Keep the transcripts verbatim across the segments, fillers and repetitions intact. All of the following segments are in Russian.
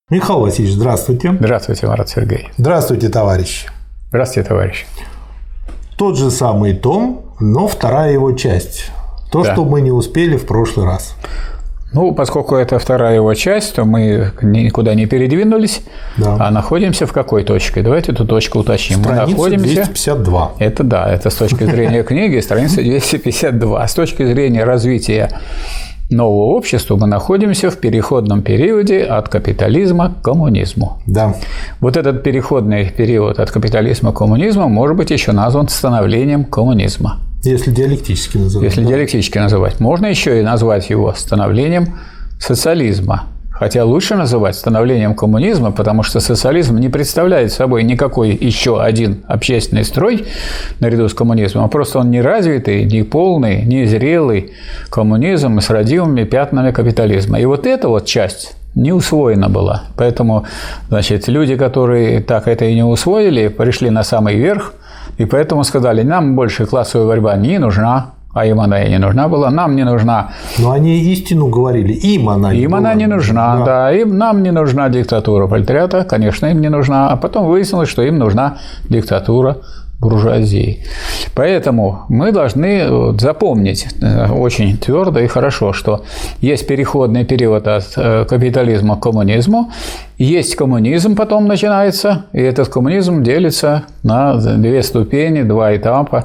Михаил Васильевич, здравствуйте. Здравствуйте, Марат Сергеевич. Здравствуйте, товарищи. Здравствуйте, товарищи. Тот же самый том, но вторая его часть. То, да. что мы не успели в прошлый раз. Ну, поскольку это вторая его часть, то мы никуда не передвинулись, да. а находимся в какой точке? Давайте эту точку уточним. Страница мы находимся... двести пятьдесят два. Это да, это с точки зрения книги, страница двести пятьдесят два. С точки зрения развития нового общества мы находимся в переходном периоде от капитализма к коммунизму. Да. Вот этот переходный период от капитализма к коммунизму может быть еще назван становлением коммунизма. Если диалектически называть. Если да. диалектически называть. Можно еще и назвать его становлением социализма. Хотя лучше называть становлением коммунизма, потому что социализм не представляет собой никакой еще один общественный строй наряду с коммунизмом, а просто он неразвитый, неполный, незрелый коммунизм с родимыми пятнами капитализма. И вот эта вот часть не усвоена была. Поэтому, значит, люди, которые так это и не усвоили, пришли на самый верх, и поэтому сказали, нам больше классовая борьба не нужна. А им она и не нужна была, нам не нужна. Но они истину говорили, им она не Им была. она не нужна, да. да. Им, нам не нужна диктатура пролетариата, конечно, им не нужна. А потом выяснилось, что им нужна диктатура буржуазии. Поэтому мы должны запомнить очень твердо и хорошо, что есть переходный период от капитализма к коммунизму, есть коммунизм потом начинается, и этот коммунизм делится на две ступени, два этапа,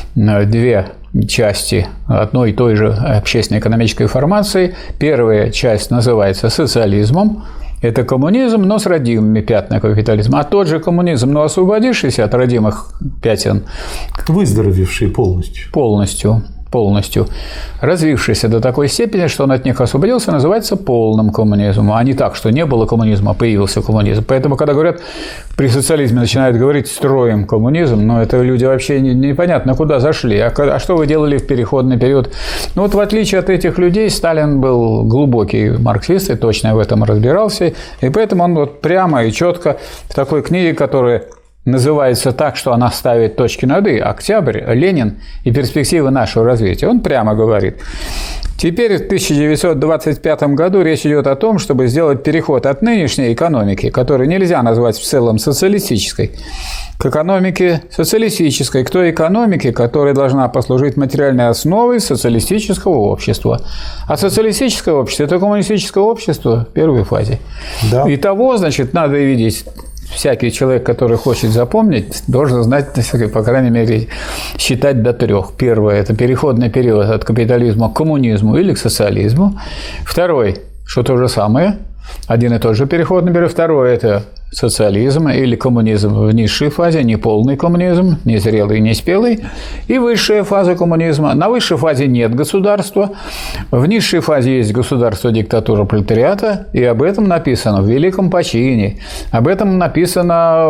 две части одной и той же общественно-экономической формации. Первая часть называется социализмом. Это коммунизм, но с родимыми пятнами капитализма. А тот же коммунизм, но освободившийся от родимых пятен. Выздоровевший полностью. Полностью. полностью развившийся до такой степени, что он от них освободился, называется полным коммунизмом, а не так, что не было коммунизма, а появился коммунизм. Поэтому, когда говорят, при социализме начинают говорить «строим коммунизм», но это люди вообще непонятно, куда зашли. А, а что вы делали в переходный период? Ну вот в отличие от этих людей, Сталин был глубокий марксист и точно в этом разбирался, и поэтому он вот прямо и четко в такой книге, которая называется так, что она ставит точки над «и», «Октябрь», «Ленин» и перспективы нашего развития. Он прямо говорит. Теперь в тысяча девятьсот двадцать пятом году речь идет о том, чтобы сделать переход от нынешней экономики, которую нельзя назвать в целом социалистической, к экономике социалистической, к той экономике, которая должна послужить материальной основой социалистического общества. А социалистическое общество – это коммунистическое общество в первой фазе. Да. Итого, значит, надо видеть... Всякий человек, который хочет запомнить, должен знать, по крайней мере, считать до трех. Первое – это переходный период от капитализма к коммунизму или к социализму. Второй – что то же самое, один и тот же переходный период. Второе – это социализм или коммунизм в низшей фазе, не полный коммунизм, не зрелый, не спелый. И высшая фаза коммунизма. На высшей фазе нет государства, в низшей фазе есть государство, диктатура пролетариата, и об этом написано в «Великом почине», об этом написано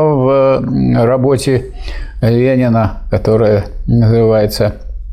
в работе Ленина, которая называется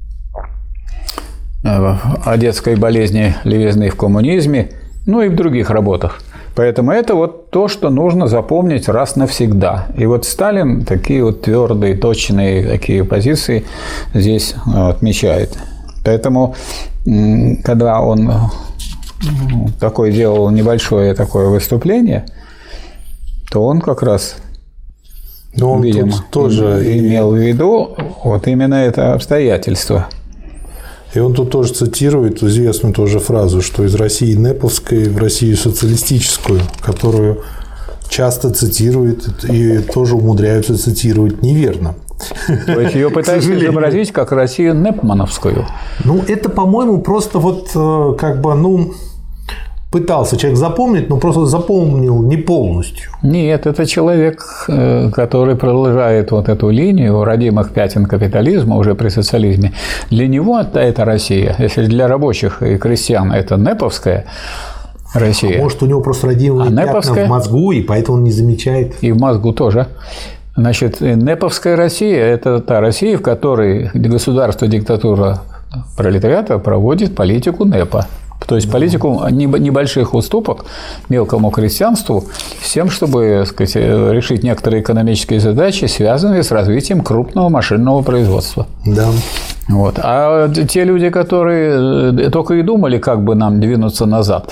«О детской болезни левизны в коммунизме», ну и в других работах. Поэтому это вот то, что нужно запомнить раз навсегда. И вот Сталин такие вот твердые, точные такие позиции здесь отмечает. Поэтому, когда он такое делал небольшое такое выступление, то он как раз, Но он видимо, тоже имел в виду вот именно это обстоятельство. И он тут тоже цитирует известную тоже фразу, что из России неповской в Россию социалистическую, которую часто цитирует и тоже умудряются цитировать неверно. То есть ее пытаются изобразить как Россию непмановскую. Ну, это, по-моему, просто вот как бы, ну, пытался человек запомнить, но просто запомнил не полностью. Нет, это человек, который продолжает вот эту линию родимых пятен капитализма уже при социализме. Для него это Россия. Если для рабочих и крестьян это неповская Россия. А может, у него просто родимые а пятна в мозгу, и поэтому он не замечает. И в мозгу тоже. Значит, неповская Россия – это та Россия, в которой государство, диктатура пролетариата проводит политику непа. То есть политику небольших уступок мелкому крестьянству с тем, чтобы, так сказать, решить некоторые экономические задачи, связанные с развитием крупного машинного производства. Да. Вот. А те люди, которые только и думали, как бы нам двинуться назад,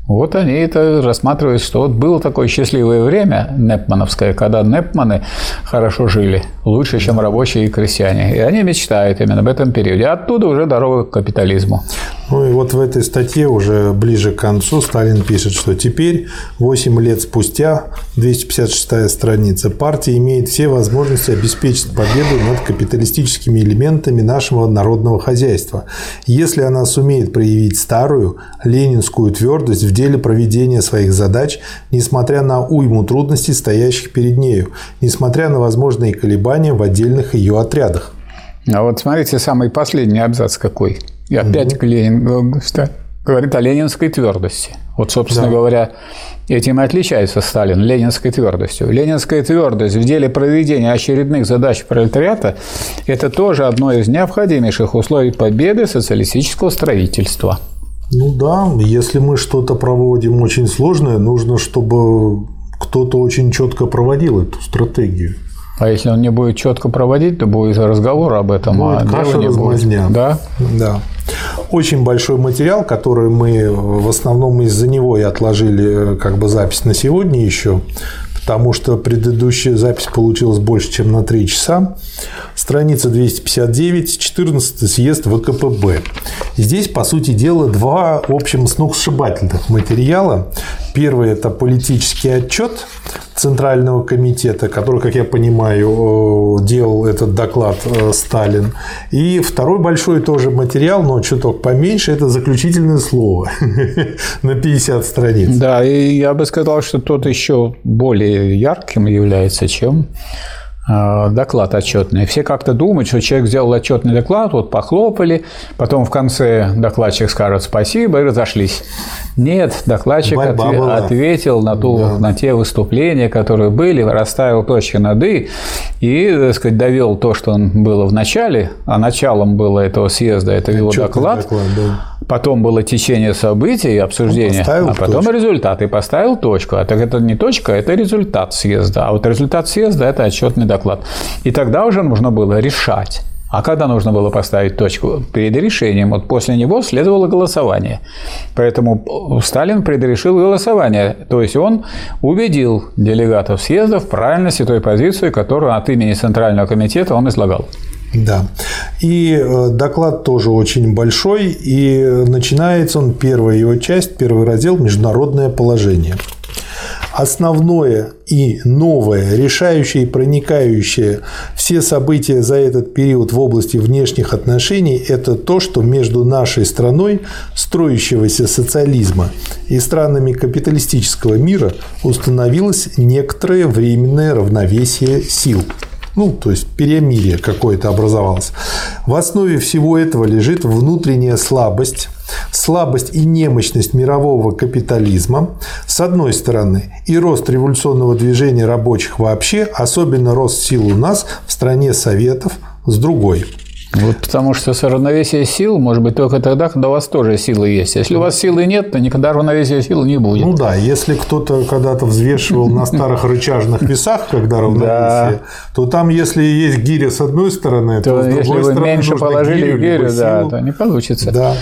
Вот они это рассматривают, что вот было такое счастливое время непмановское, когда непманы хорошо жили, лучше, чем рабочие и крестьяне. И они мечтают именно об этом периоде. Оттуда уже дорога к капитализму. Ну и вот в этой статье уже ближе к концу Сталин пишет, что теперь, восемь лет спустя, двести пятьдесят шестая страница, партия имеет все возможности обеспечить победу над капиталистическими элементами нашего народного хозяйства, если она сумеет проявить старую ленинскую твердость в деле проведения своих задач, несмотря на уйму трудностей, стоящих перед нею, несмотря на возможные колебания в отдельных ее отрядах. А вот смотрите, самый последний абзац какой. И опять mm-hmm. Ленин говорит о ленинской твердости. Вот, собственно да. говоря, этим и отличается Сталин ленинской твердостью. Ленинская твердость в деле проведения очередных задач пролетариата – это тоже одно из необходимейших условий победы социалистического строительства. Ну да, если мы что-то проводим очень сложное, нужно, чтобы кто-то очень четко проводил эту стратегию. А если он не будет четко проводить, то будет разговор об этом, будет а каша, не размазня. Будет. Да? Да. Очень большой материал, который мы в основном из-за него и отложили как бы запись на сегодня еще, потому что предыдущая запись получилась больше, чем на три часа. Страница двести пятьдесят девять, четырнадцатый съезд ВКПБ. Здесь, по сути дела, два, в общем, сногсшибательных материала. Первый – это политический отчет Центрального комитета, который, как я понимаю, делал этот доклад Сталин. И второй большой тоже материал, но чуток поменьше – это заключительное слово на пятьдесят страниц. Да, и я бы сказал, что тот еще более ярким является, чем доклад отчетный. Все как-то думают, что человек сделал отчетный доклад, вот похлопали, потом в конце докладчик скажет спасибо и разошлись. Нет, докладчик отве- ответил на, ту, да. на те выступления, которые были, расставил точки над «и» и, так сказать, довел то, что было в начале, а началом было этого съезда, это его отчетный доклад, доклад да. Потом было течение событий, обсуждение, а потом точку. результат. И поставил точку. А так это не точка, это результат съезда. А вот результат съезда – это отчетный доклад. И тогда уже нужно было решать. А когда нужно было поставить точку? Перед решением. Вот после него следовало голосование. Поэтому Сталин предрешил голосование. То есть он убедил делегатов съезда в правильности той позиции, которую от имени Центрального комитета он излагал. Да. И доклад тоже очень большой, и начинается он, первая его часть, первый раздел «Международное положение». Основное и новое, решающее и проникающее все события за этот период в области внешних отношений – это то, что между нашей страной, строящегося социализма, и странами капиталистического мира установилось некоторое временное равновесие сил. Ну, то есть перемирие какое-то образовалось. В основе всего этого лежит внутренняя слабость, слабость и немощность мирового капитализма, с одной стороны, и рост революционного движения рабочих вообще, особенно рост сил у нас в стране Советов, с другой. Вот потому что равновесие сил может быть только тогда, когда у вас тоже силы есть. Если у вас силы нет, то никогда равновесия сил не будет. Ну да, если кто-то когда-то взвешивал на старых рычажных весах, когда равновесие, то там, если есть гиря с одной стороны, то с другой стороны меньше положили гирю, да, то не получится. Да.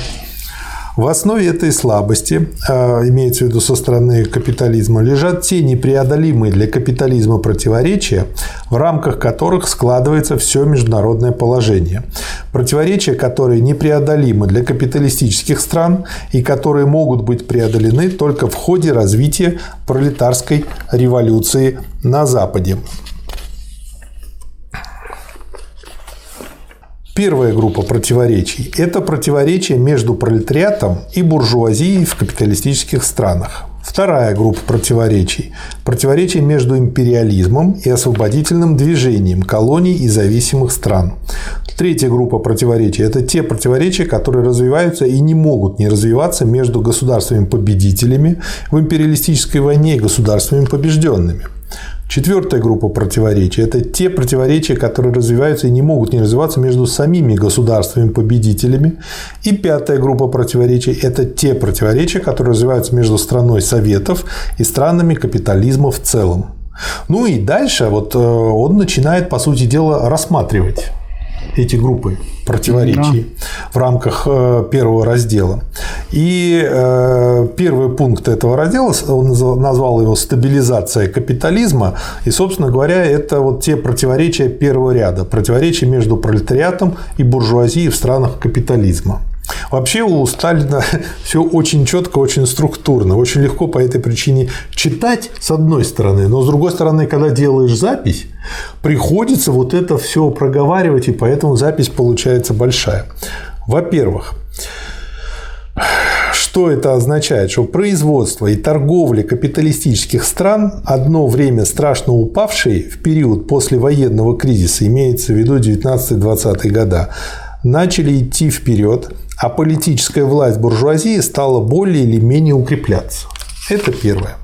В основе этой слабости, имеется в виду со стороны капитализма, лежат те непреодолимые для капитализма противоречия, в рамках которых складывается все международное положение. Противоречия, которые непреодолимы для капиталистических стран и которые могут быть преодолены только в ходе развития пролетарской революции на Западе. Первая группа противоречий – это противоречия между пролетариатом и буржуазией в капиталистических странах. Вторая группа противоречий – противоречия между империализмом и освободительным движением колоний и зависимых стран. Третья группа противоречий – это те противоречия, которые развиваются и не могут не развиваться между государствами-победителями в империалистической войне и государствами побежденными. Четвертая группа противоречий – это те противоречия, которые развиваются и не могут не развиваться между самими государствами-победителями. И пятая группа противоречий – это те противоречия, которые развиваются между страной Советов и странами капитализма в целом. Ну и дальше вот он начинает, по сути дела, рассматривать эти группы противоречий да. в рамках первого раздела. И первый пункт этого раздела, он назвал его «Стабилизация капитализма». И, собственно говоря, это вот те противоречия первого ряда. Противоречия между пролетариатом и буржуазией в странах капитализма. Вообще у Сталина все очень четко, очень структурно. Очень легко по этой причине читать, с одной стороны, но с другой стороны, когда делаешь запись, приходится вот это все проговаривать, и поэтому запись получается большая. Во-первых, что это означает? Что производство и торговля капиталистических стран, одно время страшно упавшие в период послевоенного кризиса, имеется в виду девятнадцатые-двадцатые годы, начали идти вперед, а политическая власть буржуазии стала более или менее укрепляться. Это первое.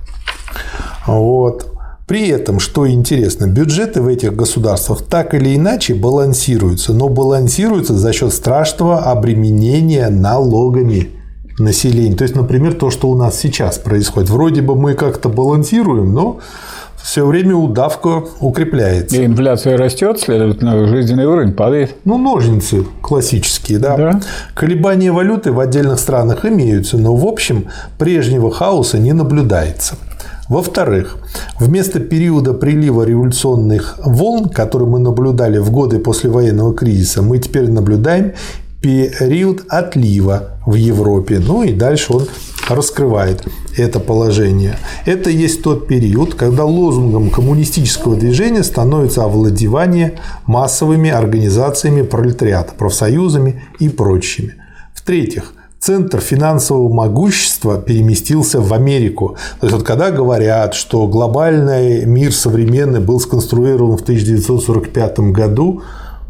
Вот. При этом, что интересно, бюджеты в этих государствах так или иначе балансируются, но балансируются за счет страшного обременения налогами населения. То есть, например, то, что у нас сейчас происходит. Вроде бы мы как-то балансируем, но все время удавка укрепляется. И инфляция растет, следовательно, жизненный уровень падает. Ну, ножницы классические, да? да. Колебания валюты в отдельных странах имеются, но в общем прежнего хаоса не наблюдается. Во-вторых, вместо периода прилива революционных волн, которые мы наблюдали в годы послевоенного кризиса, мы теперь наблюдаем период отлива в Европе. Ну и дальше он раскрывает это положение. Это есть тот период, когда лозунгом коммунистического движения становится овладевание массовыми организациями пролетариата, профсоюзами и прочими. В-третьих, центр финансового могущества переместился в Америку. То есть, вот когда говорят, что глобальный мир современный был сконструирован в тысяча девятьсот сорок пятом году,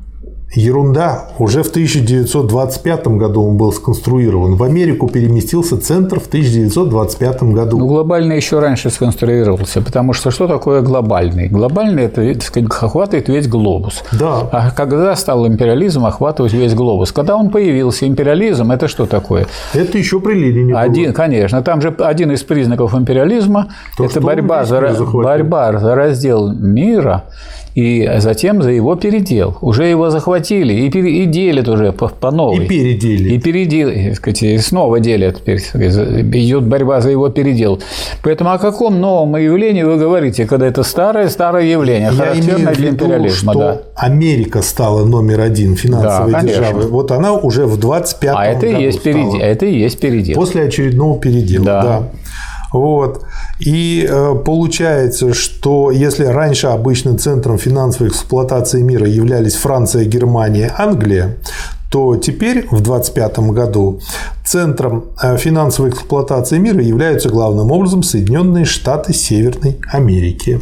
ерунда. Уже в тысяча девятьсот двадцать пятом году он был сконструирован. В Америку переместился центр в тысяча девятьсот двадцать пятом году. Ну, глобальный еще раньше сконструировался, потому что что такое глобальный? Глобальный – это, так сказать, охватывает весь глобус. Да. А когда стал империализм охватывать весь глобус? Когда он появился, империализм – это что такое? Это еще при Ленине было. Один, конечно. Там же один из признаков империализма – это борьба за, борьба за раздел мира и затем за его передел. Уже его захватили и, пере, и делят уже по, по новой. И переделят. И переделят, и снова делят. Теперь идет борьба за его передел. Поэтому о каком новом явлении вы говорите, когда это старое-старое явление, Я характерное для империализма? Что да. Америка стала номер один финансовой да, державой. Вот она уже в двадцать пятом а это году и есть стала. передел. Это и есть передел. После очередного передела. Да. Да. Вот. И э, получается, что если раньше обычно центром финансовой эксплуатации мира являлись Франция, Германия, Англия, то теперь в двадцать пятом году центром финансовой эксплуатации мира являются главным образом Соединенные Штаты Северной Америки.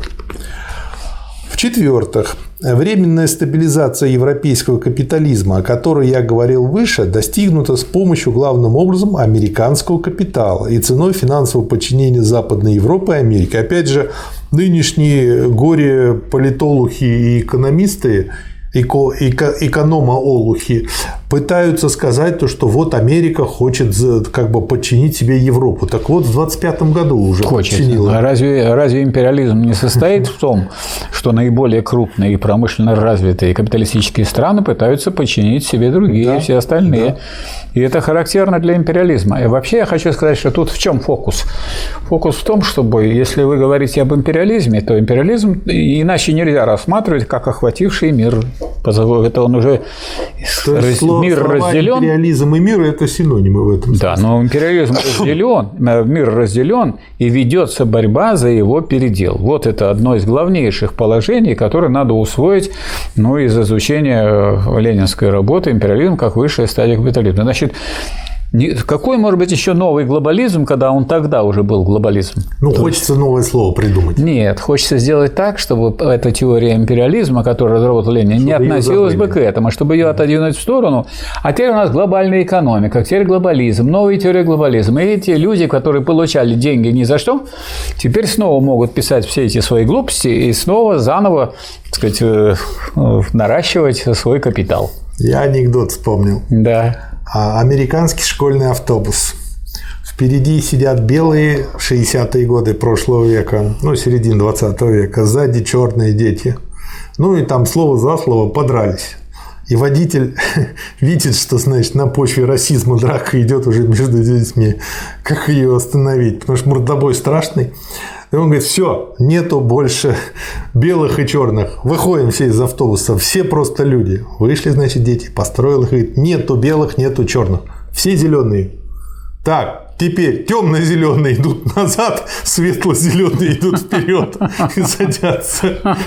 В-четвертых, временная стабилизация европейского капитализма, о которой я говорил выше, достигнута с помощью главным образом американского капитала и ценой финансового подчинения Западной Европы и Америки. Опять же, нынешние горе-политологи и экономисты, эко, эко, эконома-олухи пытаются сказать то, что вот Америка хочет как бы подчинить себе Европу. Так вот, в двадцать пятом году уже хочет. подчинила. А разве, разве империализм не состоит в том, что наиболее крупные и промышленно развитые капиталистические страны пытаются подчинить себе другие, да, все остальные? Да. И это характерно для империализма. И вообще я хочу сказать, что тут в чем фокус? Фокус в том, чтобы, если вы говорите об империализме, то империализм иначе нельзя рассматривать как охвативший мир. Это он уже раз... мир разделен. Империализм и мир – это синонимы в этом смысле. Да, но империализм разделен, мир разделен, и ведется борьба за его передел. Вот это одно из главнейших положений, которое надо усвоить, ну, из изучения ленинской работы «Империализм как высшая стадия капитализма». Значит, какой может быть еще новый глобализм, когда он тогда уже был глобализм? Ну, То хочется есть... новое слово придумать. Нет, хочется сделать так, чтобы эта теория империализма, которую разработал Ленин, чтобы не относилась бы к этому, чтобы ее отодвинуть в сторону. А теперь у нас глобальная экономика, теперь глобализм, новая теория глобализма. И эти люди, которые получали деньги ни за что, теперь снова могут писать все эти свои глупости и снова заново, так сказать, наращивать свой капитал. Я анекдот вспомнил. Да. Американский школьный автобус. Впереди сидят белые в шестидесятые годы прошлого века, ну, середины двадцатого века, сзади черные дети. Ну, и там слово за слово подрались. И водитель видит, что, значит, на почве расизма драка идет уже между детьми. Как ее остановить? Потому что мордобой страшный. И он говорит, все, нету больше белых и черных. Выходим все из автобуса, все просто люди. Вышли, значит, дети, построил их, говорит, нету белых, нету черных. Все зеленые. Так, теперь темно-зеленые идут назад, светло-зеленые идут вперед и садятся.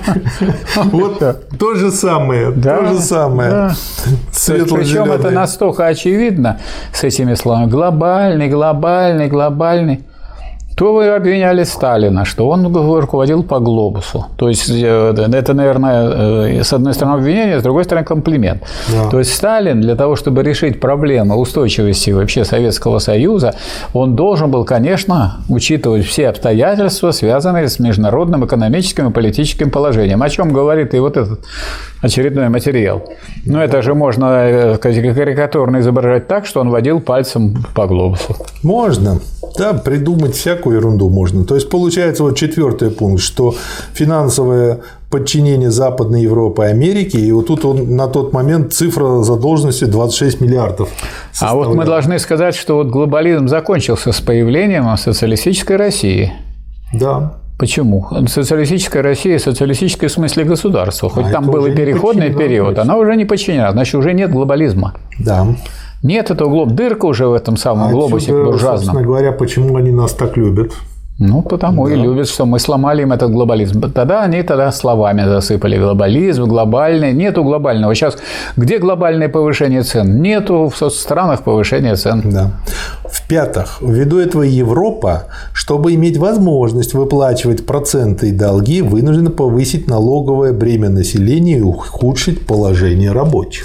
Вот то же самое. То же самое. Причем это настолько очевидно с этими словами. Глобальный, глобальный, глобальный. То вы обвиняли Сталина, что он руководил по глобусу. То есть, это, наверное, с одной стороны обвинение, с другой стороны комплимент. Да. То есть, Сталин для того, чтобы решить проблемы устойчивости вообще Советского Союза, он должен был, конечно, учитывать все обстоятельства, связанные с международным экономическим и политическим положением. О чем говорит и вот этот очередной материал. Но это же можно карикатурно изображать так, что он водил пальцем по глобусу. Можно. Да, придумать всякую ерунду можно. То есть, получается, вот четвертый пункт, что финансовое подчинение Западной Европы и Америки, и вот тут он, на тот момент цифра задолженности двадцать шесть миллиардов составляла. А вот мы должны сказать, что вот глобализм закончился с появлением социалистической России. Да. Почему? Социалистическая Россия, социалистическое в смысле государства. Хоть а там был и переходный период, она уже не подчинена, значит, уже нет глобализма. Да. Нет этого глоб, дырка уже в этом самом а глобусе буржуазном. Собственно говоря, почему они нас так любят? Ну, потому да. и любят, что мы сломали им этот глобализм. Тогда они тогда словами засыпали глобализм, глобальный. Нету глобального. Сейчас где глобальное повышение цен? Нету в странах повышения цен. Да. В-пятых, ввиду этого Европа, чтобы иметь возможность выплачивать проценты и долги, вынуждена повысить налоговое бремя населения и ухудшить положение рабочих.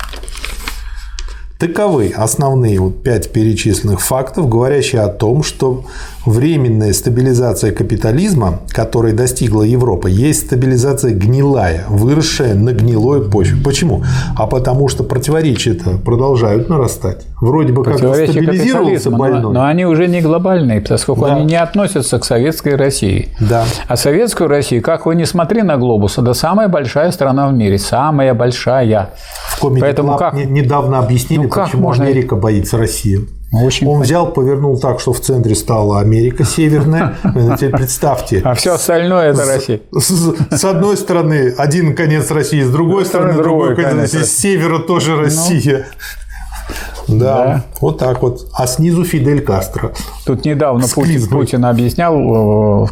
Таковы основные вот пять перечисленных фактов, говорящие о том, что временная стабилизация капитализма, которой достигла Европа, есть стабилизация гнилая, выросшая на гнилой почве. Почему? А потому что противоречия-то продолжают нарастать. Вроде бы как стабилизировался больной. Но, но они уже не глобальные, поскольку да. они не относятся к советской России. Да. А советскую Россию, как вы ни смотри на глобус, это самая большая страна в мире, самая большая. В Comedy Поэтому Club как... недавно объяснили, ну, почему можно... Америка боится России. Очень Он взял, повернул так, что в центре стала Америка северная. Теперь представьте. А все остальное это Россия. С, с одной стороны один конец России, с другой стороны другой конец России. С севера тоже Россия. Ну, да, да, вот так вот. А снизу Фидель Кастро. Тут недавно Путин, Путин объяснял,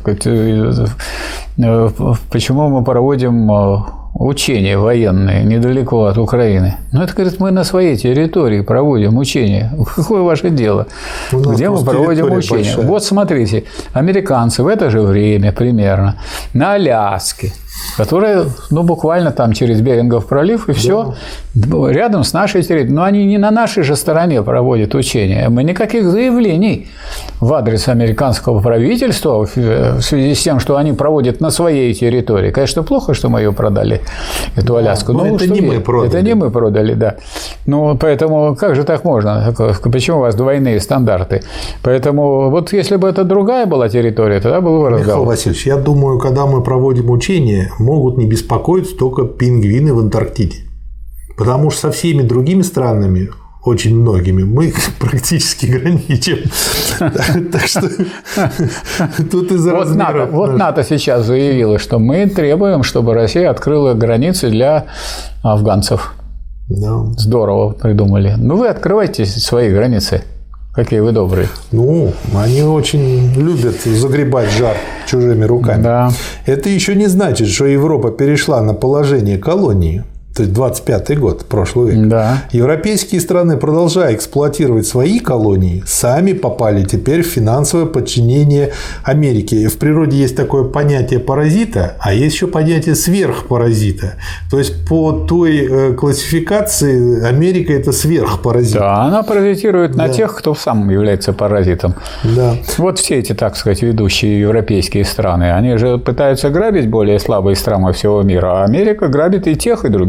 почему мы проводим учения военные недалеко от Украины. Ну, это, говорит, мы на своей территории проводим учения. Какое ваше дело? Где мы проводим учения? Большая. Вот смотрите, американцы в это же время примерно на Аляске, которая, ну, буквально там через Берингов пролив, и все, да. рядом с нашей территорией. Но они не на нашей же стороне проводят учения. Мы никаких заявлений в адрес американского правительства в связи с тем, что они проводят на своей территории. Конечно, плохо, что мы ее продали, эту да, Аляску. Но ну, это не мы продали. Это не мы продали, да. Ну, поэтому как же так можно? Почему у вас двойные стандарты? Поэтому вот если бы это другая была территория, тогда был бы разговор. Михаил Васильевич, я думаю, когда мы проводим учения, могут не беспокоиться только пингвины в Антарктиде. Потому что со всеми другими странами, очень многими, мы практически граничим. Так что тут из-за размеров... Вот НАТО сейчас заявило, что мы требуем, чтобы Россия открыла границы для афганцев. Здорово придумали. Ну, вы открывайте свои границы. Какие вы добрые. Ну, они очень любят загребать жар чужими руками. Да. Это еще не значит, что Европа перешла на положение колонии. То есть двадцать пятый год, прошлый век. Да. Европейские страны, продолжая эксплуатировать свои колонии, сами попали теперь в финансовое подчинение Америки. В природе есть такое понятие паразита, а есть еще понятие сверхпаразита. То есть по той классификации Америка – это сверхпаразит. Да, она паразитирует да. на тех, кто сам является паразитом. Да. Вот все эти, так сказать, ведущие европейские страны, они же пытаются грабить более слабые страны всего мира, а Америка грабит и тех, и других.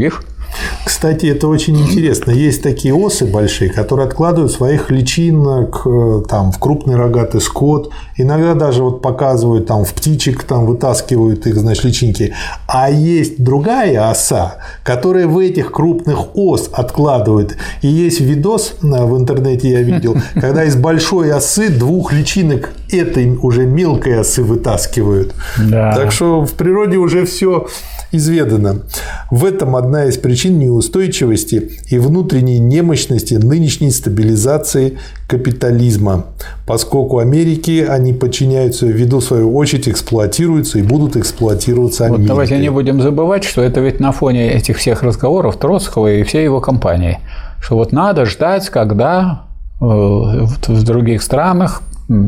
Кстати, это очень интересно. Есть такие осы большие, которые откладывают своих личинок там, в крупный рогатый скот. Иногда даже вот показывают там, в птичек, там, вытаскивают их, значит, личинки. А есть другая оса, которая в этих крупных ос откладывает. И есть видос в интернете, я видел, когда из большой осы двух личинок этой уже мелкой осы вытаскивают. Да. Так что в природе уже все изведано. В этом одна из причин неустойчивости и внутренней немощности нынешней стабилизации капитализма, поскольку Америке они подчиняются, ввиду в свою очередь эксплуатируются и будут эксплуатироваться Америкой. Вот давайте не будем забывать, что это ведь на фоне этих всех разговоров Троцкого и всей его компании, что вот надо ждать, когда в других странах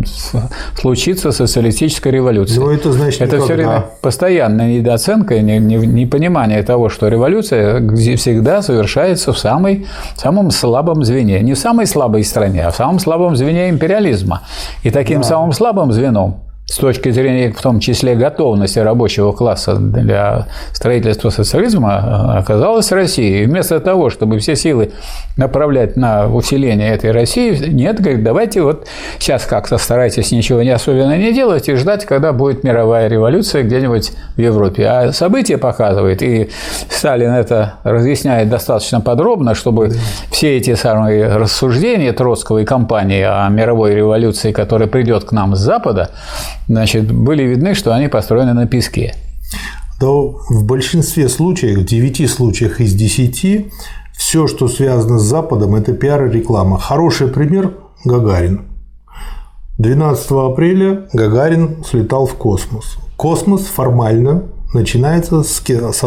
случится социалистическая революция. Но это значит, это все время постоянная недооценка и непонимание того, что революция всегда совершается в самой, самом слабом звене. Не в самой слабой стране, а в самом слабом звене империализма. И таким да. самым слабым звеном, с точки зрения, в том числе, готовности рабочего класса для строительства социализма, оказалась Россия. И вместо того, чтобы все силы направлять на усиление этой России, нет, говорит, давайте вот сейчас как-то старайтесь ничего не особенно не делать и ждать, когда будет мировая революция где-нибудь в Европе. А события показывает, и Сталин это разъясняет достаточно подробно, чтобы да. все эти самые рассуждения Троцкого и компании о мировой революции, которая придет к нам с Запада, значит, были видны, что они построены на песке. Да, в большинстве случаев, в девяти случаях из десяти, все, что связано с Западом, это пиар и реклама. Хороший пример – Гагарин. двенадцатого апреля Гагарин слетал в космос. Космос формально начинается с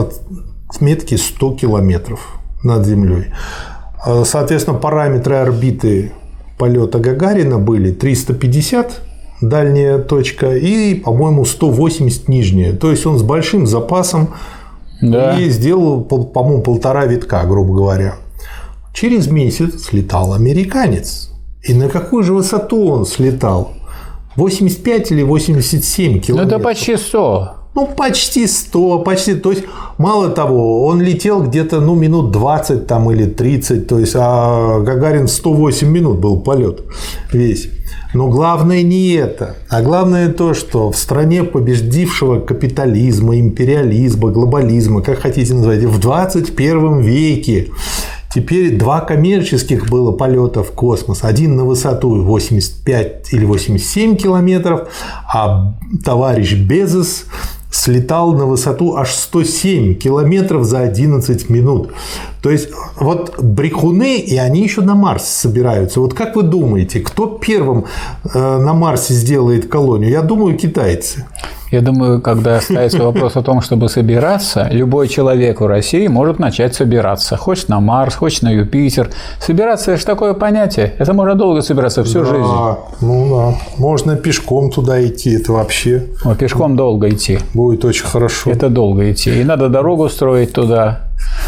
отметки сто километров над Землей. Соответственно, параметры орбиты полета Гагарина были триста пятьдесят дальняя точка и, по-моему, сто восемьдесят нижняя. То есть он с большим запасом да. и сделал, по-моему, полтора витка, грубо говоря. Через месяц слетал американец. И на какую же высоту он слетал? восемьдесят пять или восемьдесят семь километров? Ну, это почти сто. Ну, почти сто, почти. То есть, мало того, он летел где-то ну, минут двадцать там, или тридцать, то есть, а Гагарин сто восемь минут был полет весь. Но главное не это, а главное то, что в стране победившего капитализма, империализма, глобализма, как хотите называть, в двадцать первом веке теперь два коммерческих было полета в космос. Один на высоту восемьдесят пять или восемьдесят семь километров, а товарищ Безос слетал на высоту аж сто семь километров за одиннадцать минут. То есть, вот брехуны, и они еще на Марс собираются. Вот как вы думаете, кто первым на Марсе сделает колонию? Я думаю, китайцы. Я думаю, когда ставится вопрос о том, чтобы собираться, любой человек в России может начать собираться. Хочет на Марс, хочет на Юпитер. Собираться – это же такое понятие. Это можно долго собираться, всю да, жизнь. Ну да. Можно пешком туда идти. Это вообще… Но пешком долго идти. Будет очень хорошо. Это долго идти. И надо дорогу строить туда.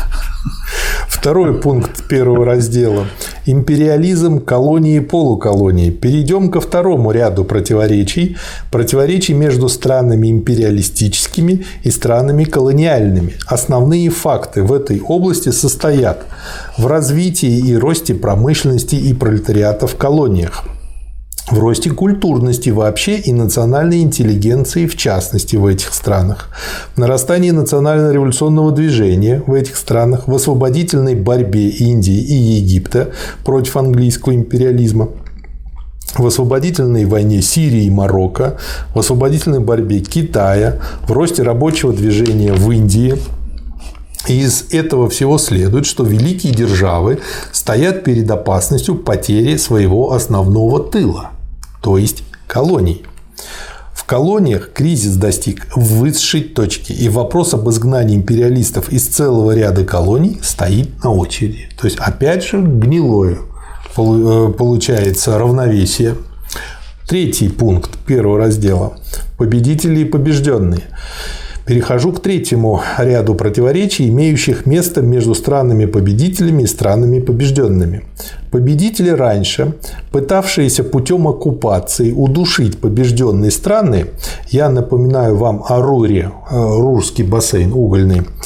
Второй пункт первого раздела. Империализм, колонии и полуколонии. Перейдем ко второму ряду противоречий. Противоречий между странами империалистическими и странами колониальными. Основные факты в этой области состоят в развитии и росте промышленности и пролетариата в колониях, в росте культурности вообще и национальной интеллигенции в частности в этих странах, в нарастании национально-революционного движения в этих странах, в освободительной борьбе Индии и Египта против английского империализма, в освободительной войне Сирии и Марокко, в освободительной борьбе Китая, в росте рабочего движения в Индии. И из этого всего следует, что великие державы стоят перед опасностью потери своего основного тыла, то есть колоний. В колониях кризис достиг высшей точки, и вопрос об изгнании империалистов из целого ряда колоний стоит на очереди. То есть, опять же, гнилое получается равновесие. Третий пункт первого раздела. Победители и побежденные. Перехожу к третьему ряду противоречий, имеющих место между странами-победителями и странами-побежденными. Победители раньше, пытавшиеся путем оккупации удушить побежденные страны, я напоминаю вам о Руре, Рурский бассейн угольный,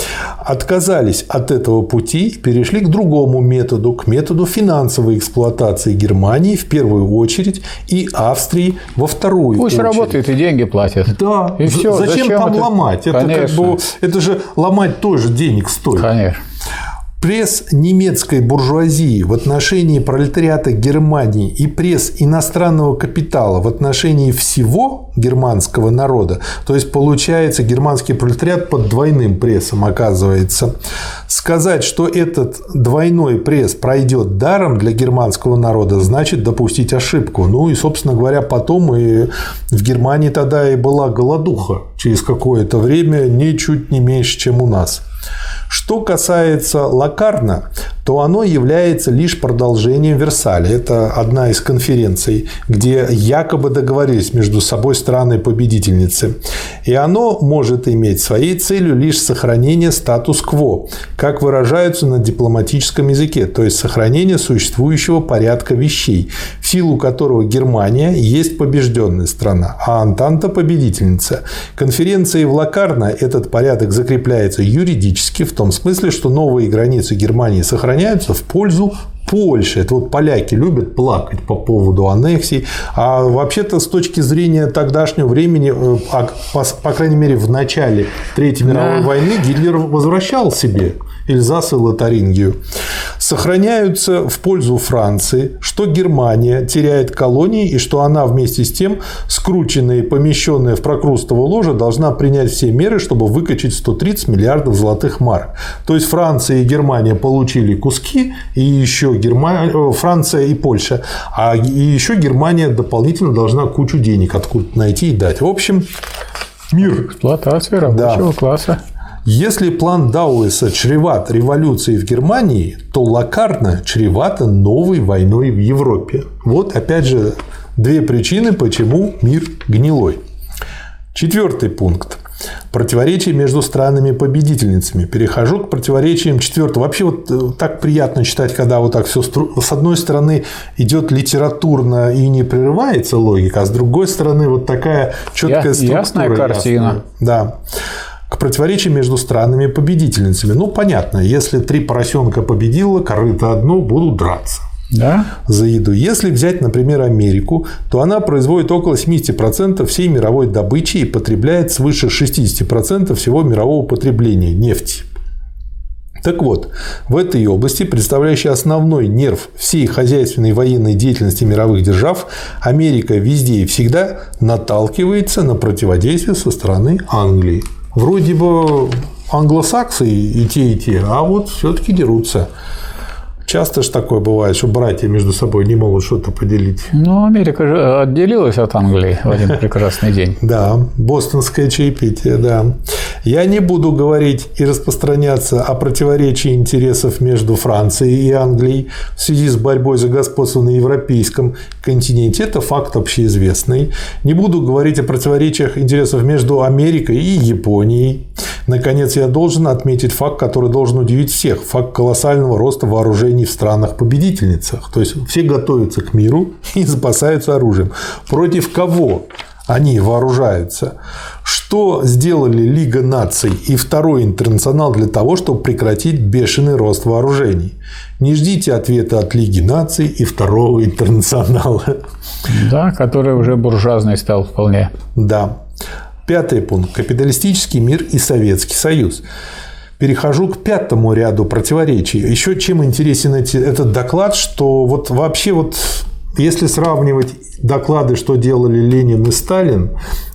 отказались от этого пути и перешли к другому методу, к методу финансовой эксплуатации Германии в первую очередь и Австрии во вторую Пусть очередь. Пусть работает и деньги платят. Да. И все. Зачем, Зачем там это? ломать? Это, как бы, это же ломать тоже денег стоит. Конечно. Пресс немецкой буржуазии в отношении пролетариата Германии и пресс иностранного капитала в отношении всего германского народа, то есть получается германский пролетариат под двойным прессом оказывается. Сказать, что этот двойной пресс пройдет даром для германского народа, значит допустить ошибку. Ну и, собственно говоря, потом и в Германии тогда и была голодуха через какое-то время, ничуть не меньше, чем у нас. Что касается Локарно, то оно является лишь продолжением Версаля. Это одна из конференций, где якобы договорились между собой страны-победительницы. И оно может иметь своей целью лишь сохранение статус-кво, как выражаются на дипломатическом языке, то есть сохранение существующего порядка вещей, в силу которого Германия есть побежденная страна, а Антанта – победительница. Конференцией в Локарно этот порядок закрепляется юридически, в том смысле, что новые границы Германии сохраняются в пользу Польши. Это вот поляки любят плакать по поводу аннексий. А вообще-то с точки зрения тогдашнего времени, по крайней мере в начале Третьей мировой да. войны, Гитлер возвращал себе Эльзас и Лотарингию. Сохраняются в пользу Франции, что Германия теряет колонии и что она вместе с тем, скрученная и помещенная в прокрустово ложе, должна принять все меры, чтобы выкачать сто тридцать миллиардов золотых марок. То есть Франция и Германия получили куски, и еще Германия, Франция и Польша, а и еще Германия дополнительно должна кучу денег откуда-то найти и дать. В общем, мир. Эксплуатация рабочего да. класса. Если план Дауэса чреват революцией в Германии, то Локарно чревато новой войной в Европе. Вот, опять же, две причины, почему мир гнилой. Четвертый пункт. Противоречия между странами-победительницами. Перехожу к противоречиям четвертого. Вообще вот так приятно читать, когда вот так все с одной стороны идет литературно и не прерывается логика, а с другой стороны вот такая четкая структура. Ясная картина. Ясная. Да. К противоречиям между странами-победительницами. Ну, понятно, если три поросенка победило, корыто одно, будут драться. Да? За еду. Если взять, например, Америку, то она производит около семьдесят процентов всей мировой добычи и потребляет свыше шестьдесят процентов всего мирового потребления нефти. Так вот, в этой области, представляющей основной нерв всей хозяйственной и военной деятельности мировых держав, Америка везде и всегда наталкивается на противодействие со стороны Англии. Вроде бы англосаксы и те, и те, а вот все-таки дерутся. Часто же такое бывает, что братья между собой не могут что-то поделить. Ну, Америка же отделилась от Англии в один прекрасный день. Да, бостонское чаепитие, да. Я не буду говорить и распространяться о противоречии интересов между Францией и Англией в связи с борьбой за господство на европейском континенте. Это факт общеизвестный. Не буду говорить о противоречиях интересов между Америкой и Японией. Наконец, я должен отметить факт, который должен удивить всех. Факт колоссального роста вооружений в странах-победительницах. То есть, все готовятся к миру и запасаются оружием. Против кого они вооружаются? Что сделали Лига наций и Второй интернационал для того, чтобы прекратить бешеный рост вооружений? Не ждите ответа от Лиги наций и Второго интернационала. Да, который уже буржуазный стал вполне. Да. Пятый пункт. Капиталистический мир и Советский Союз. Перехожу к пятому ряду противоречий. Еще чем интересен этот доклад, что вот вообще вот если сравнивать доклады, что делали Ленин и Сталин,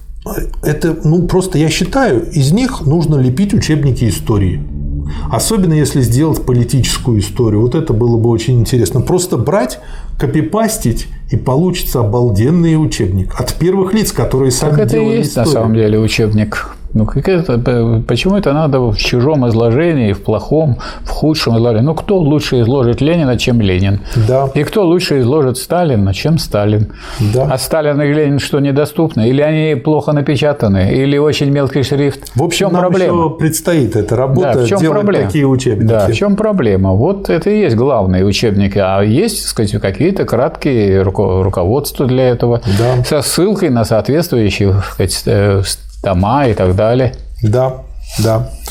это, ну, просто я считаю, из них нужно лепить учебники истории. Особенно если сделать политическую историю. Вот это было бы очень интересно. Просто брать, копипастить, и получится обалденный учебник от первых лиц, которые сами так делали это и есть историю. На самом деле учебник. Ну, как это, почему это надо в чужом изложении, в плохом, в худшем изложении? Ну, кто лучше изложит Ленина, чем Ленин? Да. И кто лучше изложит Сталина, чем Сталин? Да. А Сталин и Ленин что, недоступны? Или они плохо напечатаны? Или очень мелкий шрифт? В общем, в чем нам проблема? еще предстоит эта работа, да, в чем делать проблема? такие учебники. Да, в чем проблема? Вот это и есть главные учебники. А есть, так сказать, какие-то краткие руководства для этого, да. Со ссылкой на соответствующие, так сказать, тома и так далее. Да, да.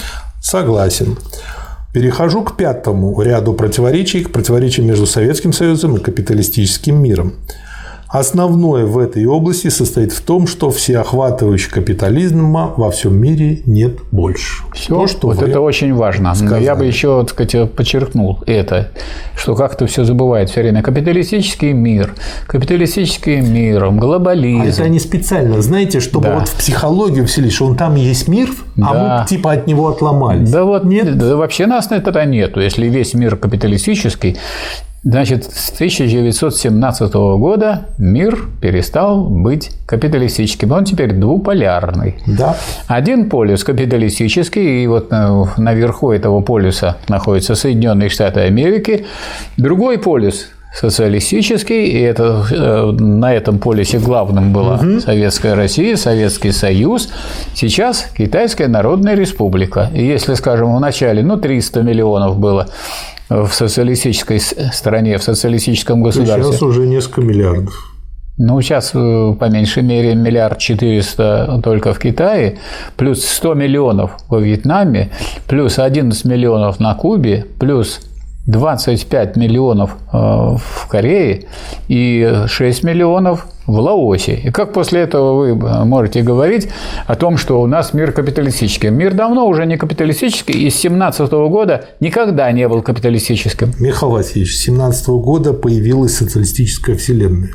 Согласен. Перехожу к пятому ряду противоречий, к противоречиям между Советским Союзом и капиталистическим миром. Основное в этой области состоит в том, что всеохватывающего капитализма во всем мире нет больше. Все, То, что вот это очень важно. Сказали. Я бы еще, так сказать, подчеркнул это, что как-то все забывает все время. Капиталистический мир, капиталистический мир, глобализм. А это они специально, знаете, чтобы да. вот в психологию вселить, что он там есть мир, да. а мы типа от него отломались. Да вот нет, да, вообще нас на это нету. Если весь мир капиталистический, значит, с тысяча девятьсот семнадцатого года мир перестал быть капиталистическим. Он теперь двуполярный. Да. Один полюс капиталистический, и вот наверху этого полюса находятся Соединенные Штаты Америки. Другой полюс социалистический, и это, на этом полюсе главным была угу. Советская Россия, Советский Союз. Сейчас Китайская Народная Республика. И если, скажем, в начале ну, триста миллионов было в социалистической стране, в социалистическом государстве. Сейчас уже несколько миллиардов. Ну, сейчас, по меньшей мере, миллиард четыреста только в Китае, плюс сто миллионов во Вьетнаме, плюс одиннадцать миллионов на Кубе, плюс двадцать пять миллионов в Корее и шесть миллионов в Лаосе. И как после этого вы можете говорить о том, что у нас мир капиталистический? Мир давно уже не капиталистический, и с семнадцатого года никогда не был капиталистическим. Михаил Васильевич, с семнадцатого года появилась социалистическая вселенная.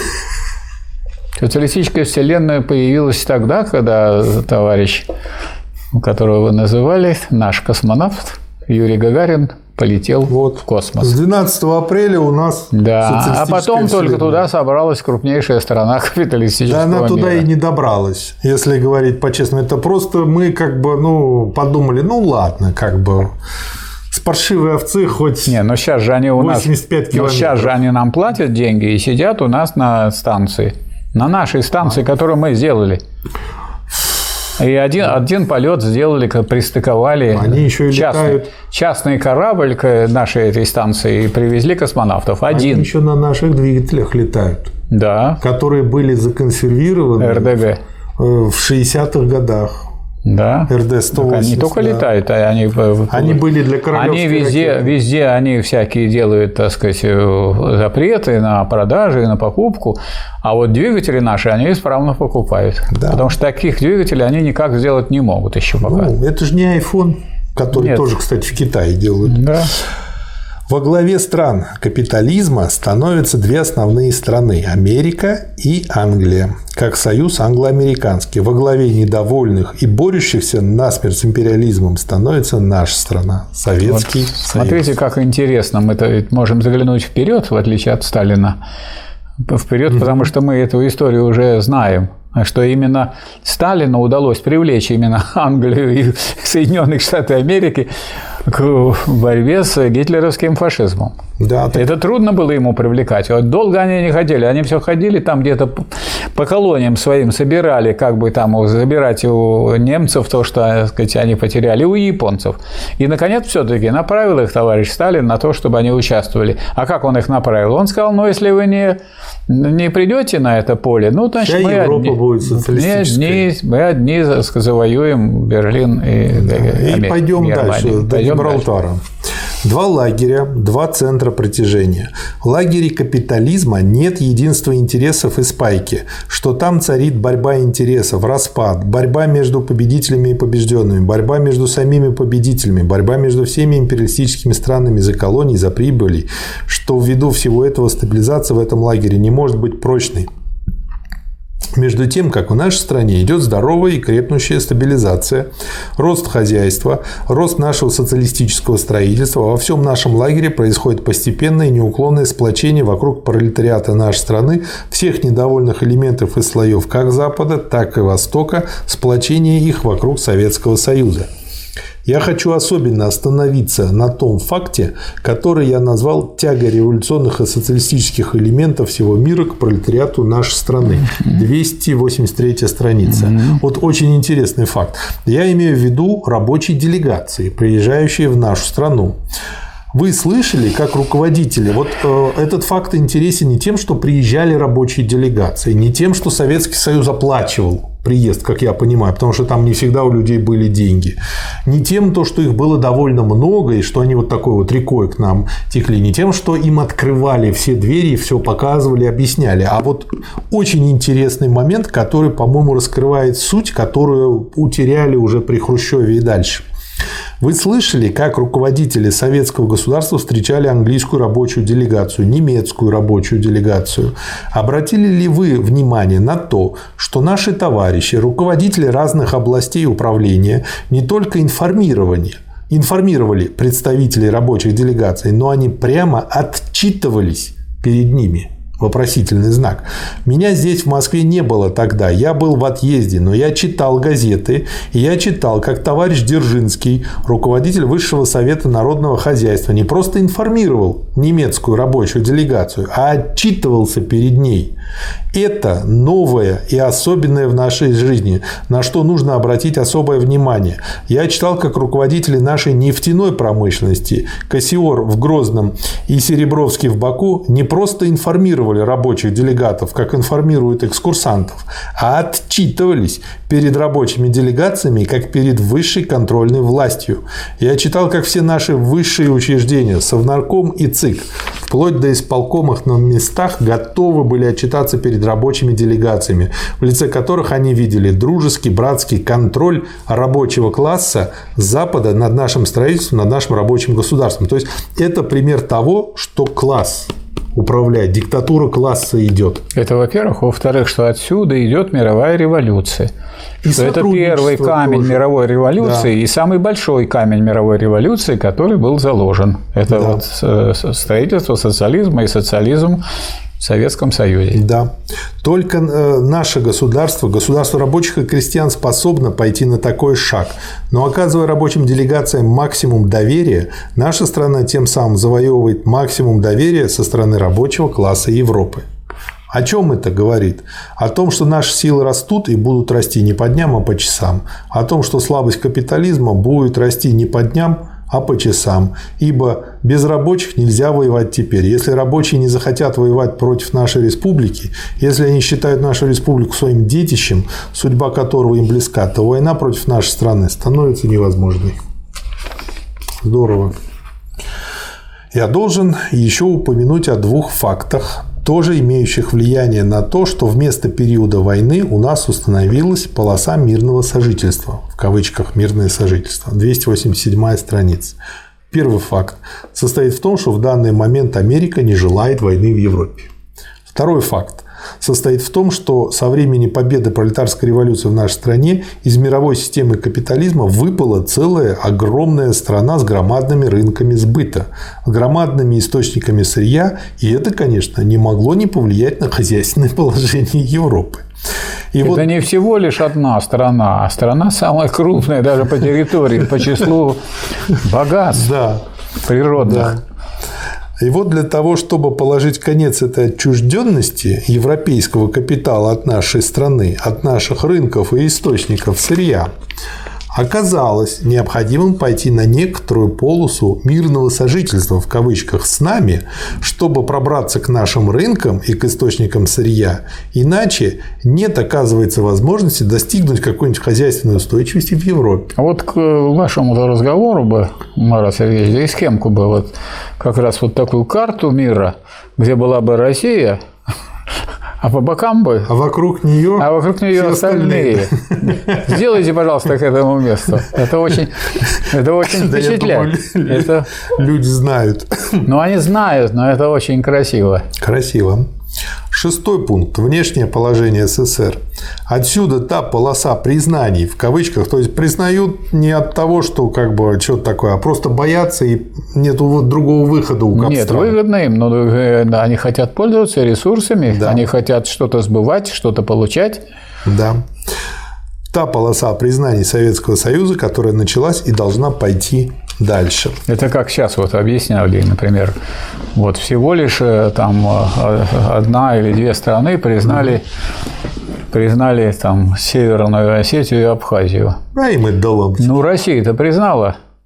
Социалистическая вселенная появилась тогда, когда товарищ, которого вы называли, наш космонавт Юрий Гагарин, полетел вот. в космос. С двенадцатого апреля у нас да, а потом вселенная. Только туда собралась крупнейшая страна капиталистического мира. Да, она мира. туда и не добралась, если говорить по-честному. Это просто мы как бы ну, подумали, ну ладно, как бы с паршивой овцы хоть не, но сейчас же они у восемьдесят пять нас, километров. Но сейчас же они нам платят деньги и сидят у нас на станции, на нашей станции, а. которую мы сделали. И один, один полет сделали, пристыковали Они еще и частный, летают. частный корабль к нашей этой станции и привезли космонавтов. Один. Они еще на наших двигателях летают. Да. Которые были законсервированы эр дэ гэ в шестидесятых годах. Да. эр дэ сто восемьдесят. Они не только да. летают, а они, они были для королевской Они везде, ракеты. везде они всякие делают, так сказать, запреты на продажи и на покупку, а вот двигатели наши они исправно покупают. Да. Потому что таких двигателей они никак сделать не могут еще пока. Ну, это же не iPhone, который Нет. тоже, кстати, в Китае делают. Да. Во главе стран капитализма становятся две основные страны – Америка и Англия, как союз англо-американский. Во главе недовольных и борющихся насмерть с империализмом становится наша страна – Советский вот, Союз. Смотрите, как интересно. Мы можем заглянуть вперед, в отличие от Сталина. Вперед, mm-hmm. потому что мы эту историю уже знаем. Что именно Сталину удалось привлечь именно Англию и Соединенные Штаты Америки к борьбе с гитлеровским фашизмом. Да, так... Это трудно было ему привлекать. Вот долго они не ходили. Они все ходили там где-то по колониям своим, собирали, как бы там забирать у немцев то, что, так сказать, они потеряли, у японцев. И, наконец, все-таки направил их товарищ Сталин на то, чтобы они участвовали. А как он их направил? Он сказал, ну, если вы не, не придете на это поле, ну, значит, Вся мы Европа одни, будет социалистической. мы одни завоюем Берлин и, да. и Америку, пойдем Германию. Дальше, до Гибралтара. Два лагеря, два центра притяжения. В лагере капитализма нет единства интересов и спайки, что там царит борьба интересов, распад, борьба между победителями и побежденными, борьба между самими победителями, борьба между всеми империалистическими странами за колонии, за прибыли, что ввиду всего этого стабилизация в этом лагере не может быть прочной. Между тем, как в нашей стране идет здоровая и крепнущая стабилизация, рост хозяйства, рост нашего социалистического строительства, во всем нашем лагере происходит постепенное и неуклонное сплочение вокруг пролетариата нашей страны, всех недовольных элементов и слоев как Запада, так и Востока, сплочение их вокруг Советского Союза. Я хочу особенно остановиться на том факте, который я назвал тягой революционных и социалистических элементов всего мира к пролетариату нашей страны. двести восемьдесят третья страница. Вот очень интересный факт. Я имею в виду рабочие делегации, приезжающие в нашу страну. Вы слышали, как руководители, вот э, этот факт интересен не тем, что приезжали рабочие делегации, не тем, что Советский Союз оплачивал приезд, как я понимаю, потому что там не всегда у людей были деньги. Не тем, то, что их было довольно много, и что они вот такой вот рекой к нам текли, не тем, что им открывали все двери, все показывали, объясняли, а вот очень интересный момент, который, по-моему, раскрывает суть, которую утеряли уже при Хрущеве и дальше. Вы слышали, как руководители советского государства встречали английскую рабочую делегацию, немецкую рабочую делегацию? Обратили ли вы внимание на то, что наши товарищи, руководители разных областей управления, не только информировали, информировали представителей рабочих делегаций, но они прямо отчитывались перед ними? Вопросительный знак. Меня здесь в Москве не было тогда. Я был в отъезде, но я читал газеты. И я читал, как товарищ Дзержинский, руководитель Высшего совета народного хозяйства, не просто информировал немецкую рабочую делегацию, а отчитывался перед ней. Это новое и особенное в нашей жизни, на что нужно обратить особое внимание. Я читал, как руководители нашей нефтяной промышленности, Кассиор в Грозном и Серебровский в Баку, не просто информировали рабочих делегатов, как информируют экскурсантов, а отчитывались перед рабочими делегациями, как перед высшей контрольной властью. Я читал, как все наши высшие учреждения, Совнарком и ЦИК, вплоть до исполкомов на местах, готовы были отчитаться перед рабочими делегациями, в лице которых они видели дружеский, братский контроль рабочего класса Запада над нашим строительством, над нашим рабочим государством. То есть, это пример того, что класс управляет, диктатура класса идет. Это, во-первых. Во-вторых, что отсюда идет мировая революция. И что это первый камень тоже. Мировой революции, да. И самый большой камень мировой революции, который был заложен. Это да. вот строительство социализма и социализм в Советском Союзе. Да. Только наше государство, государство рабочих и крестьян способно пойти на такой шаг. Но оказывая рабочим делегациям максимум доверия, наша страна тем самым завоевывает максимум доверия со стороны рабочего класса Европы. О чем это говорит? О том, что наши силы растут и будут расти не по дням, а по часам. О том, что слабость капитализма будет расти не по дням, а по часам. Ибо без рабочих нельзя воевать теперь. Если рабочие не захотят воевать против нашей республики, если они считают нашу республику своим детищем, судьба которого им близка, то война против нашей страны становится невозможной. Здорово. Я должен еще упомянуть о двух фактах, тоже имеющих влияние на то, что вместо периода войны у нас установилась полоса мирного сожительства, в кавычках «мирное сожительство», двести восемьдесят седьмая страница. Первый факт состоит в том, что в данный момент Америка не желает войны в Европе. Второй факт состоит в том, что со времени победы пролетарской революции в нашей стране из мировой системы капитализма выпала целая огромная страна с громадными рынками сбыта, с громадными источниками сырья, и это, конечно, не могло не повлиять на хозяйственное положение Европы. И это вот... не всего лишь одна страна, а страна самая крупная даже по территории, по числу богатств да. природных. Да. И вот для того, чтобы положить конец этой отчужденности европейского капитала от нашей страны, от наших рынков и источников сырья, оказалось необходимым пойти на некоторую полосу мирного сожительства, в кавычках, с нами, чтобы пробраться к нашим рынкам и к источникам сырья. Иначе нет, оказывается, возможности достигнуть какой-нибудь хозяйственной устойчивости в Европе. А вот к вашему разговору бы, Марат Сергеевич, да и схемку бы вот как раз вот такую карту мира, где была бы Россия, а по бокам бы... А вокруг нее... А вокруг нее остальные. остальные. Сделайте, пожалуйста, к этому месту. Это очень, это очень впечатляет. Да, думаю, это... Люди знают. Ну, они знают, но это очень красиво. Красиво. Шестой пункт. Внешнее положение СССР. Отсюда та полоса признаний, в кавычках, то есть признают не от того, что как бы что-то такое, а просто боятся и нет другого выхода у капстрана. Нет, выгодно им, но они хотят пользоваться ресурсами, да. Они хотят что-то сбывать, что-то получать. Да. Та полоса признаний Советского Союза, которая началась и должна пойти дальше. Это как сейчас вот объясняли, например, вот всего лишь там одна или две страны признали, mm-hmm. признали там Северную Осетию и Абхазию. Да, им это дало. Ну, Россия-то признала.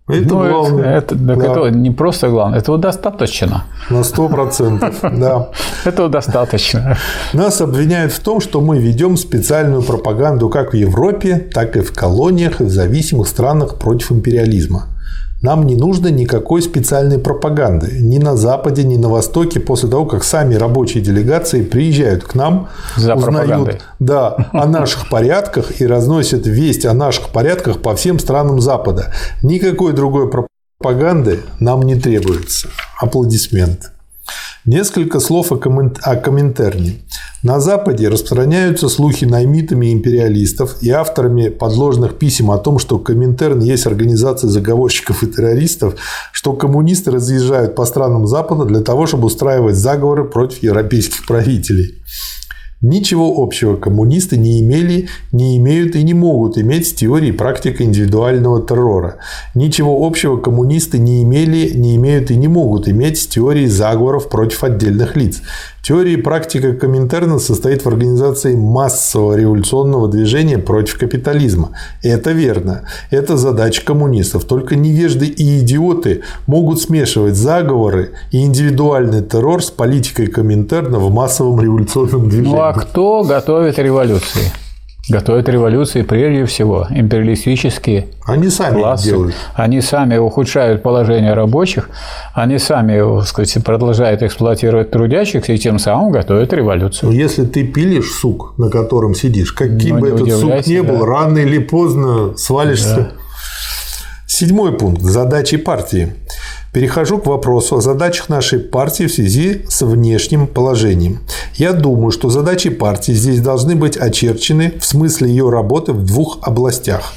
Это ну, главное. Это, это, да. это не просто главное, этого достаточно. На сто процентов, да. Этого достаточно. Нас обвиняют в том, что мы ведем специальную пропаганду как в Европе, так и в колониях и в зависимых странах против империализма. Нам не нужно никакой специальной пропаганды ни на Западе, ни на Востоке после того, как сами рабочие делегации приезжают к нам, За узнают да, о наших порядках и разносят весть о наших порядках по всем странам Запада. Никакой другой пропаганды нам не требуется. Аплодисменты. Несколько слов о, коммен... о Коминтерне. На Западе распространяются слухи наймитами империалистов и авторами подложных писем о том, что Коминтерн есть организация заговорщиков и террористов, что коммунисты разъезжают по странам Запада для того, чтобы устраивать заговоры против европейских правителей. Ничего общего коммунисты не имели, не имеют и не могут иметь с теорией и практикой индивидуального террора. Ничего общего коммунисты не имели, не имеют и не могут иметь с теорией заговоров против отдельных лиц. Теория и практика Коминтерна состоит в организации массового революционного движения против капитализма. Это верно. Это задача коммунистов. Только невежды и идиоты могут смешивать заговоры и индивидуальный террор с политикой Коминтерна в массовом революционном движении. Ну а кто готовит революции? Готовят революции прежде всего империалистические они сами классы. Делают. Они сами ухудшают положение рабочих, они сами, так сказать, продолжают эксплуатировать трудящихся и тем самым готовят революцию. Если ты пилишь сук, на котором сидишь, каким Но бы не этот сук ни да. был, рано или поздно свалишься. Да. Седьмой пункт. Задачи партии. Перехожу к вопросу о задачах нашей партии в связи с внешним положением. Я думаю, что задачи партии здесь должны быть очерчены в смысле ее работы в двух областях.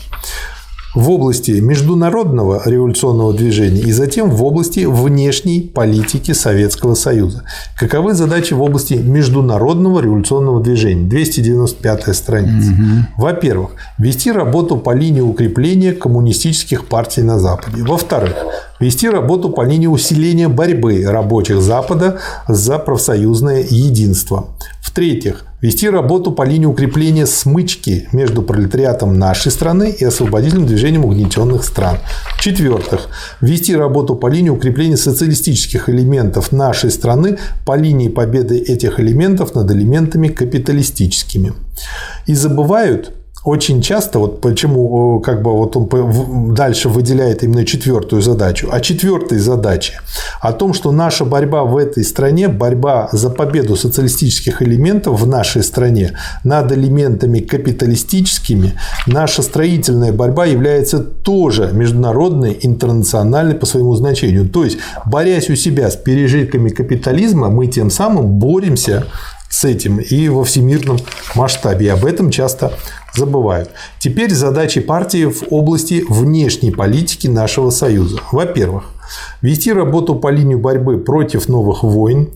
В области международного революционного движения и затем в области внешней политики Советского Союза. Каковы задачи в области международного революционного движения? двести девяносто пятая страница. Угу. Во-первых, вести работу по линии укрепления коммунистических партий на Западе. Во-вторых, вести работу по линии усиления борьбы рабочих Запада за профсоюзное единство. В-третьих, вести работу по линии укрепления смычки между пролетариатом нашей страны и освободительным движением угнетенных стран. В-четвертых, вести работу по линии укрепления социалистических элементов нашей страны по линии победы этих элементов над элементами капиталистическими. И забывают очень часто, вот почему как бы вот он дальше выделяет именно четвертую задачу, о четвертой задаче, о том, что наша борьба в этой стране, борьба за победу социалистических элементов в нашей стране над элементами капиталистическими, наша строительная борьба является тоже международной, интернациональной по своему значению. То есть, борясь у себя с пережитками капитализма, мы тем самым боремся с этим и во всемирном масштабе. И об этом часто забывают. Теперь задачи партии в области внешней политики нашего Союза. Во-первых, вести работу по линии борьбы против новых войн.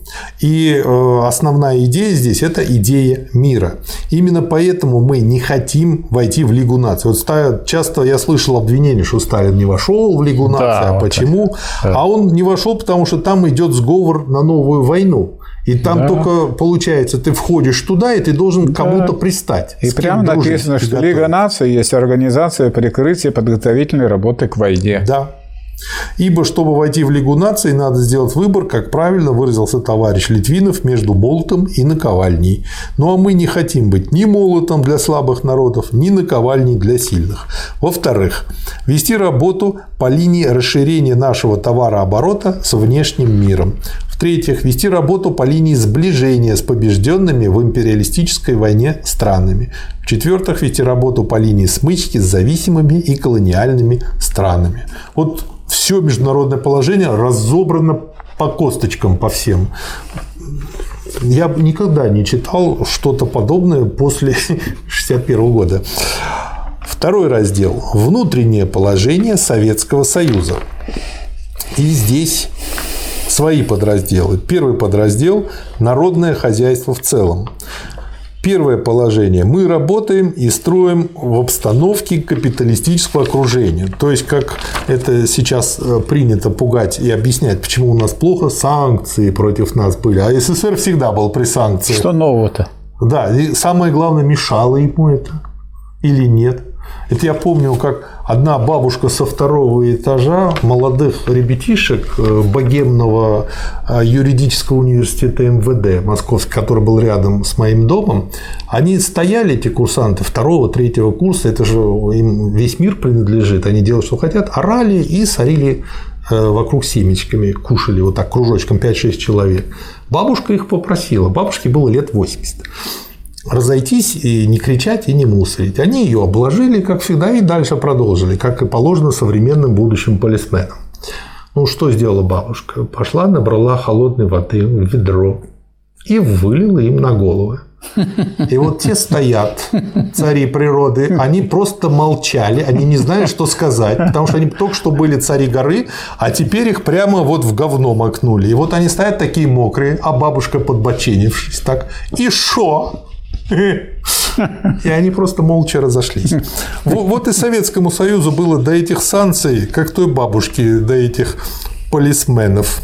И основная идея здесь – это идея мира. Именно поэтому мы не хотим войти в Лигу наций. Вот часто я слышал обвинение, что Сталин не вошел в Лигу наций. Да, а вот почему? Да. А он не вошел, потому что там идет сговор на новую войну. И там да. только, получается, ты входишь туда, и ты должен да. кому-то пристать. И прямо написано, что готовить. Лига наций есть организация прикрытия подготовительной работы к войне. Да. Ибо, чтобы войти в Лигу наций, надо сделать выбор, как правильно выразился товарищ Литвинов, между молотом и наковальней. Ну, а мы не хотим быть ни молотом для слабых народов, ни наковальней для сильных. Во-вторых, вести работу по линии расширения нашего товарооборота с внешним миром. В-третьих, вести работу по линии сближения с побежденными в империалистической войне странами. В-четвертых, вести работу по линии смычки с зависимыми и колониальными странами. Вот все международное положение разобрано по косточкам, по всем. Я никогда не читал что-то подобное после шестьдесят первого года. Второй раздел – внутреннее положение Советского Союза. И здесь свои подразделы. Первый подраздел – народное хозяйство в целом. Первое положение. Мы работаем и строим в обстановке капиталистического окружения. То есть, как это сейчас принято пугать и объяснять, почему у нас плохо, санкции против нас были. А СССР всегда был при санкциях. Что нового-то? Да, и самое главное, мешало ему это или нет. Это я помню, как одна бабушка со второго этажа молодых ребятишек богемного юридического университета эм вэ дэ московский, который был рядом с моим домом, они стояли, эти курсанты второго, третьего курса, это же им весь мир принадлежит, они делают, что хотят, орали и сорили вокруг семечками, кушали вот так кружочком пять-шесть человек. Бабушка их попросила, бабушке было лет восемьдесят. Разойтись и не кричать, и не мусорить. Они ее обложили, как всегда, и дальше продолжили, как и положено современным будущим полисменам. Ну, что сделала бабушка? Пошла, набрала холодной воды в ведро и вылила им на головы. И вот те стоят, цари природы, они просто молчали, они не знали, что сказать, потому что они только что были цари горы, а теперь их прямо вот в говно макнули. И вот они стоят такие мокрые, а бабушка подбоченившись так, и шо? И они просто молча разошлись. Вот и Советскому Союзу было до этих санкций, как той бабушке до этих полисменов.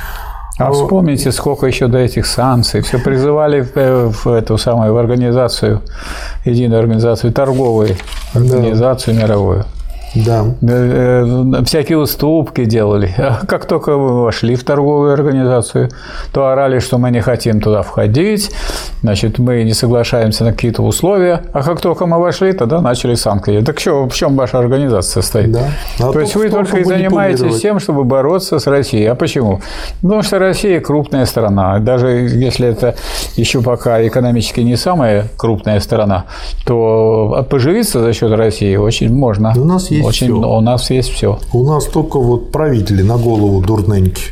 А вспомните, сколько еще до этих санкций. Все призывали в эту самую в организацию, единую организацию, торговую организацию да. мировую. Да. Всякие уступки делали. А как только вы вошли в торговую организацию, то орали, что мы не хотим туда входить, значит, мы не соглашаемся на какие-то условия. А как только мы вошли, тогда начали санкции. Так что, в чем ваша организация стоит? Да. А то есть вы только и занимаетесь тем, чтобы бороться с Россией. А почему? Потому что Россия крупная страна. Даже если это еще пока экономически не самая крупная страна, то поживиться за счет России очень можно. У нас есть Очень, все. У нас есть все. У нас только вот правители на голову дурненькие.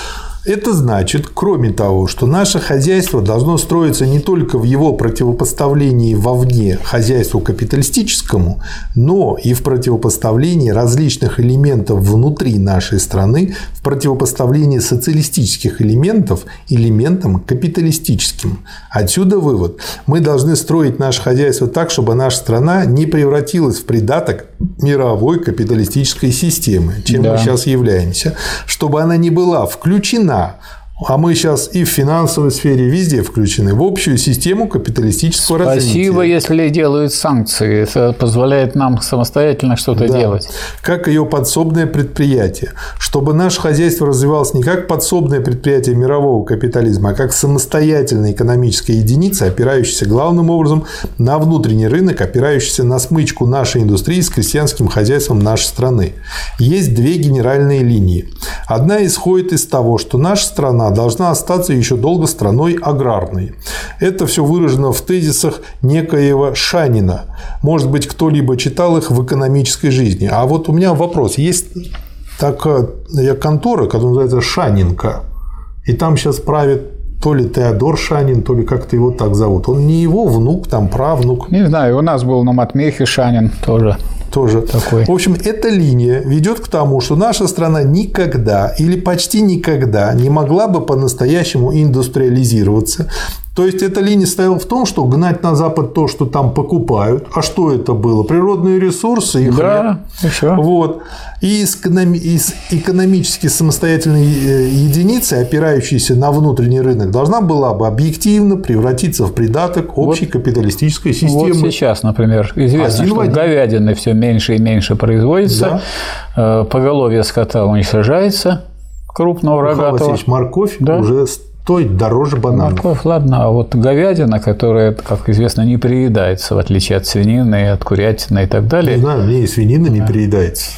Это значит, кроме того, что наше хозяйство должно строиться не только в его противопоставлении вовне хозяйству капиталистическому, но и в противопоставлении различных элементов внутри нашей страны, в противопоставлении социалистических элементов элементам капиталистическим. Отсюда вывод. Мы должны строить наше хозяйство так, чтобы наша страна не превратилась в придаток мировой капиталистической системы, чем да. мы сейчас являемся, чтобы она не была включена. А мы сейчас и в финансовой сфере везде включены в общую систему капиталистического Спасибо, развития. Спасибо, если делают санкции. Это позволяет нам самостоятельно что-то да. делать. Как ее подсобное предприятие. Чтобы наше хозяйство развивалось не как подсобное предприятие мирового капитализма, а как самостоятельная экономическая единица, опирающаяся главным образом на внутренний рынок, опирающаяся на смычку нашей индустрии с крестьянским хозяйством нашей страны. Есть две генеральные линии. Одна исходит из того, что наша страна должна остаться еще долго страной аграрной. Это все выражено в тезисах некоего Шанина. Может быть, кто-либо читал их в экономической жизни. А вот у меня вопрос. Есть такая контора, которая называется Шанинка. И там сейчас правит то ли Теодор Шанин, то ли как-то его так зовут. Он не его внук, там правнук. Не знаю, у нас был на Матмехе Шанин тоже. Тоже. Такой. В общем, эта линия ведет к тому, что наша страна никогда или почти никогда не могла бы по-настоящему индустриализироваться. То есть, эта линия стояла в том, что гнать на Запад то, что там покупают. А что это было? Природные ресурсы и да, хлеб. И все. Вот. И из, экономи... из экономически самостоятельной единицы, опирающейся на внутренний рынок, должна была бы объективно превратиться в придаток общей вот, капиталистической системы. Вот сейчас, например, известно, Один что говядины все меньше и меньше производится, да. Поголовье скота уничтожается, крупного рогатого. Морковь да. уже стоит дороже бананов. Морковь, ладно, а вот говядина, которая, как известно, не приедается, в отличие от свинины, от курятины и так далее. Не знаю, мне и свинина да. не приедается.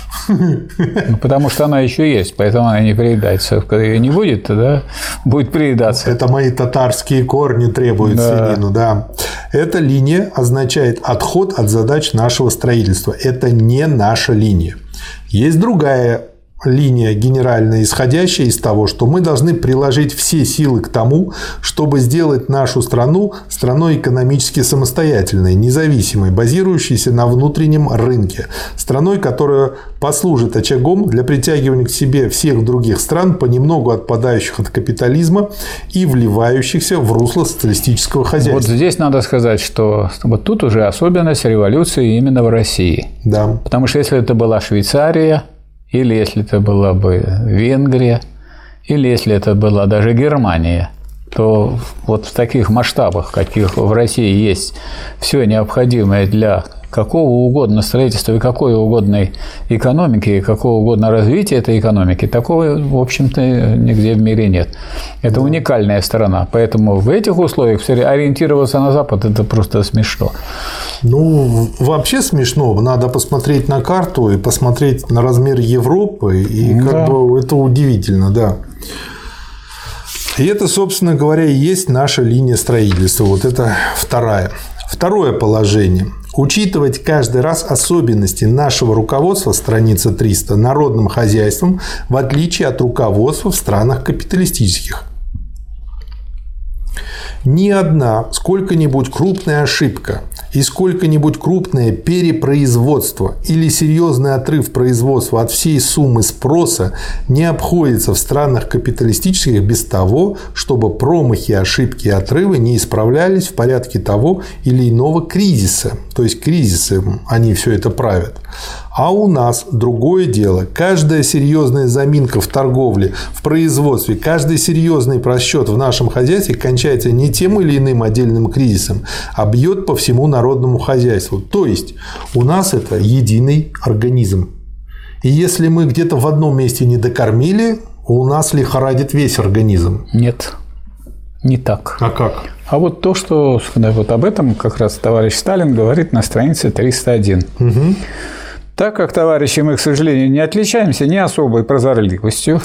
Ну, потому что она еще есть, поэтому она не приедается. Когда ее не будет, тогда будет приедаться. Это мои татарские корни требуют да. свинину, да. Эта линия означает отход от задач нашего строительства. Это не наша линия. Есть другая линия генеральная, исходящая из того, что мы должны приложить все силы к тому, чтобы сделать нашу страну страной экономически самостоятельной, независимой, базирующейся на внутреннем рынке, страной, которая послужит очагом для притягивания к себе всех других стран, понемногу отпадающих от капитализма и вливающихся в русло социалистического хозяйства. Вот здесь надо сказать, что вот тут уже особенность революции именно в России. Да. Потому что если это была Швейцария, или если это была бы Венгрия, или если это была даже Германия, то вот в таких масштабах, каких в России есть все необходимое для какого угодно строительства и какой угодно экономики, и какого угодно развития этой экономики, такого, в общем-то, нигде в мире нет. Это да. уникальная страна. Поэтому в этих условиях ориентироваться на Запад – это просто смешно. Ну, вообще смешно. Надо посмотреть на карту и посмотреть на размер Европы. И как да. бы это удивительно, да. И это, собственно говоря, и есть наша линия строительства. Вот это вторая. Второе положение. Учитывать каждый раз особенности нашего руководства, страница триста, народным хозяйством, в отличие от руководства в странах капиталистических. Ни одна сколько-нибудь крупная ошибка и сколько-нибудь крупное перепроизводство или серьезный отрыв производства от всей суммы спроса не обходится в странах капиталистических без того, чтобы промахи, ошибки и отрывы не исправлялись в порядке того или иного кризиса. То есть кризисы, они все это правят. А у нас другое дело. Каждая серьезная заминка в торговле, в производстве, каждый серьезный просчет в нашем хозяйстве кончается не тем или иным отдельным кризисом, а бьет по всему народному хозяйству. То есть у нас это единый организм. И если мы где-то в одном месте не докормили, у нас лихорадит весь организм. Нет, не так. А как? А вот то, что вот об этом как раз товарищ Сталин говорит на странице триста один. Угу. Так как, товарищи, мы, к сожалению, не отличаемся ни особой прозорливостью,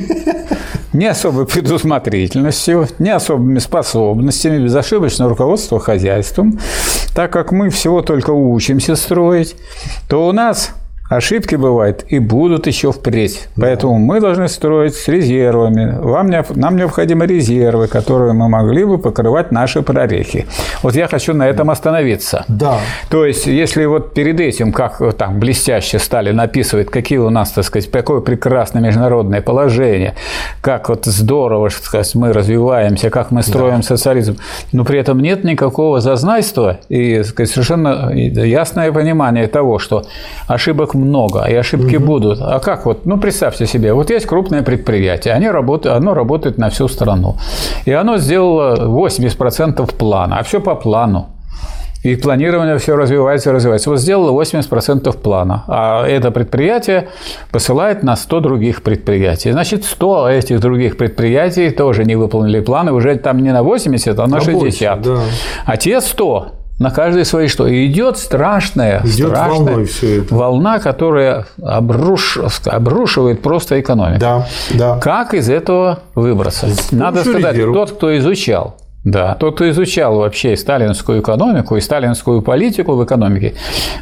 ни особой предусмотрительностью, ни особыми способностями безошибочного руководства хозяйством, так как мы всего только учимся строить, то у нас ошибки бывают и будут еще впредь. Поэтому мы должны строить с резервами. Вам не, нам необходимы резервы, которые мы могли бы покрывать наши прорехи. Вот я хочу на этом остановиться. Да. То есть, если вот перед этим, как там блестяще Сталин описывает, какие у нас, так сказать, какое прекрасное международное положение, как вот здорово, так сказать, мы развиваемся, как мы строим да. социализм, но при этом нет никакого зазнайства и, так сказать, совершенно ясное понимание того, что ошибок много, и ошибки угу. будут. А как вот? Ну, представьте себе, вот есть крупное предприятие, они работают, оно работает на всю страну, и оно сделало восемьдесят процентов плана, а все по плану. И планирование все развивается и развивается. Вот сделало восемьдесят процентов плана, а это предприятие посылает на сто других предприятий. Значит, сто этих других предприятий тоже не выполнили планы, уже там не на восемьдесят, а на шестьдесят. Да. А те сто на каждой своей что? И идет страшная, идет страшная все это. волна, которая обруш... обрушивает просто экономику. Да, да. Как из этого выбраться? Надо сказать, резерв. Тот, кто изучал. Да, тот, кто изучал вообще сталинскую экономику и сталинскую политику в экономике,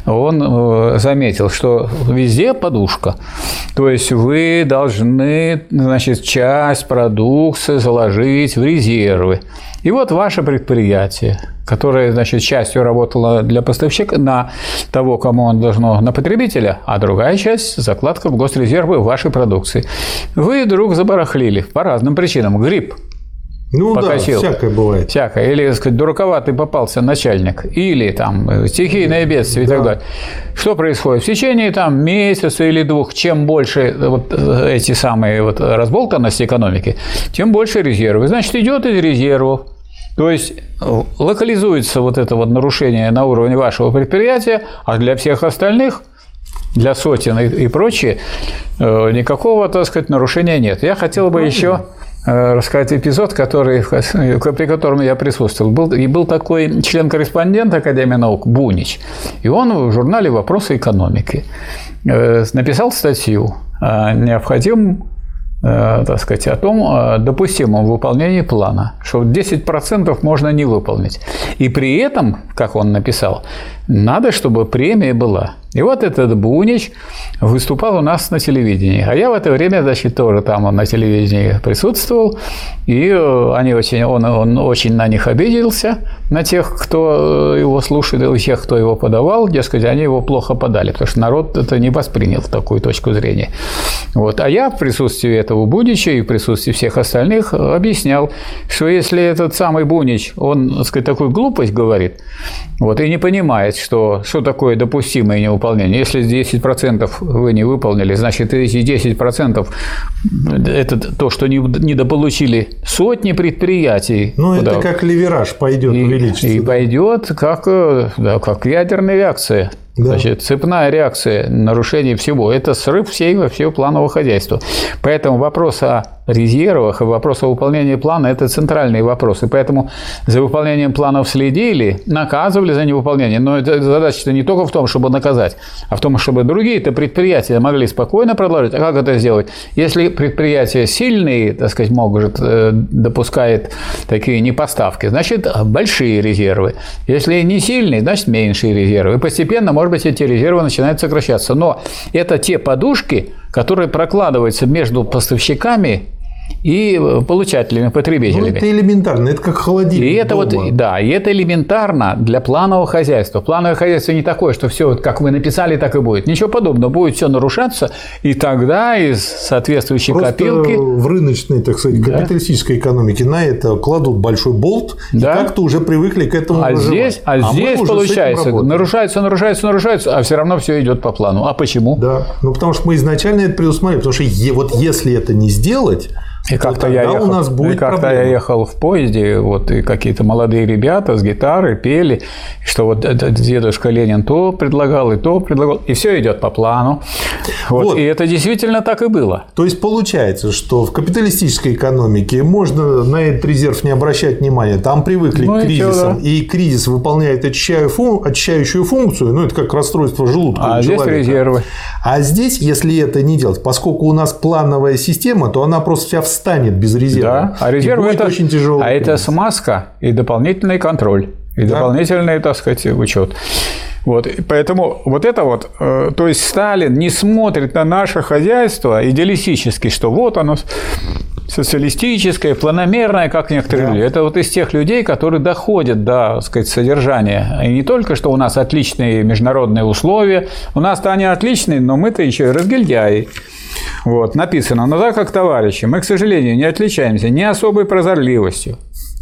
он заметил, что везде подушка. То есть вы должны, значит, часть продукции заложить в резервы. И вот ваше предприятие, которое, значит, частью работало для поставщика на того, кому он должно, на потребителя, а другая часть – закладка в госрезервы вашей продукции. Вы вдруг забарахлили по разным причинам. Грипп. Ну покосил. Да, всякое бывает. Всякое. Или, так сказать, дураковатый попался начальник. Или там стихийное бедствие да. и так далее. Что происходит? В течение там, месяца или двух, чем больше вот эти самые вот разболтанности экономики, тем больше резервов. Значит, идет из резервов. То есть локализуется вот это вот нарушение на уровне вашего предприятия, а для всех остальных, для сотен и, и прочее, никакого, так сказать, нарушения нет. Я хотел бы еще рассказать эпизод, который, при котором я присутствовал. Был, и был такой член-корреспондент Академии наук Бунич, и он в журнале «Вопросы экономики» написал статью о необходимом, так сказать, о том допустимом выполнении плана, что десять процентов можно не выполнить. И при этом, как он написал, надо, чтобы премия была. И вот этот Бунич выступал у нас на телевидении. А я в это время, значит, тоже там на телевидении присутствовал. И они очень, он, он очень на них обиделся, на тех, кто его слушал, и тех, кто его подавал. Дескать, они его плохо подали, потому что народ это не воспринял такую точку зрения. Вот. А я в присутствии этого Бунича и в присутствии всех остальных объяснял, что если этот самый Бунич, он, так сказать, такую глупость говорит, вот, и не понимает, что, что такое допустимое невыполнение. Если десять процентов вы не выполнили, значит, эти десять процентов это то, что недополучили сотни предприятий. Ну, это как ливераж пойдет и, увеличиться. И пойдет как, да, как ядерная реакция. Да. Значит, цепная реакция нарушения всего. Это срыв всей, всего планового хозяйства. Поэтому вопрос о резервах и вопрос о выполнении плана – это центральные вопросы. Поэтому за выполнением планов следили, наказывали за невыполнение. Но задача-то не только в том, чтобы наказать, а в том, чтобы другие-то предприятия могли спокойно продолжить. А как это сделать? Если предприятия сильные, так сказать, может, допускает такие непоставки, значит, большие резервы. Если не сильные, значит, меньшие резервы. И постепенно, может быть, эти резервы начинают сокращаться. Но это те подушки, которые прокладываются между поставщиками и получателями, потребителями. Ну, это элементарно, это как холодильник и это дома. Вот, да, и это элементарно для планового хозяйства. Плановое хозяйство не такое, что все, как вы написали, так и будет. Ничего подобного. Будет все нарушаться, и тогда из соответствующей Просто копилки... в рыночной, так сказать, капиталистической да. экономике на это кладут большой болт, да. и как-то уже привыкли к этому а здесь, а, а здесь получается, нарушается, нарушается, нарушается, а все равно все идет по плану. А почему? Да, ну потому что мы изначально это предусмотрели, потому что вот если это не сделать... И как-то я, ехал, у нас будет и как-то я ехал в поезде, вот, и какие-то молодые ребята с гитарой пели, что вот дедушка Ленин то предлагал, и то предлагал, и все идет по плану. Вот, вот. И это действительно так и было. То есть получается, что в капиталистической экономике можно на этот резерв не обращать внимания, там привыкли ну, к кризисам, и, да. и кризис выполняет очищающую функцию, ну это как расстройство желудка а у человека. Здесь резервы. А здесь, если это не делать, поскольку у нас плановая система, то она просто вся встанет без резерва. Да, а резервы это очень тяжело. А это смазка и дополнительный контроль, и да. дополнительный, так сказать, учет. Вот, поэтому вот это вот, э, то есть Сталин не смотрит на наше хозяйство идеалистически, что вот оно социалистическое, планомерное, как некоторые да. люди. Это вот из тех людей, которые доходят до, так сказать, содержания. И не только, что у нас отличные международные условия, у нас-то они отличные, но мы-то еще и разгильдяи. Вот, написано, но так как товарищи, мы, к сожалению, не отличаемся ни особой прозорливостью,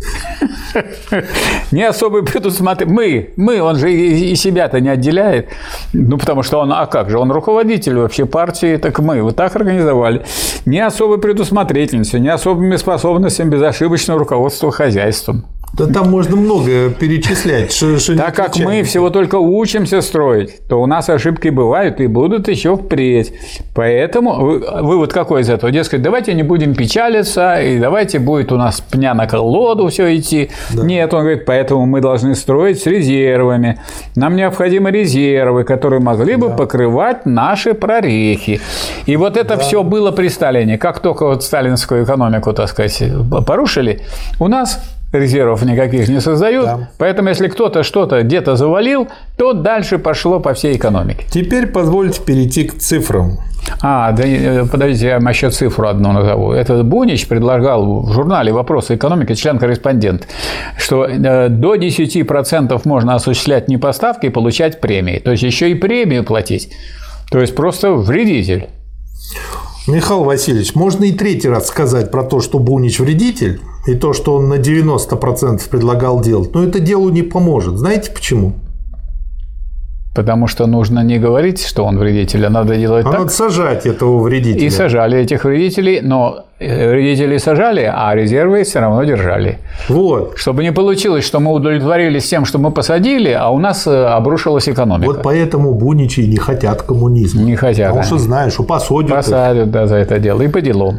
ни особой предусмотрительностью. Мы, мы, он же и себя-то не отделяет, ну, потому что он, а как же, он руководитель вообще партии, так мы вот так организовали. Ни особой предусмотрительностью, ни особыми способностями безошибочного руководства хозяйством. Да там можно много перечислять. Что, что так как мы всего только учимся строить, то у нас ошибки бывают и будут еще впредь. Поэтому вывод какой из этого? Дескать, давайте не будем печалиться, и давайте будет у нас пня на колоду все идти. Да. Нет, он говорит, поэтому мы должны строить с резервами. Нам необходимы резервы, которые могли бы да. покрывать наши прорехи. И вот это да. все было при Сталине. Как только вот сталинскую экономику, так сказать, порушили, у нас резервов никаких не создают, да. поэтому если кто-то что-то где-то завалил, то дальше пошло по всей экономике. Теперь позвольте перейти к цифрам. А, да, подождите, я вам еще цифру одну назову. Это Бунич предлагал в журнале «Вопросы экономики», член-корреспондент, что до десяти процентов можно осуществлять не поставки и получать премии, то есть еще и премию платить, то есть просто вредитель. Михаил Васильевич, можно и третий раз сказать про то, что Бунич вредитель, и то, что он на девяносто процентов предлагал делать, но это делу не поможет. Знаете почему? Потому что нужно не говорить, что он вредитель, а надо делать а так. Надо сажать этого вредителя. И сажали этих вредителей, но вредителей сажали, а резервы все равно держали. Вот. Чтобы не получилось, что мы удовлетворились тем, что мы посадили, а у нас обрушилась экономика. Вот поэтому буничи не хотят коммунизма. Не хотят. Потому что знаешь, что посадят. Посадят, да, за это дело. И по делу.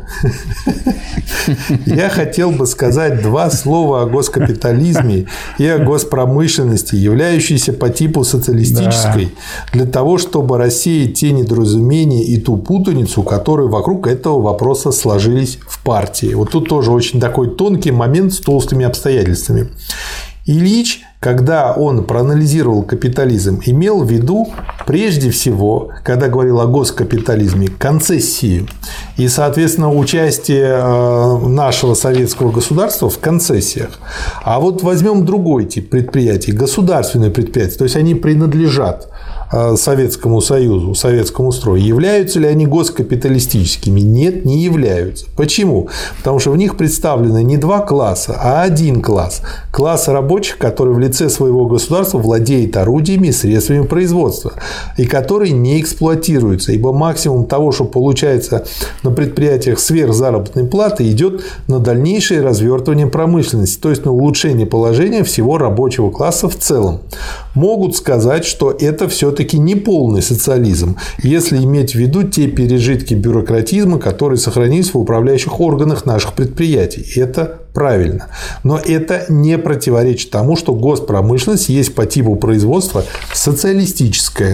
Я хотел бы сказать два слова о госкапитализме и о госпромышленности, являющейся по типу социалистической, для того, чтобы рассеять те недоразумения и ту путаницу, которые вокруг этого вопроса сложились в партии. Вот тут тоже очень такой тонкий момент с толстыми обстоятельствами. Ильич, когда он проанализировал капитализм, имел в виду прежде всего, когда говорил о госкапитализме, концессии и, соответственно, участие нашего советского государства в концессиях. А вот возьмем другой тип предприятий, государственные предприятия, то есть они принадлежат Советскому Союзу, советскому строю, являются ли они госкапиталистическими? Нет, не являются. Почему? Потому что в них представлены не два класса, а один класс. Класс рабочих, который в лице своего государства владеет орудиями и средствами производства, и который не эксплуатируется, ибо максимум того, что получается на предприятиях сверх заработной платы, идет на дальнейшее развертывание промышленности, то есть на улучшение положения всего рабочего класса в целом. Могут сказать, что это все-таки не полный социализм, если иметь в виду те пережитки бюрократизма, которые сохранились в управляющих органах наших предприятий. Это правильно. Но это не противоречит тому, что госпромышленность есть по типу производства социалистическая.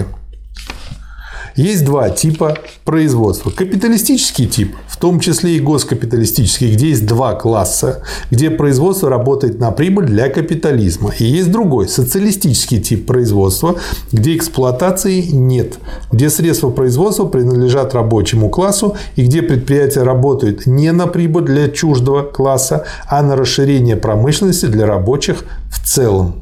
Есть два типа производства. Капиталистический тип, в том числе и госкапиталистический, где есть два класса, где производство работает на прибыль для капитализма. И есть другой, социалистический тип производства, где эксплуатации нет, где средства производства принадлежат рабочему классу и где предприятия работают не на прибыль для чуждого класса, а на расширение промышленности для рабочих в целом.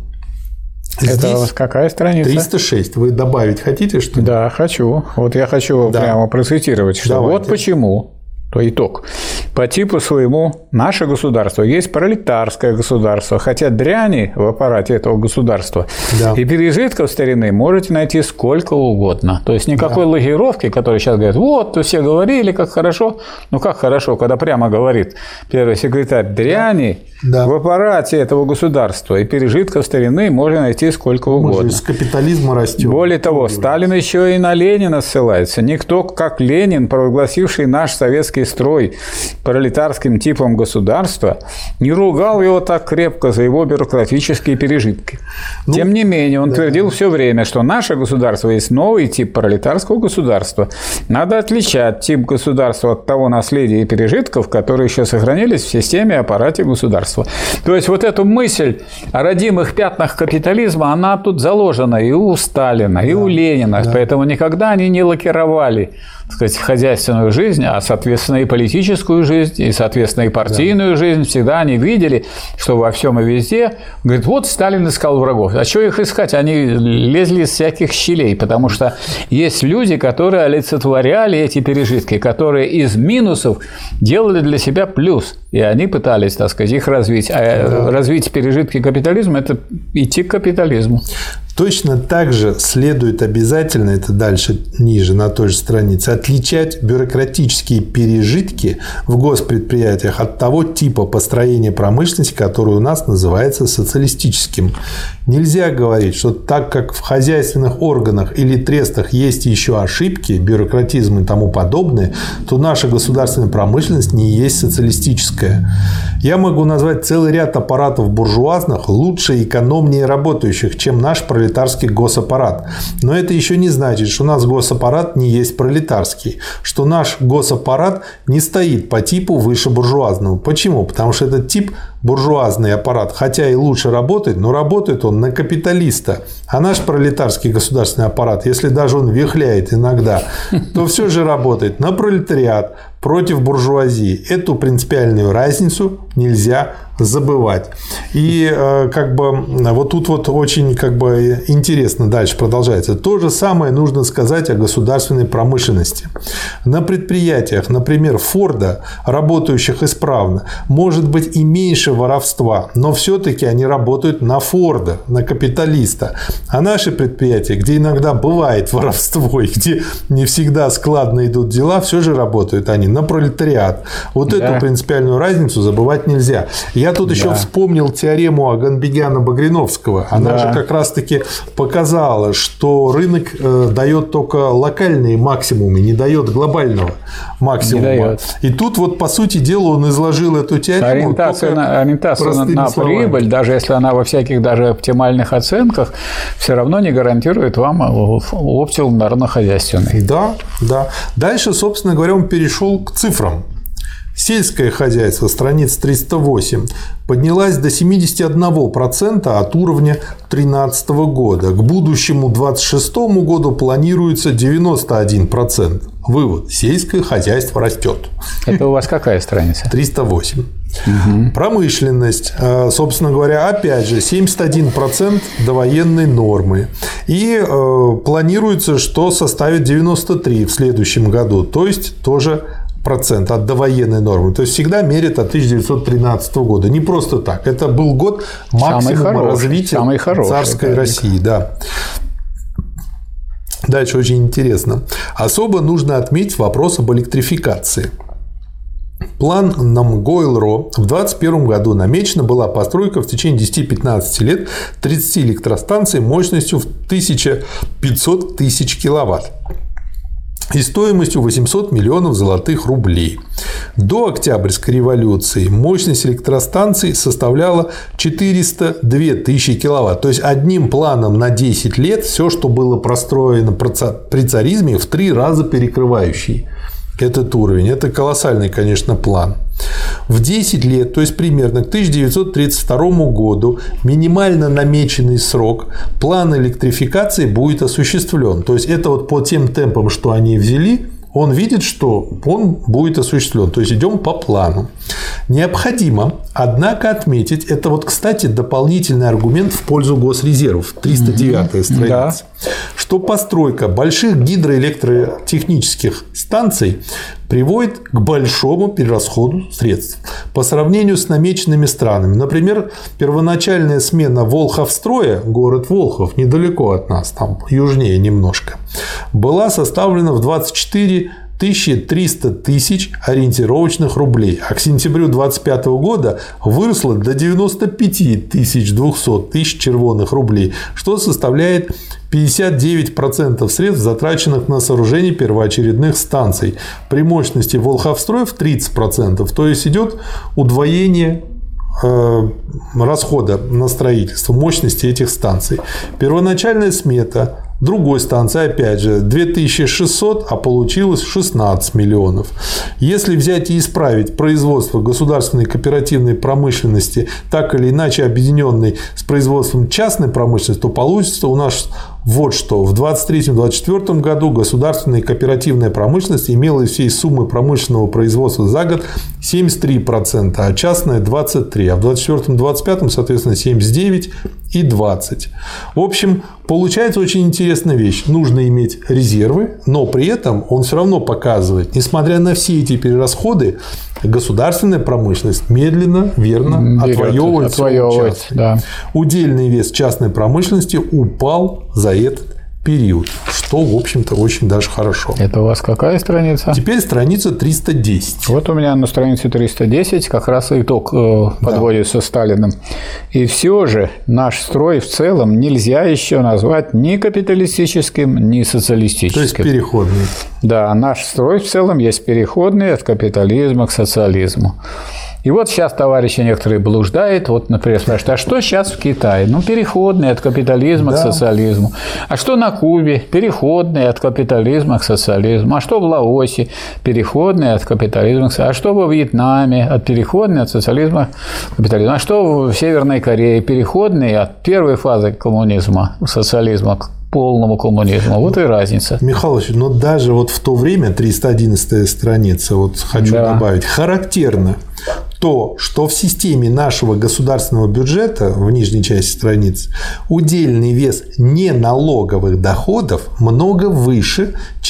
Это здесь у вас какая страница? триста шесть. Вы добавить хотите что-то? Да, хочу. Вот я хочу да. прямо процитировать, что Давайте. Вот почему. То итог. По типу своему наше государство есть пролетарское государство, хотя дряни в аппарате этого государства да. и пережитков старины можете найти сколько угодно. То есть никакой да. лагировки, которая сейчас говорит, вот, все говорили, как хорошо. Ну, как хорошо, когда прямо говорит первый секретарь, дряни да. в аппарате этого государства и пережитков старины можно найти сколько угодно. Мы же из капитализма растем. Более того, Сталин еще и на Ленина ссылается. Никто, как Ленин, провозгласивший наш советский строй пролетарским типом государства, не ругал его так крепко за его бюрократические пережитки. Ну, Тем не менее, он да, твердил да. все время, что наше государство есть новый тип пролетарского государства. Надо отличать тип государства от того наследия и пережитков, которые еще сохранились в системе и аппарате государства. То есть, вот эту мысль о родимых пятнах капитализма, она тут заложена и у Сталина, и да, у Ленина. Да. Поэтому никогда они не лакировали, так сказать, хозяйственную жизнь, а, соответственно, и политическую жизнь, и, соответственно, и партийную да. жизнь. Всегда они видели, что во всем и везде. Говорит, вот Сталин искал врагов. А что их искать? Они лезли из всяких щелей, потому что есть люди, которые олицетворяли эти пережитки, которые из минусов делали для себя плюс. И они пытались, так сказать, их развить. А да. развить пережитки капитализма – это идти к капитализму. Точно так же следует обязательно, это дальше ниже на той же странице, отличать бюрократические пережитки в госпредприятиях от того типа построения промышленности, который у нас называется социалистическим. Нельзя говорить, что так как в хозяйственных органах или трестах есть еще ошибки, бюрократизм и тому подобное, то наша государственная промышленность не есть социалистическая. Я могу назвать целый ряд аппаратов буржуазных лучше и экономнее работающих, чем наш пролетарский госаппарат. Но это еще не значит, что у нас госаппарат не есть пролетарский, что наш госаппарат не стоит по типу выше буржуазного. Почему? Потому что этот тип буржуазный аппарат, хотя и лучше работает, но работает он на капиталиста. А наш пролетарский государственный аппарат, если даже он вихляет иногда, то все же работает на пролетариат, против буржуазии. Эту принципиальную разницу нельзя забывать. И как бы вот тут вот очень как бы интересно дальше продолжается. То же самое нужно сказать о государственной промышленности. На предприятиях, например, Форда, работающих исправно, может быть и меньше воровства, но все-таки они работают на Форда, на капиталиста. А наши предприятия, где иногда бывает воровство и где не всегда складно идут дела, все же работают они на пролетариат. Вот да. эту принципиальную разницу забывать нельзя. Я тут да. еще вспомнил теорему Аганбегяна-Багриновского. Она да. же как раз-таки показала, что рынок дает только локальные максимумы, не дает глобального максимума. Не дает. И тут вот, по сути дела, он изложил эту теорему. Ориентация на, ориентация на, на прибыль, даже если она во всяких даже оптимальных оценках, все равно не гарантирует вам оптимум народно-хозяйственный. Да, да. Дальше, собственно говоря, он перешел к цифрам. Сельское хозяйство, страница триста восемь, поднялась до семьдесят один процент от уровня две тысячи тринадцатого года. К будущему двадцать шестому году планируется девяносто один процент. Вывод. Сельское хозяйство растет. Это у вас какая страница? триста восемь. Угу. Промышленность, собственно говоря, опять же, семьдесят один процент довоенной нормы. И э, планируется, что составит девяносто три процента в следующем году. То есть, тоже процент от довоенной нормы. То есть, всегда мерят от тысяча девятьсот тринадцатого года. Не просто так. Это был год максимума развития царской да, России. Да. Дальше очень интересно. Особо нужно отметить вопрос об электрификации. План Намгойл-Ро в двадцать первом году намечена была постройка в течение десяти-пятнадцати лет тридцати электростанций мощностью в тысяча пятьсот тысяч киловатт и стоимостью восемьсот миллионов золотых рублей. До Октябрьской революции мощность электростанций составляла четыреста две тысячи киловатт. То есть, одним планом на десять лет все, что было простроено при царизме, в три раза перекрывающий этот уровень. Это колоссальный, конечно, план. В десять лет, то есть примерно к тысяча девятьсот тридцать второму году, минимально намеченный срок, план электрификации будет осуществлен. То есть, это вот по тем темпам, что они взяли, он видит, что он будет осуществлен. То есть, идем по плану. Необходимо, однако, отметить, это вот, кстати, дополнительный аргумент в пользу госрезервов, триста девятая страница, да. Что постройка больших гидроэлектротехнических станций приводит к большому перерасходу средств по сравнению с намеченными странами. Например, первоначальная смена Волховстроя, город Волхов, недалеко от нас, там южнее немножко, была составлена в двадцать четыре тысячи триста тысяч ориентировочных рублей, а к сентябрю двадцать пятого года выросла до девяноста пяти тысяч двухсот тысяч червоных рублей, что составляет пятьдесят девять процентов средств, затраченных на сооружение первоочередных станций, при мощности Волховстроя в тридцать процентов, то есть идет удвоение расхода на строительство мощности этих станций. Первоначальная смета другой станции, опять же, две тысячи шестьсот, а получилось шестнадцать миллионов. Если взять и исправить производство государственной кооперативной промышленности, так или иначе объединенной с производством частной промышленности, то получится у нас вот что. В двадцать третьем — двадцать четвёртом году государственная кооперативная промышленность имела из всей суммы промышленного производства за год семьдесят три процента, а частная – двадцать три процента, а в двадцать четвёртом — двадцать пятом, соответственно, семьдесят девять процентов и двадцать процентов. В общем, получается очень интересная вещь. Нужно иметь резервы, но при этом он все равно показывает, несмотря на все эти перерасходы, государственная промышленность медленно, верно отвоевывает, отвоевывает да. Удельный вес частной промышленности упал за этот период, что, в общем-то, очень даже хорошо. Это у вас какая страница? Теперь страница триста десять. Вот у меня на странице триста десять как раз итог подводится да. Сталиным. И все же наш строй в целом нельзя еще назвать ни капиталистическим, ни социалистическим. То есть переходный. Да, наш строй в целом есть переходный от капитализма к социализму. И вот сейчас товарищи некоторые блуждают, вот, например, спрашивают, а что сейчас в Китае? Ну, переходный от капитализма да. к социализму. А что на Кубе? Переходный от капитализма к социализму. А что в Лаосе? Переходный от капитализма к социализму. А что во Вьетнаме? От переходный от социализма к капитализму. А что в Северной Корее? Переходный от первой фазы коммунизма, социализма к полному коммунизму. Вот и разница. Михайлович, но даже вот в то время, триста одиннадцатая страница, вот хочу да. добавить, характерно то, что в системе нашего государственного бюджета, в нижней части страницы, удельный вес неналоговых доходов много выше,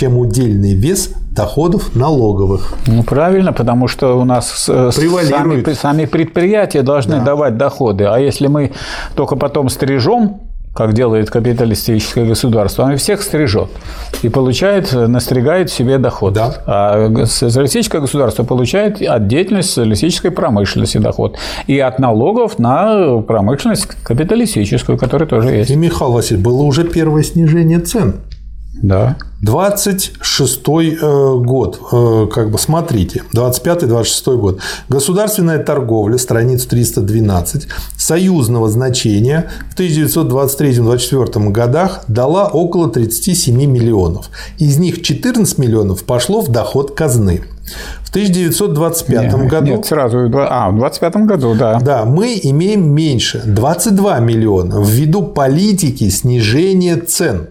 чем удельный вес доходов налоговых. Ну, правильно, потому что у нас сами, сами предприятия должны да. давать доходы, а если мы только потом стрижем, как делает капиталистическое государство, оно всех стрижет и получает, настригает себе доход. Да. А социалистическое государство получает от деятельности социалистической промышленности доход и от налогов на промышленность капиталистическую, которая тоже есть. И, Михаил Васильевич, было уже первое снижение цен. Да. двадцать шестой год, как бы смотрите, двадцать пятый — двадцать шестой год. Государственная торговля, страница триста двенадцать, союзного значения в тысяча девятьсот двадцать третьем — двадцать четвёртом годах дала около тридцати семи миллионов. Из них четырнадцать миллионов пошло в доход казны. В тысяча девятьсот двадцать пятом нет, году... Нет, сразу... А, в двадцать пятом году, да. Да, мы имеем меньше, двадцать два миллиона, ввиду политики снижения цен.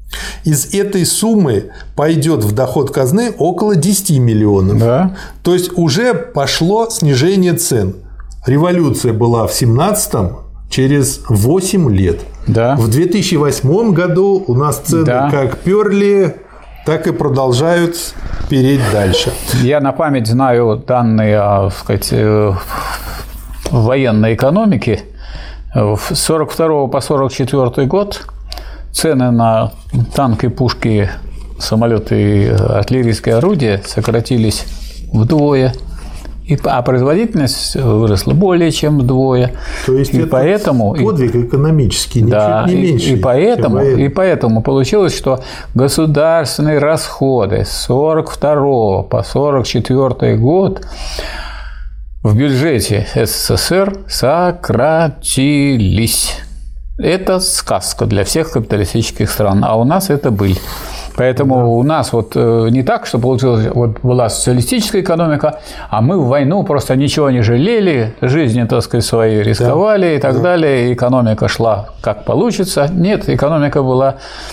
Из этой суммы пойдет в доход казны около десяти миллионов. Да. То есть уже пошло снижение цен. революция была в семнадцатом, через восемь лет. Да. В две тысячи восьмом году у нас цены да. как перли, так и продолжают переть дальше. Я на память знаю данные о, так сказать, военной экономике. С сорок второго по сорок четвёртый год цены на танки, пушки, самолеты и артиллерийские орудия сократились вдвое. И, а производительность выросла более чем вдвое. То есть и это поэтому, подвиг экономический, ничуть да, не меньше. И, и, поэтому, и поэтому получилось, что государственные расходы с сорок второго по сорок четвёртый год в бюджете СССР сократились. Это сказка для всех капиталистических стран, а у нас это быль. Поэтому да. у нас вот не так, что получилось, вот была социалистическая экономика, а мы в войну просто ничего не жалели, жизни, так сказать, свои рисковали да. и так да. далее, экономика шла как получится. Нет, экономика была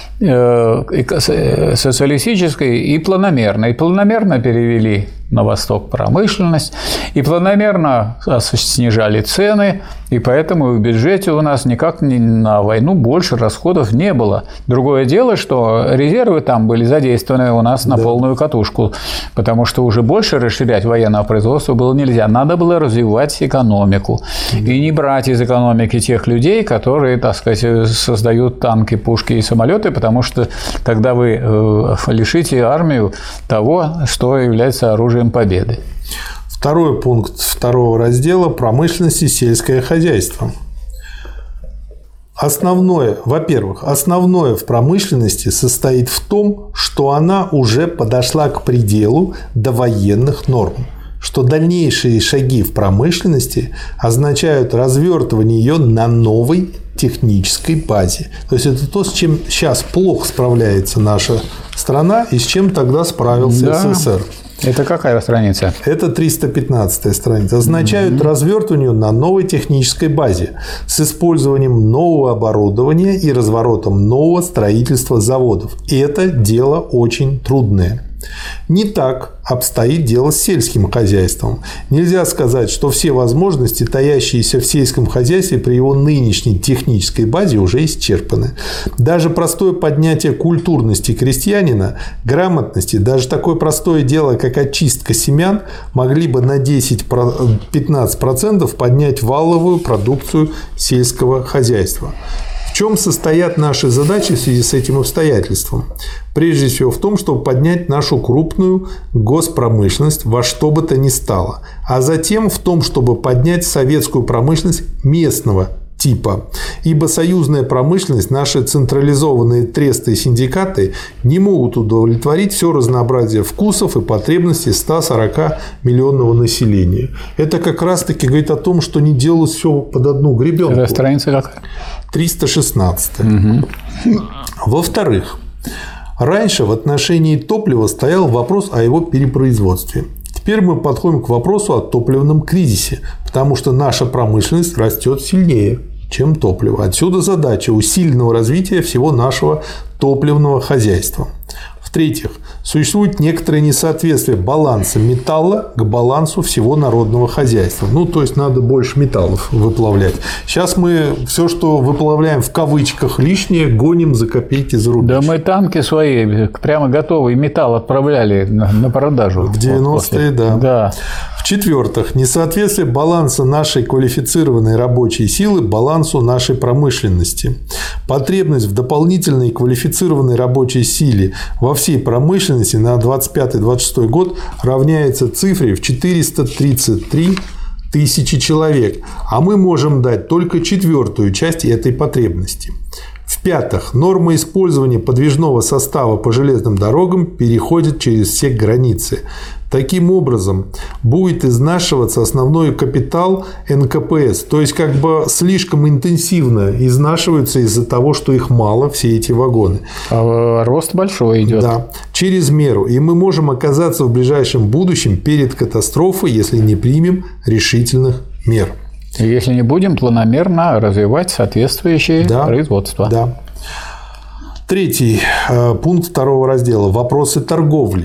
социалистической и планомерной. И планомерно перевели на восток промышленность, и планомерно снижали цены, и поэтому в бюджете у нас никак на войну больше расходов не было. Другое дело, что резервы там были задействованы у нас на да. полную катушку, потому что уже больше расширять военное производство было нельзя. Надо было развивать экономику да. и не брать из экономики тех людей, которые, так сказать, создают танки, пушки и самолеты, потому что тогда вы лишите армию того, что является оружием победы. Второй пункт второго раздела – промышленность и сельское хозяйство. Основное, во-первых, основное в промышленности состоит в том, что она уже подошла к пределу довоенных норм, что дальнейшие шаги в промышленности означают развертывание ее на новой технической базе. То есть это то, с чем сейчас плохо справляется наша страна и с чем тогда справился да. СССР. Это какая страница? Это триста пятнадцатая страница. Означают mm-hmm. развертывание на новой технической базе с использованием нового оборудования и разворотом нового строительства заводов. И это дело очень трудное. Не так обстоит дело с сельским хозяйством. Нельзя сказать, что все возможности, таящиеся в сельском хозяйстве при его нынешней технической базе, уже исчерпаны. Даже простое поднятие культурности крестьянина, грамотности, даже такое простое дело, как очистка семян, могли бы на десять-пятнадцать процентов поднять валовую продукцию сельского хозяйства. В чем состоят наши задачи в связи с этим обстоятельством? Прежде всего в том, чтобы поднять нашу крупную госпромышленность во что бы то ни стало, а затем в том, чтобы поднять советскую промышленность местного типа. Ибо союзная промышленность, наши централизованные тресты и синдикаты не могут удовлетворить все разнообразие вкусов и потребностей ста сорока миллионного населения. Это как раз-таки говорит о том, что не делалось все под одну гребенку. Это страница какая? триста шестнадцатая. Угу. Во-вторых, раньше в отношении топлива стоял вопрос о его перепроизводстве. Теперь мы подходим к вопросу о топливном кризисе, потому что наша промышленность растет сильнее, чем топливо. Отсюда задача усиленного развития всего нашего топливного хозяйства. В-третьих, существует некоторое несоответствие баланса металла к балансу всего народного хозяйства. Ну, то есть, надо больше металлов выплавлять. Сейчас мы все, что выплавляем в кавычках лишнее, гоним за копейки за рубеж. Да мы танки свои прямо готовый металл отправляли на, на продажу. В девяностые, вот да. да. В-четвертых, несоответствие баланса нашей квалифицированной рабочей силы балансу нашей промышленности. Потребность в дополнительной квалифицированной рабочей силе во всей промышленности на двадцать пятый — двадцать шестой год равняется цифре в четыреста тридцать три тысячи человек, а мы можем дать только четвертую часть этой потребности. В-пятых, норма использования подвижного состава по железным дорогам переходит через все границы. Таким образом, будет изнашиваться основной капитал эн ка пэ эс, то есть как бы слишком интенсивно изнашиваются из-за того, что их мало, все эти вагоны. А рост большой идет. Да, через меру. И мы можем оказаться в ближайшем будущем перед катастрофой, если не примем решительных мер. Если не будем планомерно развивать соответствующее да, производство. Да. Третий пункт второго раздела – вопросы торговли.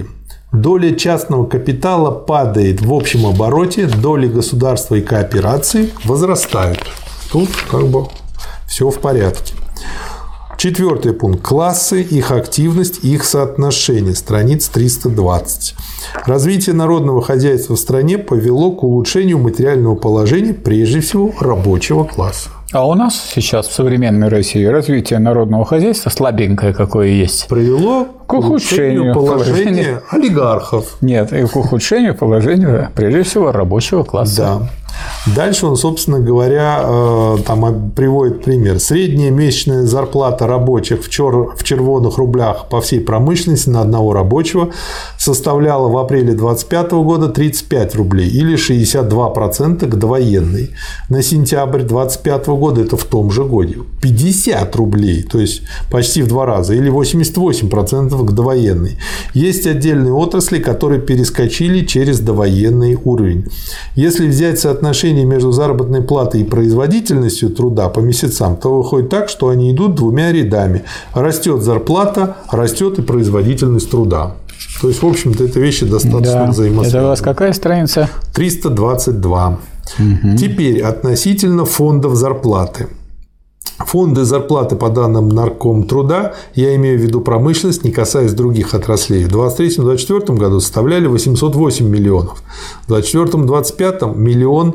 Доля частного капитала падает в общем обороте, доли государства и кооперации возрастают. Тут как бы все в порядке. Четвертый пункт. Классы, их активность, их соотношение. Страница триста двадцать. Развитие народного хозяйства в стране повело к улучшению материального положения, прежде всего, рабочего класса. А у нас сейчас в современной России развитие народного хозяйства слабенькое какое есть. Привело к ухудшению положения положения олигархов. Нет, и к ухудшению положения, прежде всего, рабочего класса. Да. Дальше он, собственно говоря, там приводит пример. Средняя месячная зарплата рабочих в, чер... в червоных рублях по всей промышленности на одного рабочего составляла в апреле двадцать пятого года тридцать пять рублей или шестьдесят два процента к довоенной. На сентябрь двадцать пятого года, это в том же году, пятьдесят рублей, то есть почти в два раза, или восемьдесят восемь процентов к довоенной. Есть отдельные отрасли, которые перескочили через довоенный уровень. Если взять соотношение между заработной платой и производительностью труда по месяцам, то выходит так, что они идут двумя рядами. Растет зарплата, растет и производительность труда. То есть, в общем-то, это вещи достаточно да. взаимосвязаны. Это у вас какая страница? триста двадцать два. Угу. Теперь относительно фондов зарплаты. Фонды зарплаты по данным Наркомтруда, я имею в виду промышленность, не касаясь других отраслей, в двадцать третьем — двадцать четвёртом году составляли восемьсот восемь миллионов, в двадцать четвёртом — двадцать пятом миллион